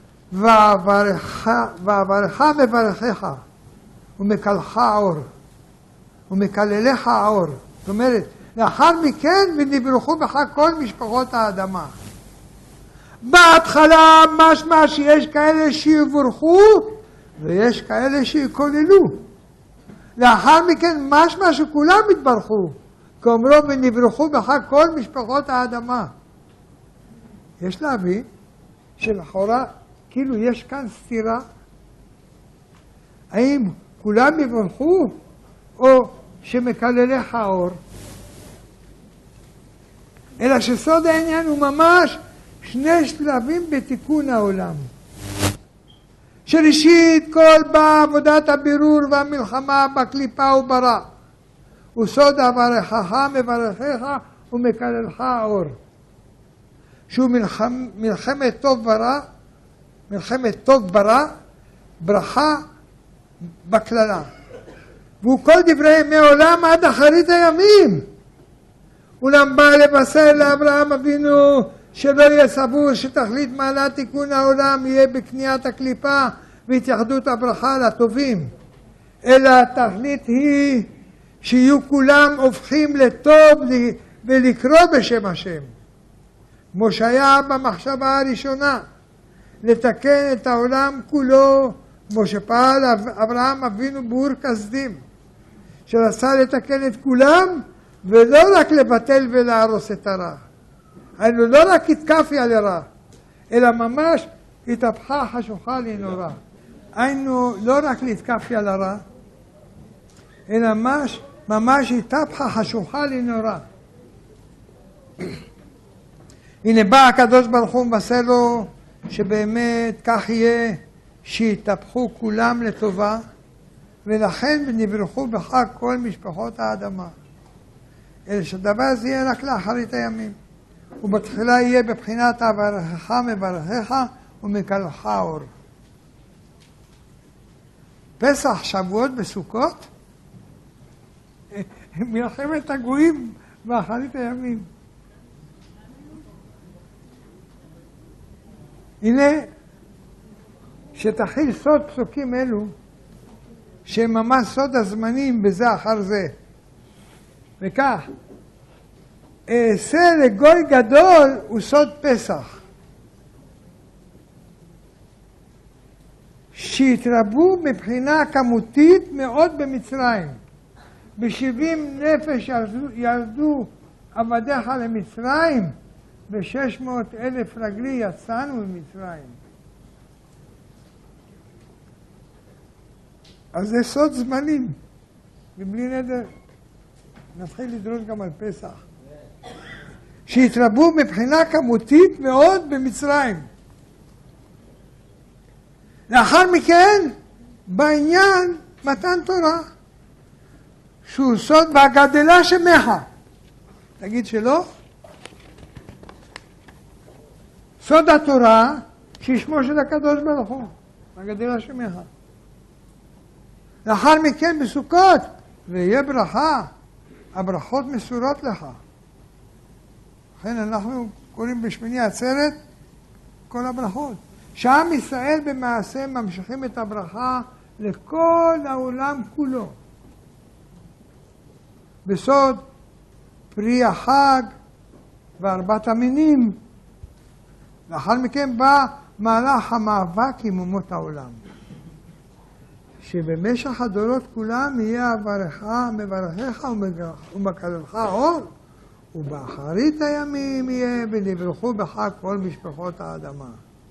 ואברך מברכך, ומקלך האור, ומקללך האור. זאת אומרת, לאחר מכן ונברכו בך כל משפחות האדמה. בהתחלה משמע שיש כאלה שיבורכו, ויש כאלה שיקוללו. לאחר מכן משמע שכולם יתברכו, כאומרו ונברכו בך כל משפחות האדמה. יש להבין שלכאורה כאילו יש כאן סתירה. האם כולם יברכו או שמקללך האור? אלא שסוד העניין הוא ממש שני שלבים בתיקון העולם. שראשית כל בא עבודת הבירור והמלחמה בקליפה וברע. וסוד אברכך מברכך ומקללך אור. שהוא מלחמ, מלחמת טוב ברע, מלחמת טוב ברע, ברכה בקללה. והוא כל דברי ימי עולם עד אחרית הימים. אולם בא לבשר לאברהם אבינו שלא יהיה סבור שתכלית מעלת תיקון העולם יהיה בקניית הקליפה והתייחדות הברכה לטובים, אלא התכלית היא שיהיו כולם הופכים לטוב ולקרוא בשם השם, כמו שהיה במחשבה הראשונה, לתקן את העולם כולו, כמו שפעל אברהם אבינו באור כסדים, שרצה לתקן את כולם ולא רק לבטל ולהרוס את הרע. היינו לא רק התקפיה לרע, אלא ממש התהפכה חשוכה לנורא. היינו לא רק להתקפיה לרע, אלא ממש, ממש התהפכה חשוכה לנורא. הנה בא הקדוש ברוך הוא מבשר לו שבאמת כך יהיה, שיתהפכו כולם לטובה, ולכן נברכו בך כל משפחות האדמה. אלא שהדבר הזה יהיה רק לאחרית הימים. ובתחילה יהיה בבחינת אברכך מברכך ומקללך אור. פסח, שבועות וסוכות, מלחמת הגויים באחרית הימים. הנה, שתחיל סוד פסוקים אלו, שהם ממש סוד הזמנים בזה אחר זה. וכך, אעשה לגוי גדול הוא סוד פסח. שהתרבו מבחינה כמותית מאוד במצרים. בשבעים נפש ירדו, ירדו עבדיך למצרים, ושש מאות אלף רגלי יצאנו ממצרים. אז זה סוד זמנים, ובלי נדר. נתחיל לדרוש גם על פסח. שהתרבו מבחינה כמותית מאוד במצרים. לאחר מכן, בעניין מתן תורה, שהוא סוד והגדלה שמך. תגיד שלא? סוד התורה, ששמו של הקדוש ברוך הוא, והגדלה שמך. לאחר מכן בסוכות, ויהיה ברכה, הברכות מסורות לך. לכן אנחנו קוראים בשמיני עצרת כל הברכות. שעם ישראל במעשה ממשיכים את הברכה לכל העולם כולו. בסוד פרי החג וארבעת המינים. לאחר מכן בא מהלך המאבק עם אומות העולם. שבמשך הדורות כולם יהיה אברכה, מברכך ומקללך אור, ובאחרית הימים יהיה ונברכו בך כל משפחות האדמה.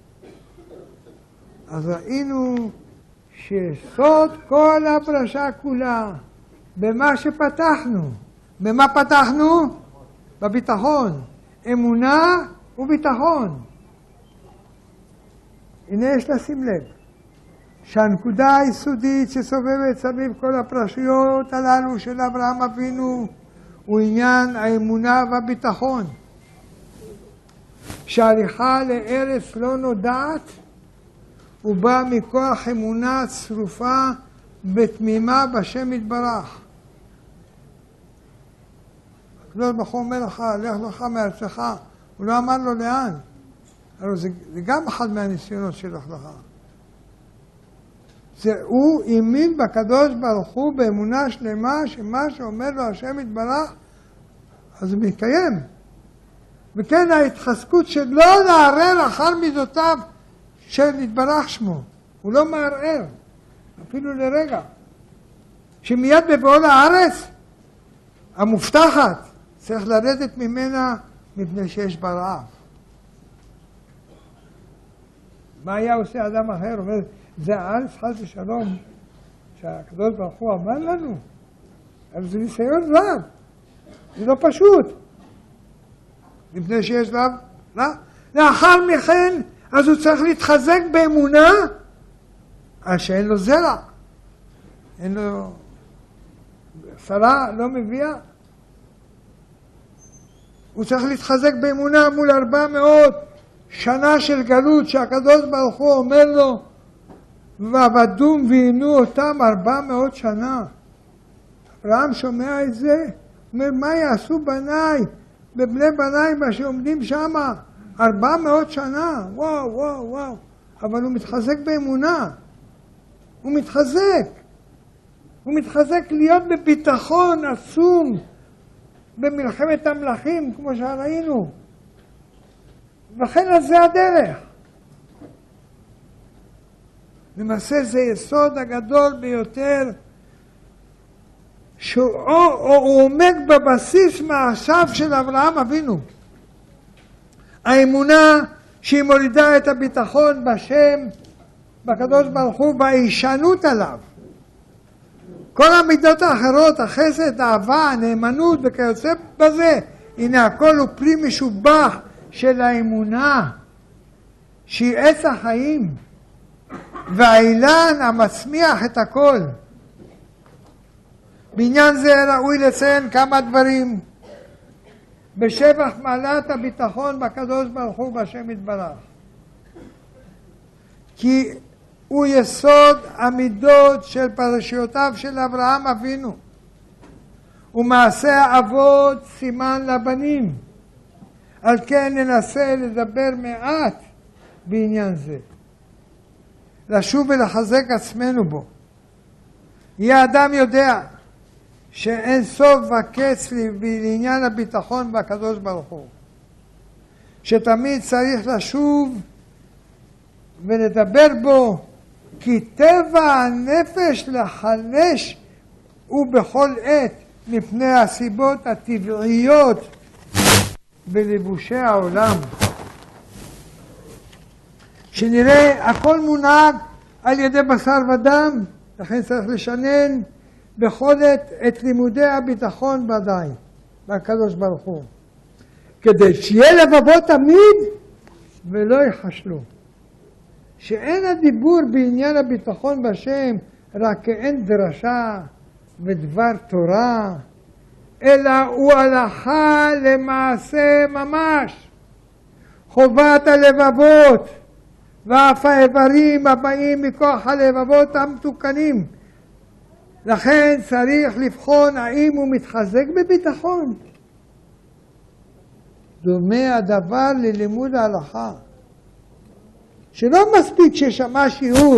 אז ראינו שסוד כל הפרשה כולה במה שפתחנו. במה פתחנו? בביטחון. אמונה וביטחון. הנה יש לשים לב שהנקודה היסודית שסובבת סביב כל הפרשיות הללו של אברהם אבינו הוא עניין האמונה והביטחון. שההליכה לארץ לא נודעת הוא בא מכוח אמונה צרופה בתמימה בשם יתברך. הקדוש ברוך הוא אומר לך, לך לך מארצך. הוא לא אמר לו לאן. הרי זה, זה גם אחד מהניסיונות שלך לך. זה הוא האמין בקדוש ברוך הוא באמונה שלמה שמה שאומר לו השם יתברך, אז הוא מתקיים. וכן ההתחזקות שלא לערער אחר מידותיו של יתברך שמו. הוא לא מערער, אפילו לרגע. שמיד בבואו לארץ, המובטחת, צריך לרדת ממנה מפני שיש בה רעב. מה היה עושה אדם אחר? אומר, זה הארץ חס ושלום שהקדוש ברוך הוא אמר לנו. אבל זה ניסיון רב. זה לא פשוט. מפני שיש רב, לא? לאחר מכן, אז הוא צריך להתחזק באמונה אז שאין לו זרע, אין לו, שרה לא מביאה. הוא צריך להתחזק באמונה מול ארבע מאות שנה של גלות, שהקדוש ברוך הוא אומר לו, ועבדום ועינו אותם ארבע מאות שנה. אברהם שומע את זה, אומר, מה יעשו בניי, בבני בניי, מה שעומדים שם, ארבע מאות שנה, וואו, וואו, וואו. אבל הוא מתחזק באמונה, הוא מתחזק, הוא מתחזק להיות בביטחון עצום, במלחמת המלכים, כמו שראינו. לכן אז זה הדרך. למעשה זה יסוד הגדול ביותר, שהוא עומד בבסיס מעשיו של אברהם אבינו. האמונה שהיא מולידה את הביטחון בשם, בקדוש ברוך הוא, בהישענות עליו. כל המידות האחרות, החסד, האהבה, הנאמנות וכיוצא בזה, הנה הכל הוא פרי משובח של האמונה, שהיא עץ החיים, והאילן המצמיח את הכל. בעניין זה ראוי לציין כמה דברים. בשבח מעלת הביטחון בקדוש ברוך הוא בשם יתברך. כי הוא יסוד המידות של פרשיותיו של אברהם אבינו. ומעשה האבות סימן לבנים. על כן ננסה לדבר מעט בעניין זה. לשוב ולחזק עצמנו בו. יהיה אדם יודע שאין סוף וקץ לעניין הביטחון בקדוש ברוך הוא. שתמיד צריך לשוב ולדבר בו, כי טבע הנפש לחלש ובכל עת מפני הסיבות הטבעיות בלבושי העולם. שנראה הכל מונהג על ידי בשר ודם, לכן צריך לשנן בכל עת את לימודי הביטחון ודאי, בקדוש ברוך הוא. כדי שיהיה לבבות תמיד ולא יחשלו. שאין הדיבור בעניין הביטחון בשם רק כאין דרשה ודבר תורה, אלא הוא הלכה למעשה ממש. חובת הלבבות ואף האיברים הבאים מכוח הלבבות המתוקנים. לכן צריך לבחון האם הוא מתחזק בביטחון. דומה הדבר ללימוד ההלכה. שלא מספיק ששמע שיעור,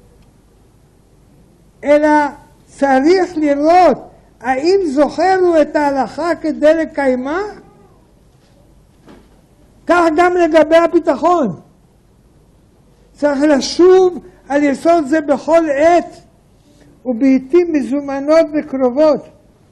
אלא צריך לראות האם זוכר הוא את ההלכה כדי לקיימה? כך גם לגבי הביטחון. צריך לשוב על יסוד זה בכל עת, ובעתים מזומנות וקרובות,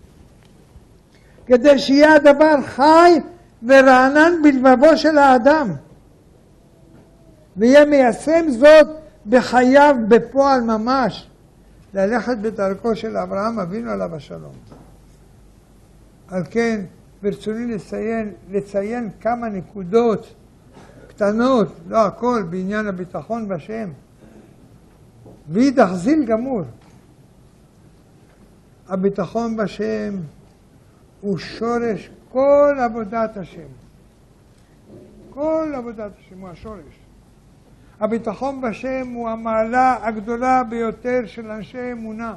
כדי שיהיה הדבר חי ורענן בלבבו של האדם, ויהיה מיישם זאת בחייו בפועל ממש, ללכת בדרכו של אברהם אבינו עליו השלום. על כן ברצוני לציין, לציין כמה נקודות קטנות, לא הכל, בעניין הביטחון בשם. ואידך זיל גמור. הביטחון בשם הוא שורש כל עבודת השם. כל עבודת השם הוא השורש. הביטחון בשם הוא המעלה הגדולה ביותר של אנשי אמונה.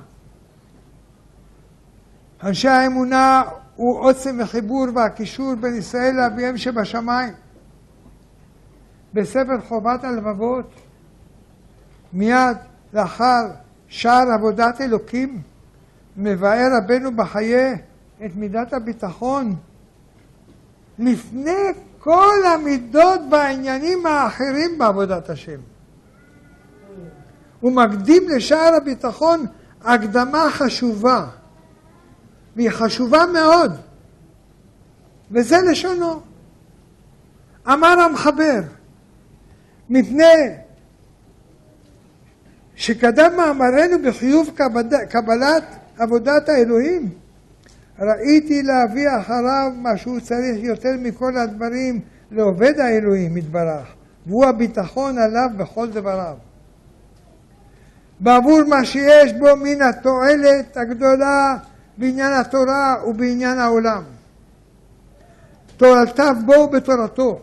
אנשי האמונה הוא עוצם החיבור והקישור בין ישראל לאביהם שבשמיים. בספר חובת הלבבות, מיד לאחר שער עבודת אלוקים, מבאר רבנו בחיי את מידת הביטחון לפני כל המידות והעניינים האחרים בעבודת השם. הוא מקדים לשער הביטחון הקדמה חשובה, והיא חשובה מאוד, וזה לשונו. אמר המחבר, מפני שקדם מאמרנו בחיוב קבלת עבודת האלוהים, ראיתי להביא אחריו מה שהוא צריך יותר מכל הדברים לעובד האלוהים יתברך, והוא הביטחון עליו בכל דבריו. בעבור מה שיש בו מן התועלת הגדולה בעניין התורה ובעניין העולם. תורתיו בו בתורתו,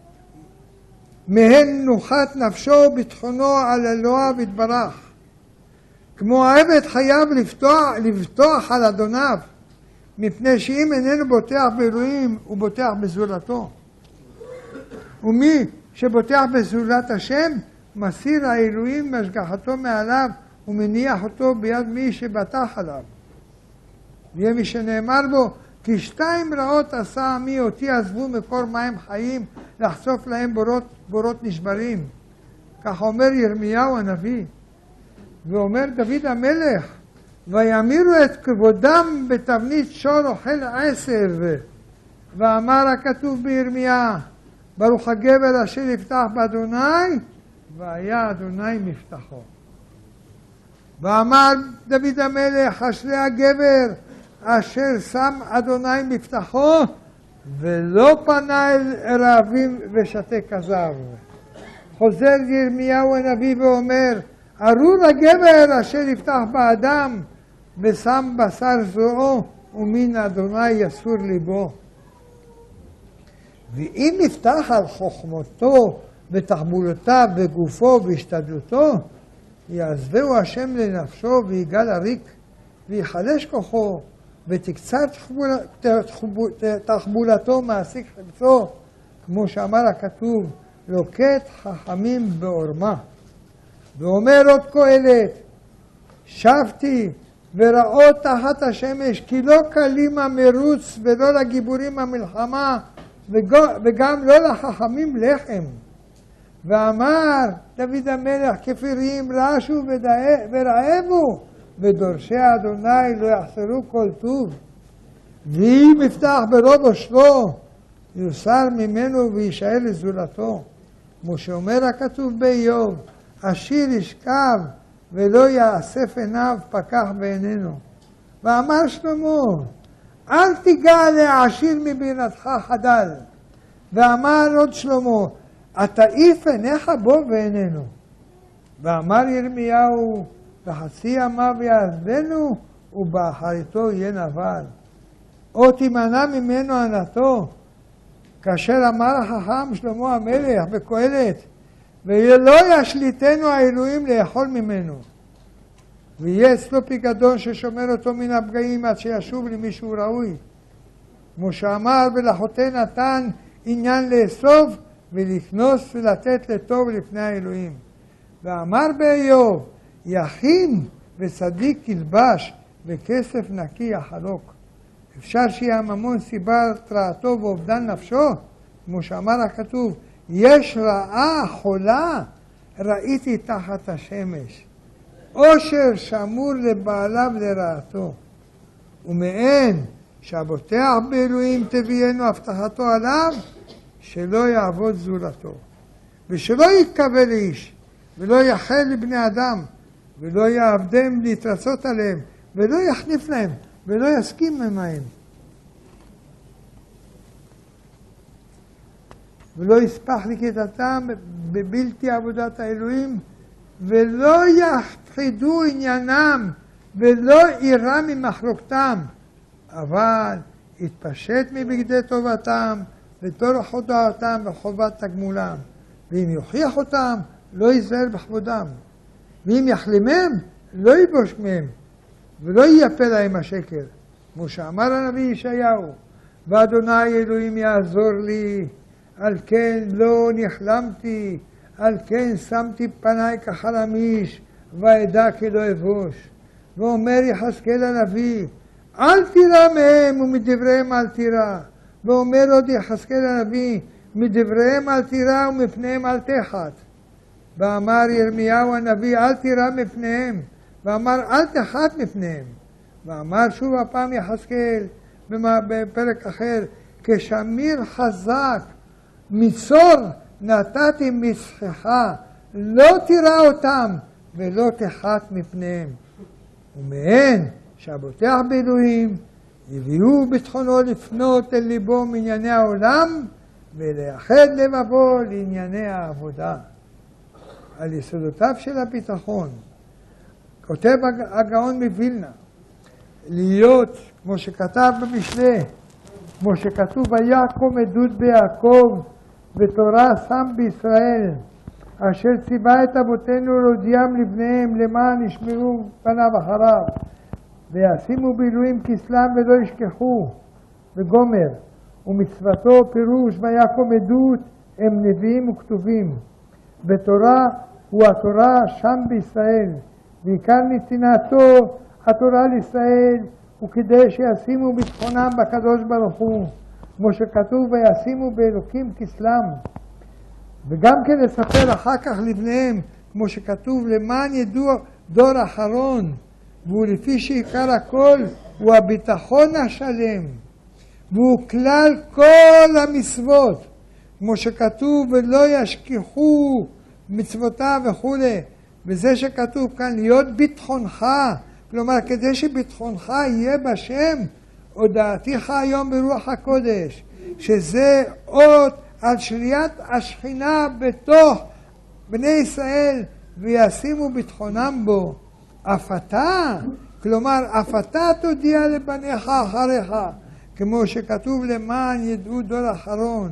מהן נוחת נפשו ביטחונו על אלוהיו יתברך. כמו העבד חייב לפתוח, לפתוח על אדוניו, מפני שאם איננו בוטח באלוהים הוא בוטח בזולתו. ומי שבוטח בזולת השם מסיר האלוהים מהשגחתו מעליו ומניח אותו ביד מי שבטח עליו. ויהיה מי שנאמר בו, כי שתיים רעות עשה עמי, אותי עזבו מקור מים חיים לחשוף להם בורות, בורות נשברים. כך אומר ירמיהו הנביא. ואומר דוד המלך, וימירו את כבודם בתבנית שור אוכל עשב. ואמר הכתוב בירמיה, ברוך הגבר אשר יפתח באדוני, והיה אדוני מבטחו. ואמר דוד המלך, אשרי הגבר אשר שם אדוני מבטחו, ולא פנה אל רעבים ושתה כזב. חוזר ירמיהו הנביא ואומר, ארור הגבר אשר יפתח באדם, ושם בשר זרועו, ומן אדוני יסור ליבו. ואם יפתח על חוכמתו ותחבולותיו בגופו והשתדלותו, יעזבהו השם לנפשו ויגאל הריק, ויחלש כוחו, ותקצר תחבולתו מעסיק חפצו, כמו שאמר הכתוב, לוקט חכמים בעורמה. ואומר עוד קהלת, שבתי ורעות תחת השמש, כי לא קלים המרוץ ולא לגיבורים המלחמה, וגם לא לחכמים לחם. ואמר דוד המלך, כפירים רשו ורעבו, ודורשי אדוני לא יחסרו כל טוב. ואם יפתח ברוב אושרו, יוסר ממנו וישאל לזולתו. כמו שאומר הכתוב באיוב, עשיר ישכב ולא יאסף עיניו פקח בעינינו. ואמר שלמה, אל תיגע לעשיר מבינתך חדל. ואמר עוד שלמה, התעיף עיניך בו ועינינו. ואמר ירמיהו, וחצי ימיו יעזבנו, ובאחריתו יהיה נבל. או תימנע ממנו ענתו, כאשר אמר החכם שלמה המלך בקהלת, ולא ישליטנו האלוהים לאכול ממנו. ויהיה אצלו פיקדון ששומר אותו מן הפגעים עד שישוב למישהו ראוי. כמו שאמר, ולחוטא נתן עניין לאסוף ולכנוס ולתת לטוב לפני האלוהים. ואמר באיוב, יכין וצדיק ילבש וכסף נקי יחלוק. אפשר שיהיה הממון סיבה תרעתו ואובדן נפשו? כמו שאמר הכתוב, יש רעה חולה ראיתי תחת השמש. עושר שמור לבעליו לרעתו. ומעין שהבוטח באלוהים תביאנו הבטחתו עליו, שלא יעבוד זולתו. ושלא יתכווה לאיש, ולא יחל לבני אדם, ולא יעבדם להתרצות עליהם, ולא יחניף להם, ולא יסכים עמהם. ולא יספח לכתתם בבלתי עבודת האלוהים, ולא יפחידו עניינם, ולא יירא ממחלוקתם, אבל יתפשט מבגדי טובתם, וטורח הודעתם וחובת תגמולם. ואם יוכיח אותם, לא יזהר בכבודם. ואם יחלימם, לא יבוש מהם, ולא ייפה להם השקר. כמו שאמר הנביא ישעיהו, ואדוני אלוהים יעזור לי, על כן לא נכלמתי, על כן שמתי פניי כחלמיש, ואדע כי לא אבוש. ואומר יחזקאל הנביא, אל תירא מהם ומדבריהם אל תירא. ואומר עוד יחזקאל הנביא, מדבריהם אל תירא ומפניהם אל תחת. ואמר ירמיהו הנביא, אל תירא מפניהם, ואמר אל תחת מפניהם. ואמר שוב הפעם יחזקאל בפרק אחר, כשמיר חזק מצור נתתי מצחך, לא תירא אותם ולא תחת מפניהם. ומהן שהבוטח באלוהים יביאו ביטחונו לפנות אל ליבו מענייני העולם ולייחד לבבו לענייני העבודה. על יסודותיו של הביטחון כותב הגאון מווילנה, להיות, כמו שכתב במשנה, כמו שכתוב, ויקום עדות ביעקב ותורה שם בישראל, אשר ציווה את אבותינו להודיעם לבניהם למען ישמרו פניו אחריו, וישימו בילויים כסלם ולא ישכחו, וגומר, ומצוותו פירוש ויקום עדות הם נביאים וכתובים. בתורה הוא התורה שם בישראל, ועיקר נתינתו התורה לישראל, וכדי שישימו ביטחונם בקדוש ברוך הוא, כמו שכתוב וישימו באלוקים כסלם. וגם כן לספר אחר כך לבניהם, כמו שכתוב, למען ידעו דור אחרון, והוא לפי שעיקר הכל הוא הביטחון השלם, והוא כלל כל המצוות, כמו שכתוב, ולא ישכחו מצוותיו וכו'. וזה שכתוב כאן, להיות ביטחונך, כלומר, כדי שביטחונך יהיה בשם, הודעתיך היום ברוח הקודש, שזה אות על שריית השכינה בתוך בני ישראל, וישימו ביטחונם בו. אף אתה, כלומר, אף אתה תודיע לבניך אחריך, כמו שכתוב למען ידעו דור אחרון.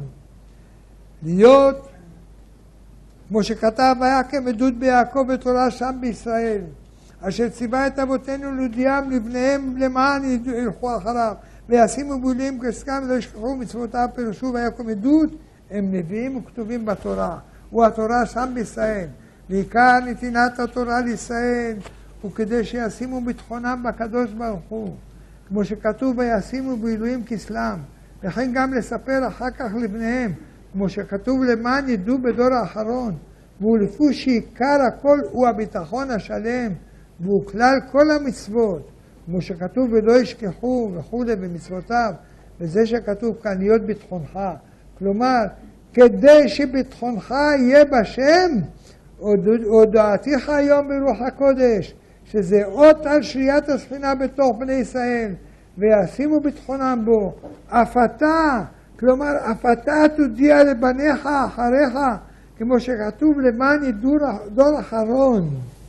להיות, כמו שכתב, ויקם עדות ביעקב ותורה שם בישראל, אשר ציווה את אבותינו להודיעם לבניהם למען ילכו אחריו, וישימו בילויים כסלם ולא ישכחו מצוותיו, פירושו ויקום עדות, הם נביאים וכתובים בתורה, הוא התורה שם בישראל, ועיקר נתינת התורה לישראל, וכדי שישימו ביטחונם בקדוש ברוך הוא, כמו שכתוב וישימו בילויים כסלם, וכן גם לספר אחר כך לבניהם, כמו שכתוב למען ידעו בדור האחרון, והוא לפי שעיקר הכל הוא הביטחון השלם, והוא כלל כל המצוות, כמו שכתוב ולא ישכחו וכו' במצוותיו, וזה שכתוב כאן להיות ביטחונך, כלומר כדי שביטחונך יהיה בשם, הודעתיך היום ברוח הקודש, שזה אות על שריית השכינה בתוך בני ישראל, וישימו ביטחונם בו. אף אתה, כלומר אף אתה תודיע לבניך אחריך, כמו שכתוב למען ידעו דור אחרון.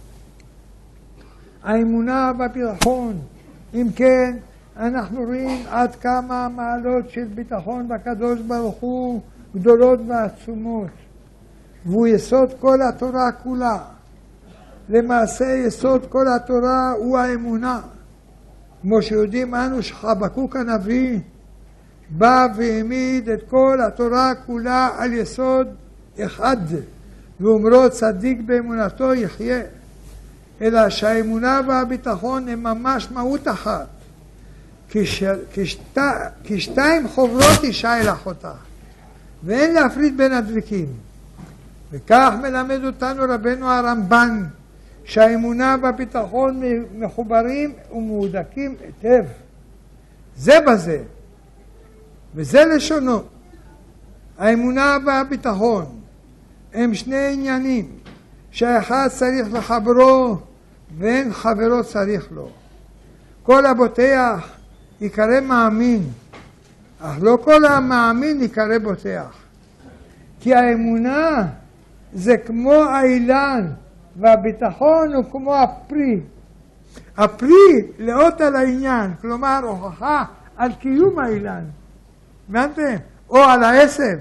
האמונה והביטחון, אם כן, אנחנו רואים עד כמה המעלות של ביטחון בקדוש ברוך הוא גדולות ועצומות, והוא יסוד כל התורה כולה. למעשה יסוד כל התורה הוא האמונה, כמו שיודעים אנו שחבקוק הנביא בא והעמיד את כל התורה כולה על יסוד אחד, ואומרו צדיק באמונתו יחיה, אלא שהאמונה והביטחון הם ממש מהות אחת, כש, כשת, כשתיים חוברות אישה אל אחותה, ואין להפריד בין הדבקים. וכך מלמד אותנו רבנו הרמב"ן, שהאמונה והביטחון מחוברים ומהודקים היטב זה בזה, וזה לשונו. האמונה והביטחון הם שני עניינים שהאחד צריך לחברו ואין חברו צריך לו. כל הבוטח יקרא מאמין, אך לא כל המאמין יקרא בוטח, כי האמונה זה כמו האילן והביטחון הוא כמו הפרי. הפרי לאות על העניין, כלומר הוכחה על קיום האילן, הבנתם? או על העשב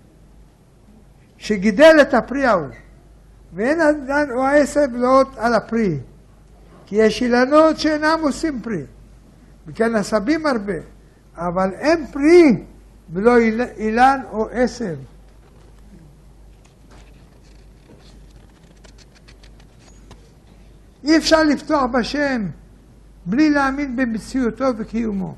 שגידל את הפרי ההוא, ואין עדיין או העשב לאות על הפרי, כי יש אילנות שאינם עושים פרי, וכן עשבים הרבה, אבל אין פרי ולא אילן או עשב. אי אפשר לפתוח בשם בלי להאמין במציאותו וקיומו.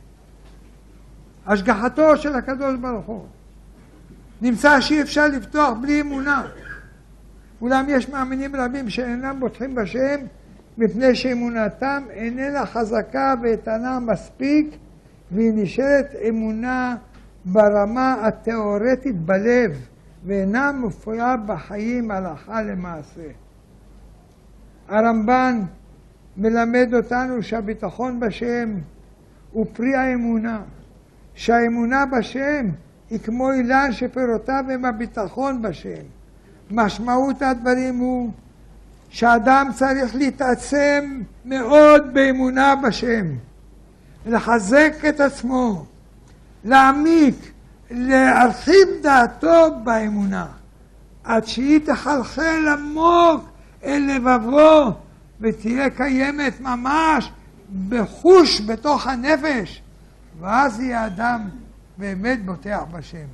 השגחתו של הקדוש ברוך הוא. נמצא שאי אפשר לפתוח בלי אמונה. אולם יש מאמינים רבים שאינם בוטחים בשם, מפני שאמונתם איננה חזקה ואיתנה מספיק, והיא נשארת אמונה ברמה התיאורטית בלב, ואינה מופיעה בחיים הלכה למעשה. הרמב"ן מלמד אותנו שהביטחון בשם הוא פרי האמונה, שהאמונה בשם היא כמו אילן שפירותיו הם הביטחון בשם. משמעות הדברים הוא שאדם צריך להתעצם מאוד באמונה בשם, לחזק את עצמו, להעמיק, להרחיב דעתו באמונה, עד שהיא תחלחל עמוק אל לבבו, ותהיה קיימת ממש בחוש בתוך הנפש, ואז יהיה אדם באמת בוטח בשם.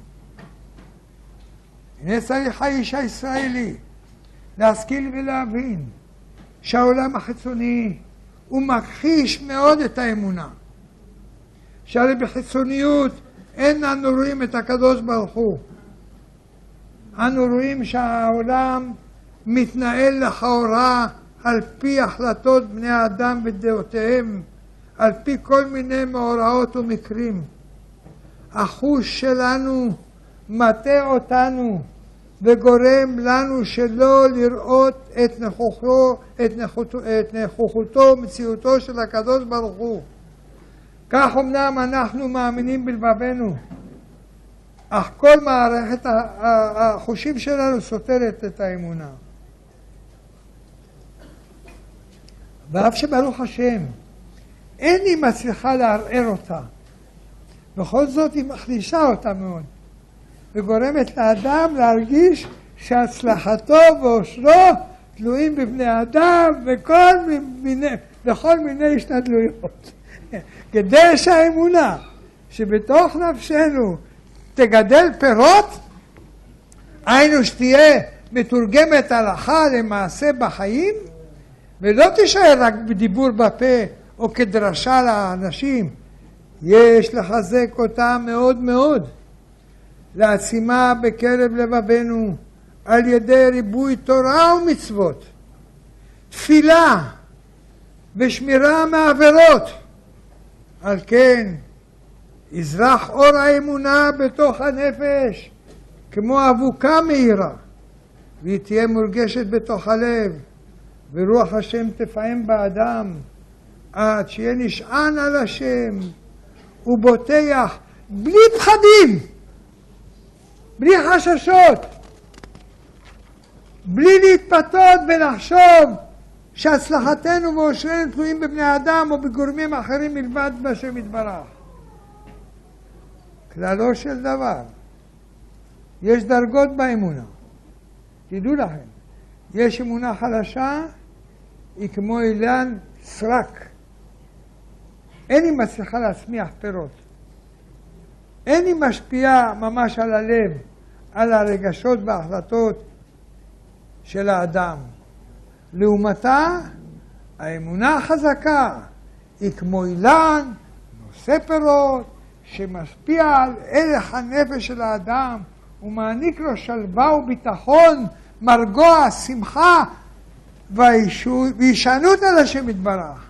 הנה צריך האיש הישראלי להשכיל ולהבין שהעולם החיצוני הוא מכחיש מאוד את האמונה. שהרי בחיצוניות אין אנו רואים את הקדוש ברוך הוא. אנו רואים שהעולם מתנהל לכאורה על פי החלטות בני האדם ודעותיהם, על פי כל מיני מאורעות ומקרים. החוש שלנו מטה אותנו וגורם לנו שלא לראות את נכוחו, את נכוחו, את נכוחותו, מציאותו של הקדוש ברוך הוא. כך אמנם אנחנו מאמינים בלבבנו, אך כל מערכת החושים שלנו סותרת את האמונה. ואף שברוך השם אין היא מצליחה לערער אותה, בכל זאת היא מחלישה אותה מאוד, וגורמת לאדם להרגיש שהצלחתו ואושרו תלויים בבני אדם בכל מיני, בכל מיני השתדלויות. כדי שהאמונה שבתוך נפשנו תגדל פירות, היינו שתהיה מתורגמת הלכה למעשה בחיים, ולא תישאר רק בדיבור בפה או כדרשה לאנשים. יש לחזק אותה מאוד מאוד, להעצימה בקרב לבבנו על ידי ריבוי תורה ומצוות, תפילה ושמירה מעבירות. על כן יזרח אור האמונה בתוך הנפש כמו אבוקה מהירה, והיא תהיה מורגשת בתוך הלב, ורוח השם תפעם באדם עד שיהיה נשען על השם ובוטח בלי פחדים, בלי חששות, בלי להתפתות ולחשוב שהצלחתנו ואושרנו תלויים בבני אדם או בגורמים אחרים מלבד בשם יתברך. כללו של דבר, יש דרגות באמונה. תדעו לכם, יש אמונה חלשה, היא כמו אילן סרק. אין היא מצליחה להצמיח פירות. אין היא משפיעה ממש על הלב, על הרגשות וההחלטות של האדם. לעומתה, האמונה החזקה היא כמו אילן, נושא פירות, שמשפיע על ערך הנפש של האדם, ומעניק לו שלווה וביטחון, מרגוע, שמחה, וישענות על השם יתברך.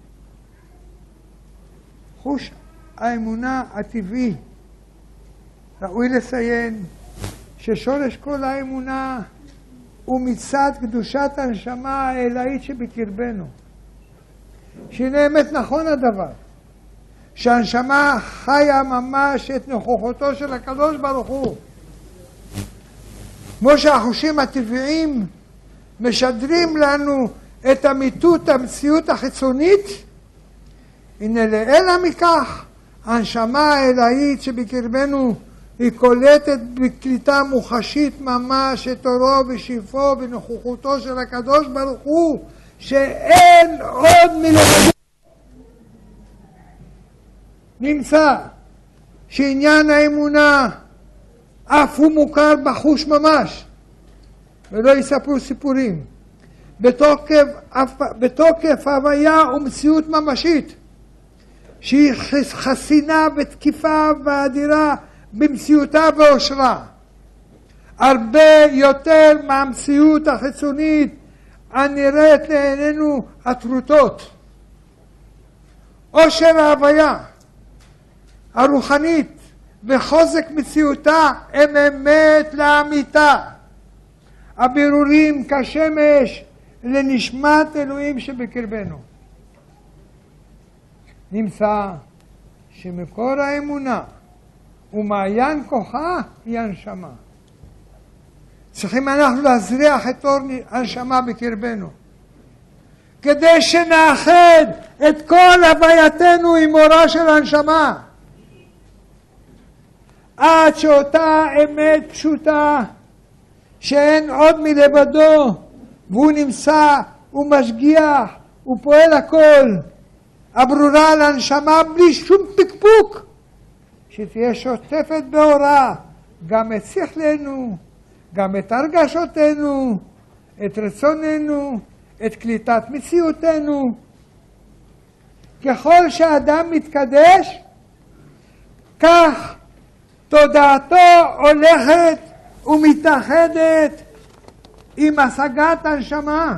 חוש האמונה הטבעי. ראוי לציין ששורש כל האמונה הוא מצד קדושת הנשמה האלוהית שבקרבנו. שהנה אמת נכון הדבר, שהנשמה חיה ממש את נוכחותו של הקדוש ברוך הוא. כמו שהחושים הטבעיים משדרים לנו את אמיתות המציאות החיצונית, הנה לאלה מכך, הנשמה האלוהית שבקרבנו היא קולטת בקליטה מוחשית ממש את אורו ושפעו ונוכחותו של הקדוש ברוך הוא, שאין עוד מלבדו. נמצא שעניין האמונה אף הוא מוכר בחוש ממש, ולא יספרו סיפורים, בתוקף, בתוקף הוויה ומציאות ממשית, שהיא חסינה ותקיפה ואדירה במציאותה ואושרה, הרבה יותר מהמציאות החיצונית הנראית לעינינו הטרוטות. עושר ההוויה הרוחנית וחוזק מציאותה הם אמת לאמיתה, הבירורים כשמש לנשמת אלוהים שבקרבנו. נמצא שמקור האמונה ומעיין כוחה היא הנשמה. צריכים אנחנו להזריח את אור הנשמה בקרבנו. כדי שנאחד את כל הווייתנו עם אורה של הנשמה. עד שאותה אמת פשוטה שאין עוד מלבדו, והוא נמצא, הוא משגיח, הוא פועל הכל, הברורה לנשמה בלי שום פקפוק, שתהיה שוטפת באורה גם את שכלנו, גם את הרגשותינו, את רצוננו, את קליטת מציאותנו. ככל שהאדם מתקדש, כך תודעתו הולכת ומתאחדת עם השגת הנשמה.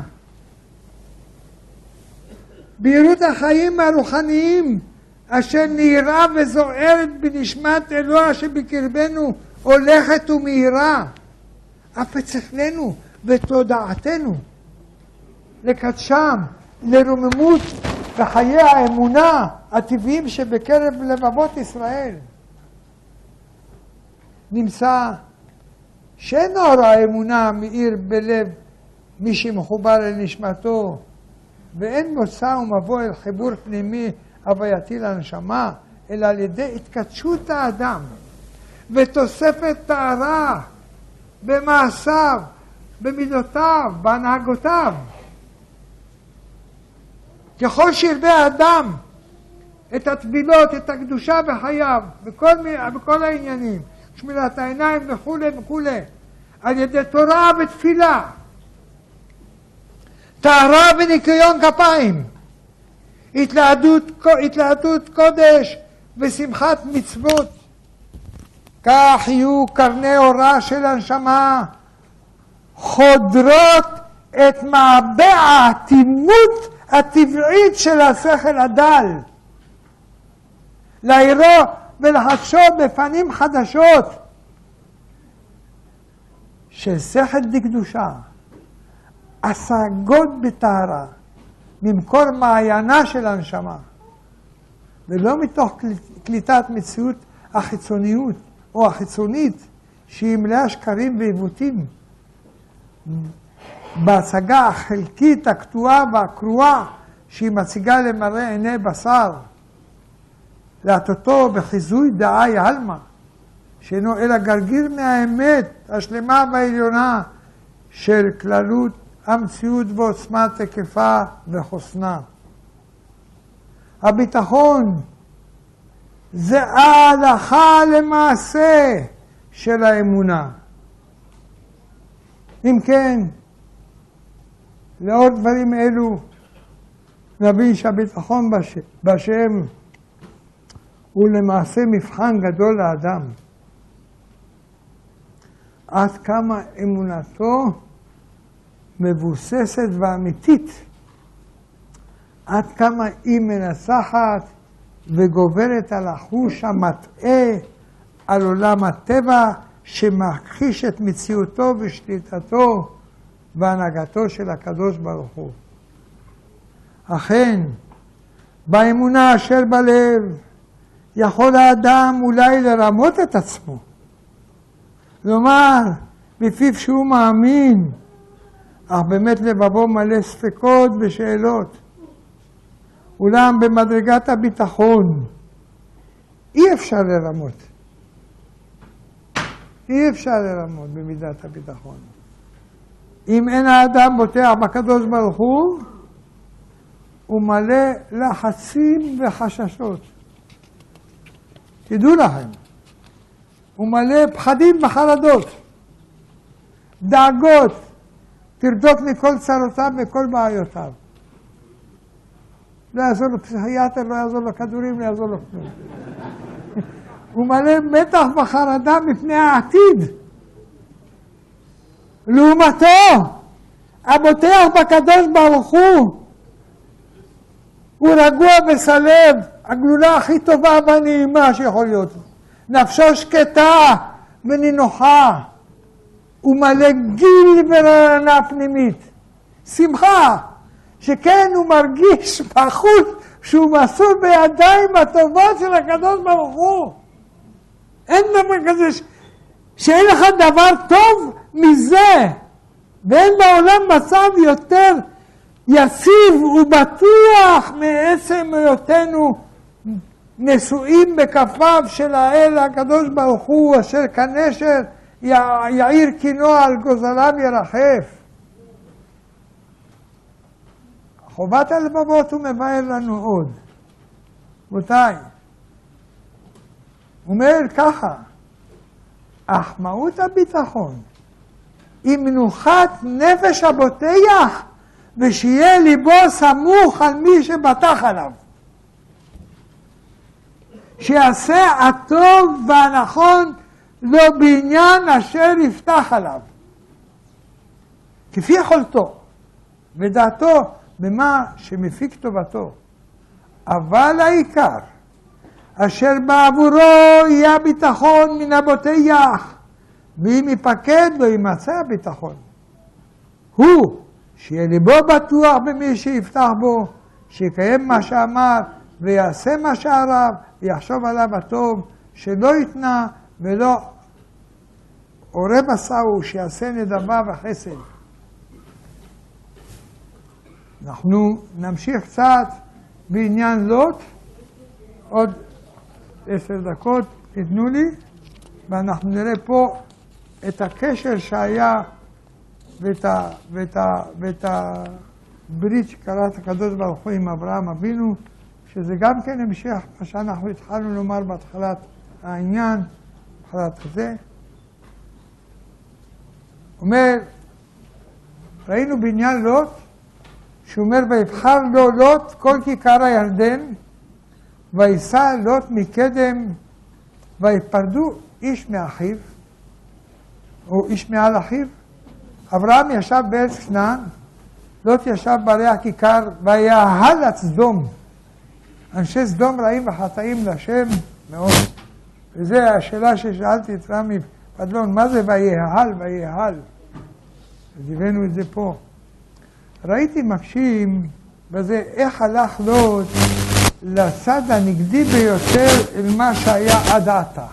בהירות החיים הרוחניים אשר נהירה וזוערת בנשמת אלוה שבקרבנו הולכת ומהירה אף את שכלנו ותודעתנו לקדשם לרוממות וחיי האמונה הטבעיים שבקרב לבבות ישראל. נמצא שאין אור האמונה מאיר בלב מי שמחובר אל נשמתו, ואין מוצא ומבוא אל חיבור פנימי הווייתי לנשמה, אלא על ידי התקדשות האדם ותוספת טהרה במעשיו, במידותיו, בהנהגותיו. ככל שירבה האדם את הטבילות, את הקדושה בחייו, בכל, בכל העניינים, שמירת העיניים וכו' וכו', על ידי תורה ותפילה, טהרה וניקיון כפיים, התלהדות, התלהדות קודש ושמחת מצוות, כך יהיו קרני אורה של הנשמה חודרות את מעבה האטימות הטבעית של השכל הדל, להירו ולחשוב בפנים חדשות של שכל דקדושה, השגות בטהרה ממקור מעיינה של הנשמה, ולא מתוך קליטת מציאות החיצוניות או החיצונית שהיא מלאה שקרים ועיוותים, בהצגה החלקית, הקטועה והקרועה שהיא מציגה למראה עיני בשר, להטוטו בחיזוי דעי עלמא, שאינו אלא גרגיר מהאמת השלמה והעליונה של כללות המציאות ועוצמת היקפה וחוסנה. הביטחון זה ההלכה למעשה של האמונה. אם כן, לאור דברים אלו נבין שהביטחון בש... בשם הוא למעשה מבחן גדול לאדם. עד כמה אמונתו מבוססת ואמיתית, עד כמה היא מנצחת וגוברת על החוש המטעה, על עולם הטבע שמכחיש את מציאותו ושליטתו והנהגתו של הקדוש ברוך הוא. אכן, באמונה אשר בלב יכול האדם אולי לרמות את עצמו, לומר בפיו שהוא מאמין, אך באמת לבבו מלא ספקות ושאלות. אולם במדרגת הביטחון אי אפשר לרמות. אי אפשר לרמות במידת הביטחון. אם אין האדם בוטח בקדוש ברוך הוא, הוא מלא לחצים וחששות. תדעו לכם, הוא מלא פחדים וחרדות, דאגות, תרדות מכל צרותיו וכל בעיותיו. לא יעזור לו פסיכיאטר, לא יעזור לו כדורים, לא יעזור לו כלום. הוא מלא מתח וחרדה מפני העתיד. לעומתו, הבוטח בקדוש ברוך הוא, הוא רגוע בסלב, הגלולה הכי טובה והנעימה שיכול להיות. נפשו שקטה ונינוחה, הוא מלא גיל ורעננה פנימית. שמחה, שכן הוא מרגיש בחוץ שהוא מסור בידיים הטובות של הקדוש ברוך הוא. אין דבר כזה ש... שאין לך דבר טוב מזה, ואין בעולם מצב יותר יציב ובטוח מעצם היותנו נשואים בכפיו של האל הקדוש ברוך הוא, אשר כנשר יאיר קינו על גוזליו ירחף. חובת הלבבות הוא מבאר לנו עוד. רבותיי, הוא אומר ככה, אך מהות הביטחון היא מנוחת נפש הבוטח, ושיהיה ליבו סמוך על מי שבטח עליו. שיעשה הטוב והנכון לו בעניין אשר יפתח עליו, כפי יכולתו ודעתו במה שמפיק טובתו. אבל העיקר אשר בעבורו יהיה הביטחון מן הבוטח, ואם יפקד לא יימצא הביטחון, הוא שיהיה ליבו בטוח במי שיפתח בו, שיקיים מה שאמר ויעשה מה שערב, ויחשוב עליו הטוב, שלא יתנא ולא עורב עשהו, שיעשה נדבה וחסד. אנחנו נמשיך קצת בעניין לוט, עוד עשר דקות תתנו לי, ואנחנו נראה פה את הקשר שהיה ואת, ה, ואת, ה, ואת הברית שקראת הקדוש ברוך הוא עם אברהם אבינו, שזה גם כן המשך מה שאנחנו התחלנו לומר בהתחלת העניין, בהתחלת הזה. אומר, ראינו בעניין לוט, שהוא אומר, ויבחר לו לוט כל כיכר הירדן, ויסע לוט מקדם, ויפרדו איש מאחיו, או איש מעל אחיו. אברהם ישב בארץ כנען, לוט ישב בערי הכיכר, ויהל את סדום. אנשי סדום רעים וחטאים לשם מאוד. וזו השאלה ששאלתי את רמי פדלון, מה זה ויהל, ויהל? אז הבאנו את זה פה. ראיתי מקשים בזה איך הלך לוט לצד הנגדי ביותר אל מה שהיה עד עתה.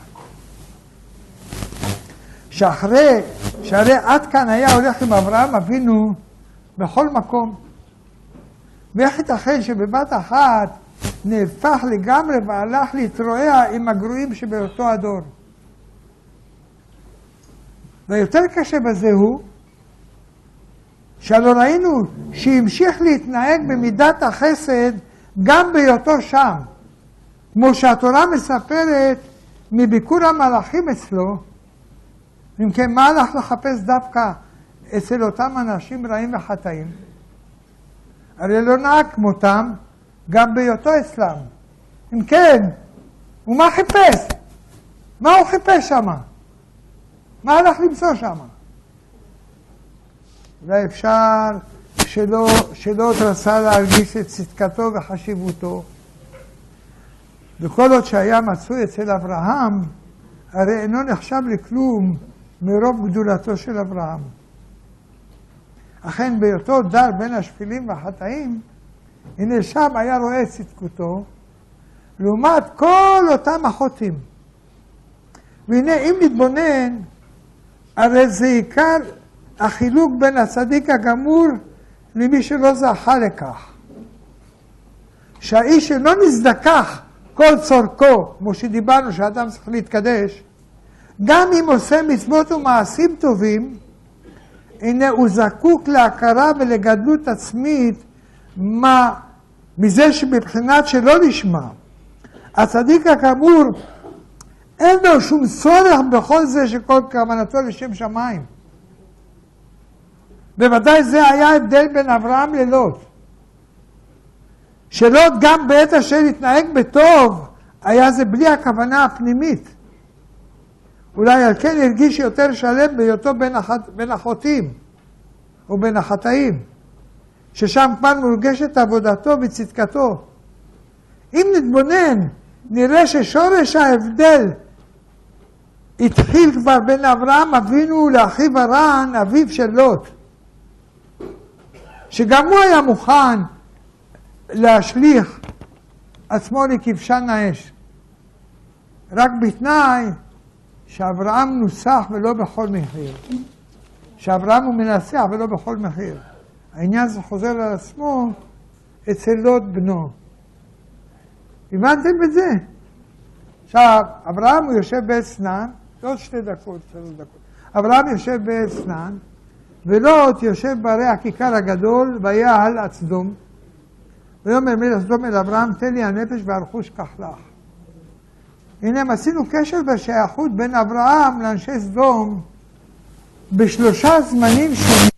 שאחרי, שהרי עד כאן היה הולך עם אברהם אבינו בכל מקום. ואיך ייתכן שבבת אחת נהפך לגמרי והלך להתרועע עם הגרועים שבאותו הדור. ויותר קשה בזה הוא, שהלא ראינו שהמשיך להתנהג במידת החסד גם בהיותו שם. כמו שהתורה מספרת מביקור המלאכים אצלו, אם כן, מה הלך לחפש דווקא אצל אותם אנשים רעים וחטאים? הרי לא נהג כמותם גם בהיותו אצלם. אם כן, ומה חיפש? מה הוא חיפש שם? מה הלך למצוא שם? ואפשר שלא, שלא רצה להרגיש את צדקתו וחשיבותו. וכל עוד שהיה מצוי אצל אברהם, הרי אינו נחשב לכלום מרוב גדולתו של אברהם. אכן בהיותו דר בין השפילים והחטאים, הנה שם היה רואה את צדקותו, לעומת כל אותם החוטאים. והנה אם נתבונן, הרי זה עיקר החילוק בין הצדיק הגמור למי שלא זכה לכך. שהאיש שלא נזדכך כל צורכו, כמו שדיברנו שאדם צריך להתקדש, גם אם עושה מצוות ומעשים טובים, הנה הוא זקוק להכרה ולגדלות עצמית, מה, מזה שבבחינת שלא נשמע. הצדיק הגמור, אין לו שום צורך בכל זה שכל כוונתו לשם שמיים. בוודאי זה היה הבדל בין אברהם ללוט. שלוט גם בעת אשר התנהג בטוב, היה זה בלי הכוונה הפנימית. אולי על כן הרגיש יותר שלם בהיותו בין, החט... בין החוטאים, או בין החטאים, ששם כבר מורגשת עבודתו וצדקתו. אם נתבונן, נראה ששורש ההבדל התחיל כבר בין אברהם אבינו לאחיו הרן, אביו של לוט. שגם הוא היה מוכן להשליך עצמו לכבשן האש. רק בתנאי שאברהם נוסח ולא בכל מחיר. שאברהם הוא מנצח ולא בכל מחיר. העניין הזה חוזר על עצמו אצל לוט בנו. הבנתם את זה? עכשיו, אברהם הוא יושב באתנן, עוד שתי דקות, שלוש דקות. אברהם יושב באתנן, ולוט יושב בערי הכיכר הגדול, ויעל עד סדום. ויאמר מלך סדום אל אברהם, תן לי הנפש והרכוש קח לך. הנה, עשינו קשר בשייכות בין אברהם לאנשי סדום בשלושה זמנים שונים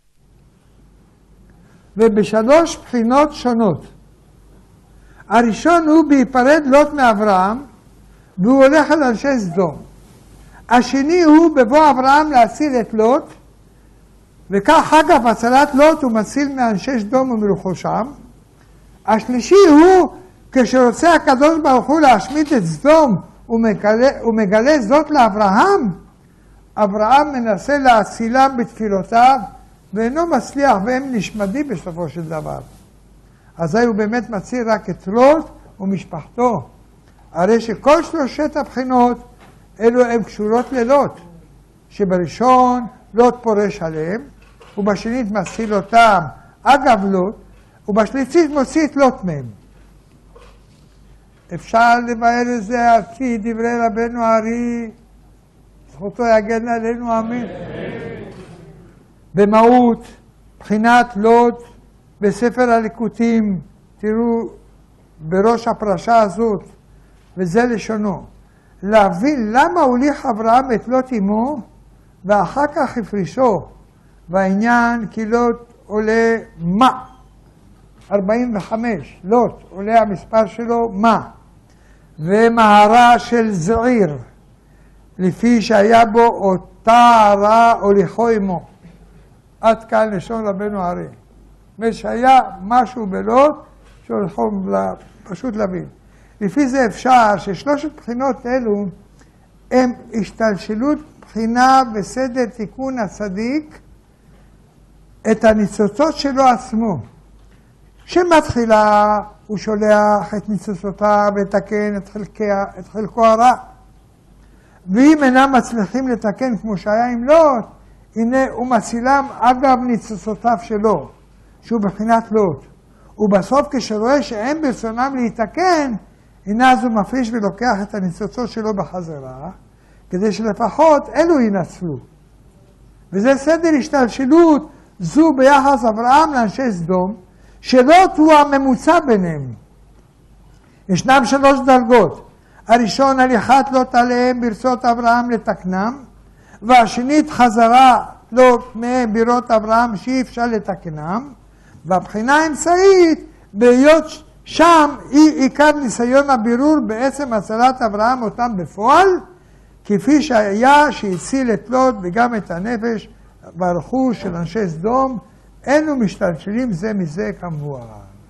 ובשלוש בחינות שונות. הראשון הוא בהיפרד לוט מאברהם, והוא הולך אל אנשי סדום. השני הוא בבוא אברהם להציל את לוט, וכך אגב הצלת לוט הוא מציל מאנשי סדום ומרכושם. השלישי הוא כשרוצה הקדוש ברוך הוא להשמיט את סדום ומגלה, ומגלה זאת לאברהם, אברהם מנסה להצילם בתפילותיו ואינו מצליח והם נשמדים בסופו של דבר. אזי הוא באמת מציל רק את לוט ומשפחתו. הרי שכל שלושת הבחינות אלו הן קשורות ללוט, שבראשון לוט פורש עליהם, ובשנית מציל אותם אגב לוט, ובשלישית מוציא את לוט מהם. אפשר לבאר את זה על פי דברי רבנו הארי, זכותו יגן עלינו, אמן. במהות, בחינת לוט בספר הליקוטים, תראו בראש הפרשה הזאת, וזה לשונו. להבין למה הוליך אברהם את לוט עמו, ואחר כך הפרישו, והעניין כי לוט עולה מה? ארבעים וחמש, לוט עולה המספר שלו מה? ומהרה של זעיר, לפי שהיה בו אותה הרע הוליכו עמו. עד כאן לשון רבנו הארי. ושהיה משהו בלוט שהולכו פשוט להבין. לפי זה אפשר ששלושת בחינות אלו הם השתלשלות בחינה וסדר תיקון הצדיק את הניצוצות שלו עצמו. שמתחילה הוא שולח את ניצוצותיו לתקן את, חלקי, את חלקו הרע. ואם אינם מצליחים לתקן כמו שהיה עם לוט, הנה הוא מצילם אגב ניצוצותיו שלו, שהוא בחינת לוט. ובסוף כשרואה שאין ברצונם להתקן, הנה אז הוא מפריש ולוקח את הניצוצות שלו בחזרה, כדי שלפחות אלו ינצלו. וזה סדר השתלשלות זו ביחס אברהם לאנשי סדום, שלוט הוא הממוצע ביניהם. ישנם שלוש דרגות. הראשון הליכת לוט עליהם ברצות אברהם לתקנם, והשנית חזרה לוט מהם בראות אברהם שאי אפשר לתקנם, והבחינה האמצעית בהיות שם היא עיקר ניסיון הבירור בעצם הצלת אברהם אותם בפועל, כפי שהיה שהציל את לוט וגם את הנפש והרכוש של אנשי סדום, אלו משתלשלים זה מזה כמובן.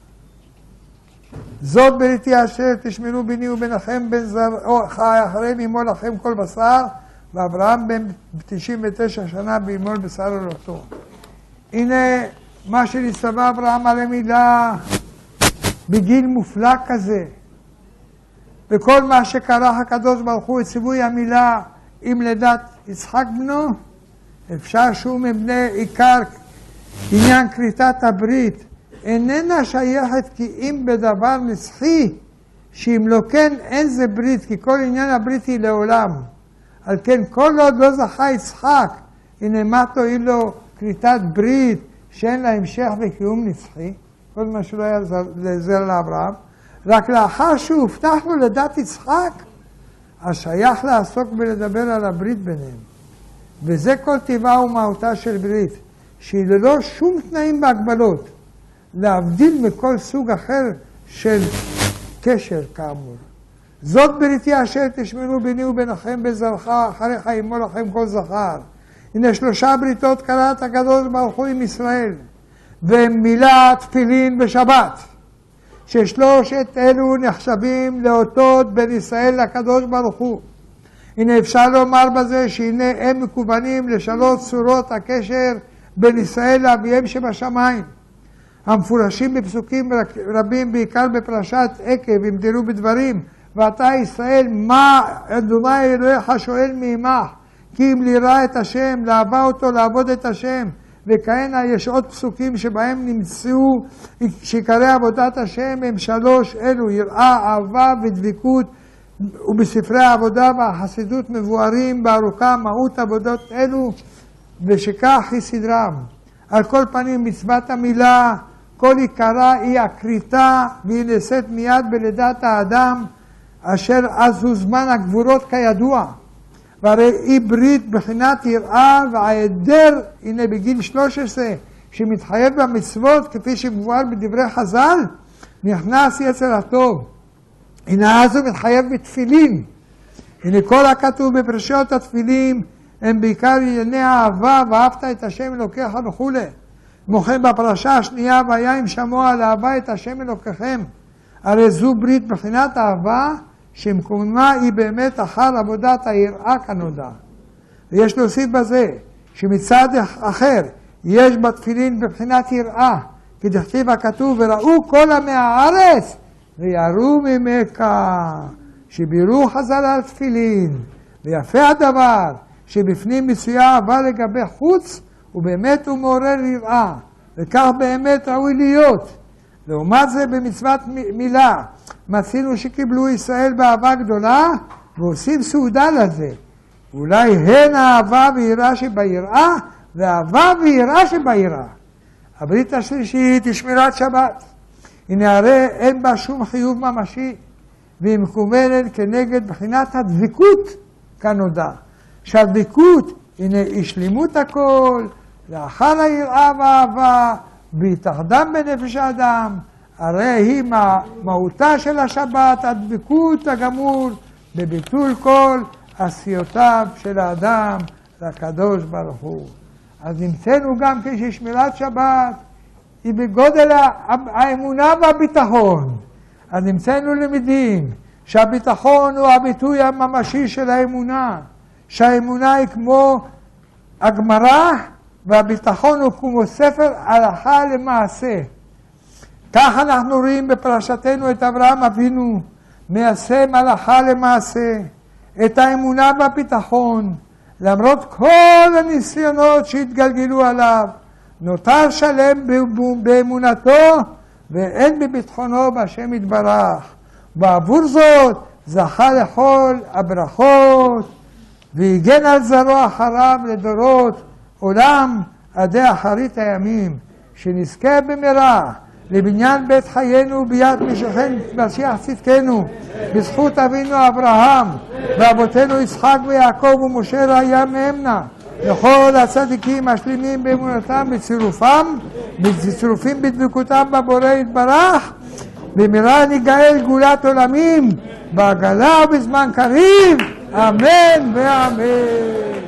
זאת בריתי אשר תשמרו ביני וביניכם בן זרעו חי אחרי בימול לכם כל בשר, ואברהם בן תשעים ותשע שנה בימול בשר אלותו. הנה מה שנצטווה אברהם על המילה בגיל מופלא כזה. וכל מה שקרח הקדוש ברוך הוא את ציווי המילה עם לידת יצחק בנו, אפשר שהוא מבנה עיקר עניין כריתת הברית, איננה שייכת כי אם בדבר נצחי, שאם לא כן אין זה ברית, כי כל עניין הברית היא לעולם. על כן כל עוד לא זכה יצחק, הנה מה תועיל לו כריתת ברית שאין לה המשך וקיום נצחי, כל מה שלא היה לזר לאברהם, רק לאחר שהוא הובטח לו לדת יצחק, אז שייך לעסוק בלדבר על הברית ביניהם. וזה כל טבעה ומהותה של ברית, שהיא ללא שום תנאים והגבלות, להבדיל מכל סוג אחר של קשר כאמור. זאת בריתי אשר תשמרו ביני וביניכם בזרעך אחרי חיימו לכם כל זכר. הנה שלושה בריתות קראת הקדוש ברוך הוא עם ישראל, ומילה תפילין בשבת, ששלושת אלו נחשבים לאותות בין ישראל לקדוש ברוך הוא. הנה אפשר לומר בזה שהנה הם מקוונים לשלוש צורות הקשר בין ישראל לאביהם שבשמיים, המפורשים בפסוקים רבים, בעיקר בפרשת עקב, אם תראו בדברים, ואתה ישראל, מה אדוני אלוהיך שואל מעמך, כי אם לירא את השם, לאהבה אותו, לעבוד את השם, וכהנה יש עוד פסוקים שבהם נמצאו שעיקרי עבודת השם הם שלוש אלו, יראה, אהבה ודבקות, ובספרי העבודה והחסידות מבוארים בארוכה מהות עבודות אלו, ושכך היא סדרם. על כל פנים מצוות המילה, כל עיקרה היא הכריתה, והיא נעשית מיד בלידת האדם, אשר אז הוא זמן הגבורות כידוע. והרי היא ברית בחינת יראה, וההיעדר, הנה בגיל שלוש עשרה, שמתחייב במצוות, כפי שמבואר בדברי חז"ל, נכנס יצר הטוב. הנה אז הוא מתחייב בתפילין. הנה כל הכתוב בפרשיות התפילין, הם בעיקר ענייני אהבה, ואהבת את השם אלוקיך וכו'. כמו כן בפרשה השנייה, והיה אם שמוע לאהבה את השם אלוקיכם. הרי זו ברית בחינת אהבה, שמקומה היא באמת אחר עבודת היראה כנודע. ויש להוסיף בזה, שמצד אחר, יש בתפילין בבחינת יראה, כי דכתיב הכתוב, וראו כל עמי הארץ, ויראו ממך, שבירו חז"ל על תפילין. ויפה הדבר, שבפנים מצויה אהבה לגבי חוץ, ובאמת הוא מעורר יראה, וכך באמת ראוי להיות. לעומת זה במצוות מילה, מצינו שקיבלו ישראל באהבה גדולה, ועושים סעודה לזה. אולי הן האהבה ויראה שביראה, והאהבה ויראה שביראה. הברית השלישית היא שמירת שבת. הנה הרי אין בה שום חיוב ממשי, והיא מקובלת כנגד בחינת הדבקות כנודע. שהדבקות, הנה השלימות הכל, לאחר היראה והאהבה, והתאחדם בנפש האדם, הרי היא מהותה של השבת, הדבקות הגמור, בביטול כל עשיותיו של האדם לקדוש ברוך הוא. אז נמצאנו גם כששמירת שבת היא בגודל האמונה והביטחון. אז נמצאנו למדים שהביטחון הוא הביטוי הממשי של האמונה, שהאמונה היא כמו הגמרא, והביטחון הוא כמו ספר הלכה למעשה. כך אנחנו רואים בפרשתנו את אברהם אבינו, מיישם הלכה למעשה, את האמונה והביטחון, למרות כל הניסיונות שהתגלגלו עליו, נותר שלם באמונתו, ואין בביטחונו בהשם יתברך. בעבור זאת זכה לכל הברכות, והגן על זרוע אחריו לדורות, עולם עדי אחרית הימים, שנזכה במהרה לבניין בית חיינו ביד משכן משיח צדקנו, בזכות אבינו אברהם ואבותינו יצחק ויעקב ומשה ראיה מאמנה, לכל הצדיקים השלימים באמונתם בצירופם, בצירופים בדבקותם בבורא יתברך, במהרה ניגאל גאולת עולמים, בעגלה ובזמן קריב, אמן ואמן.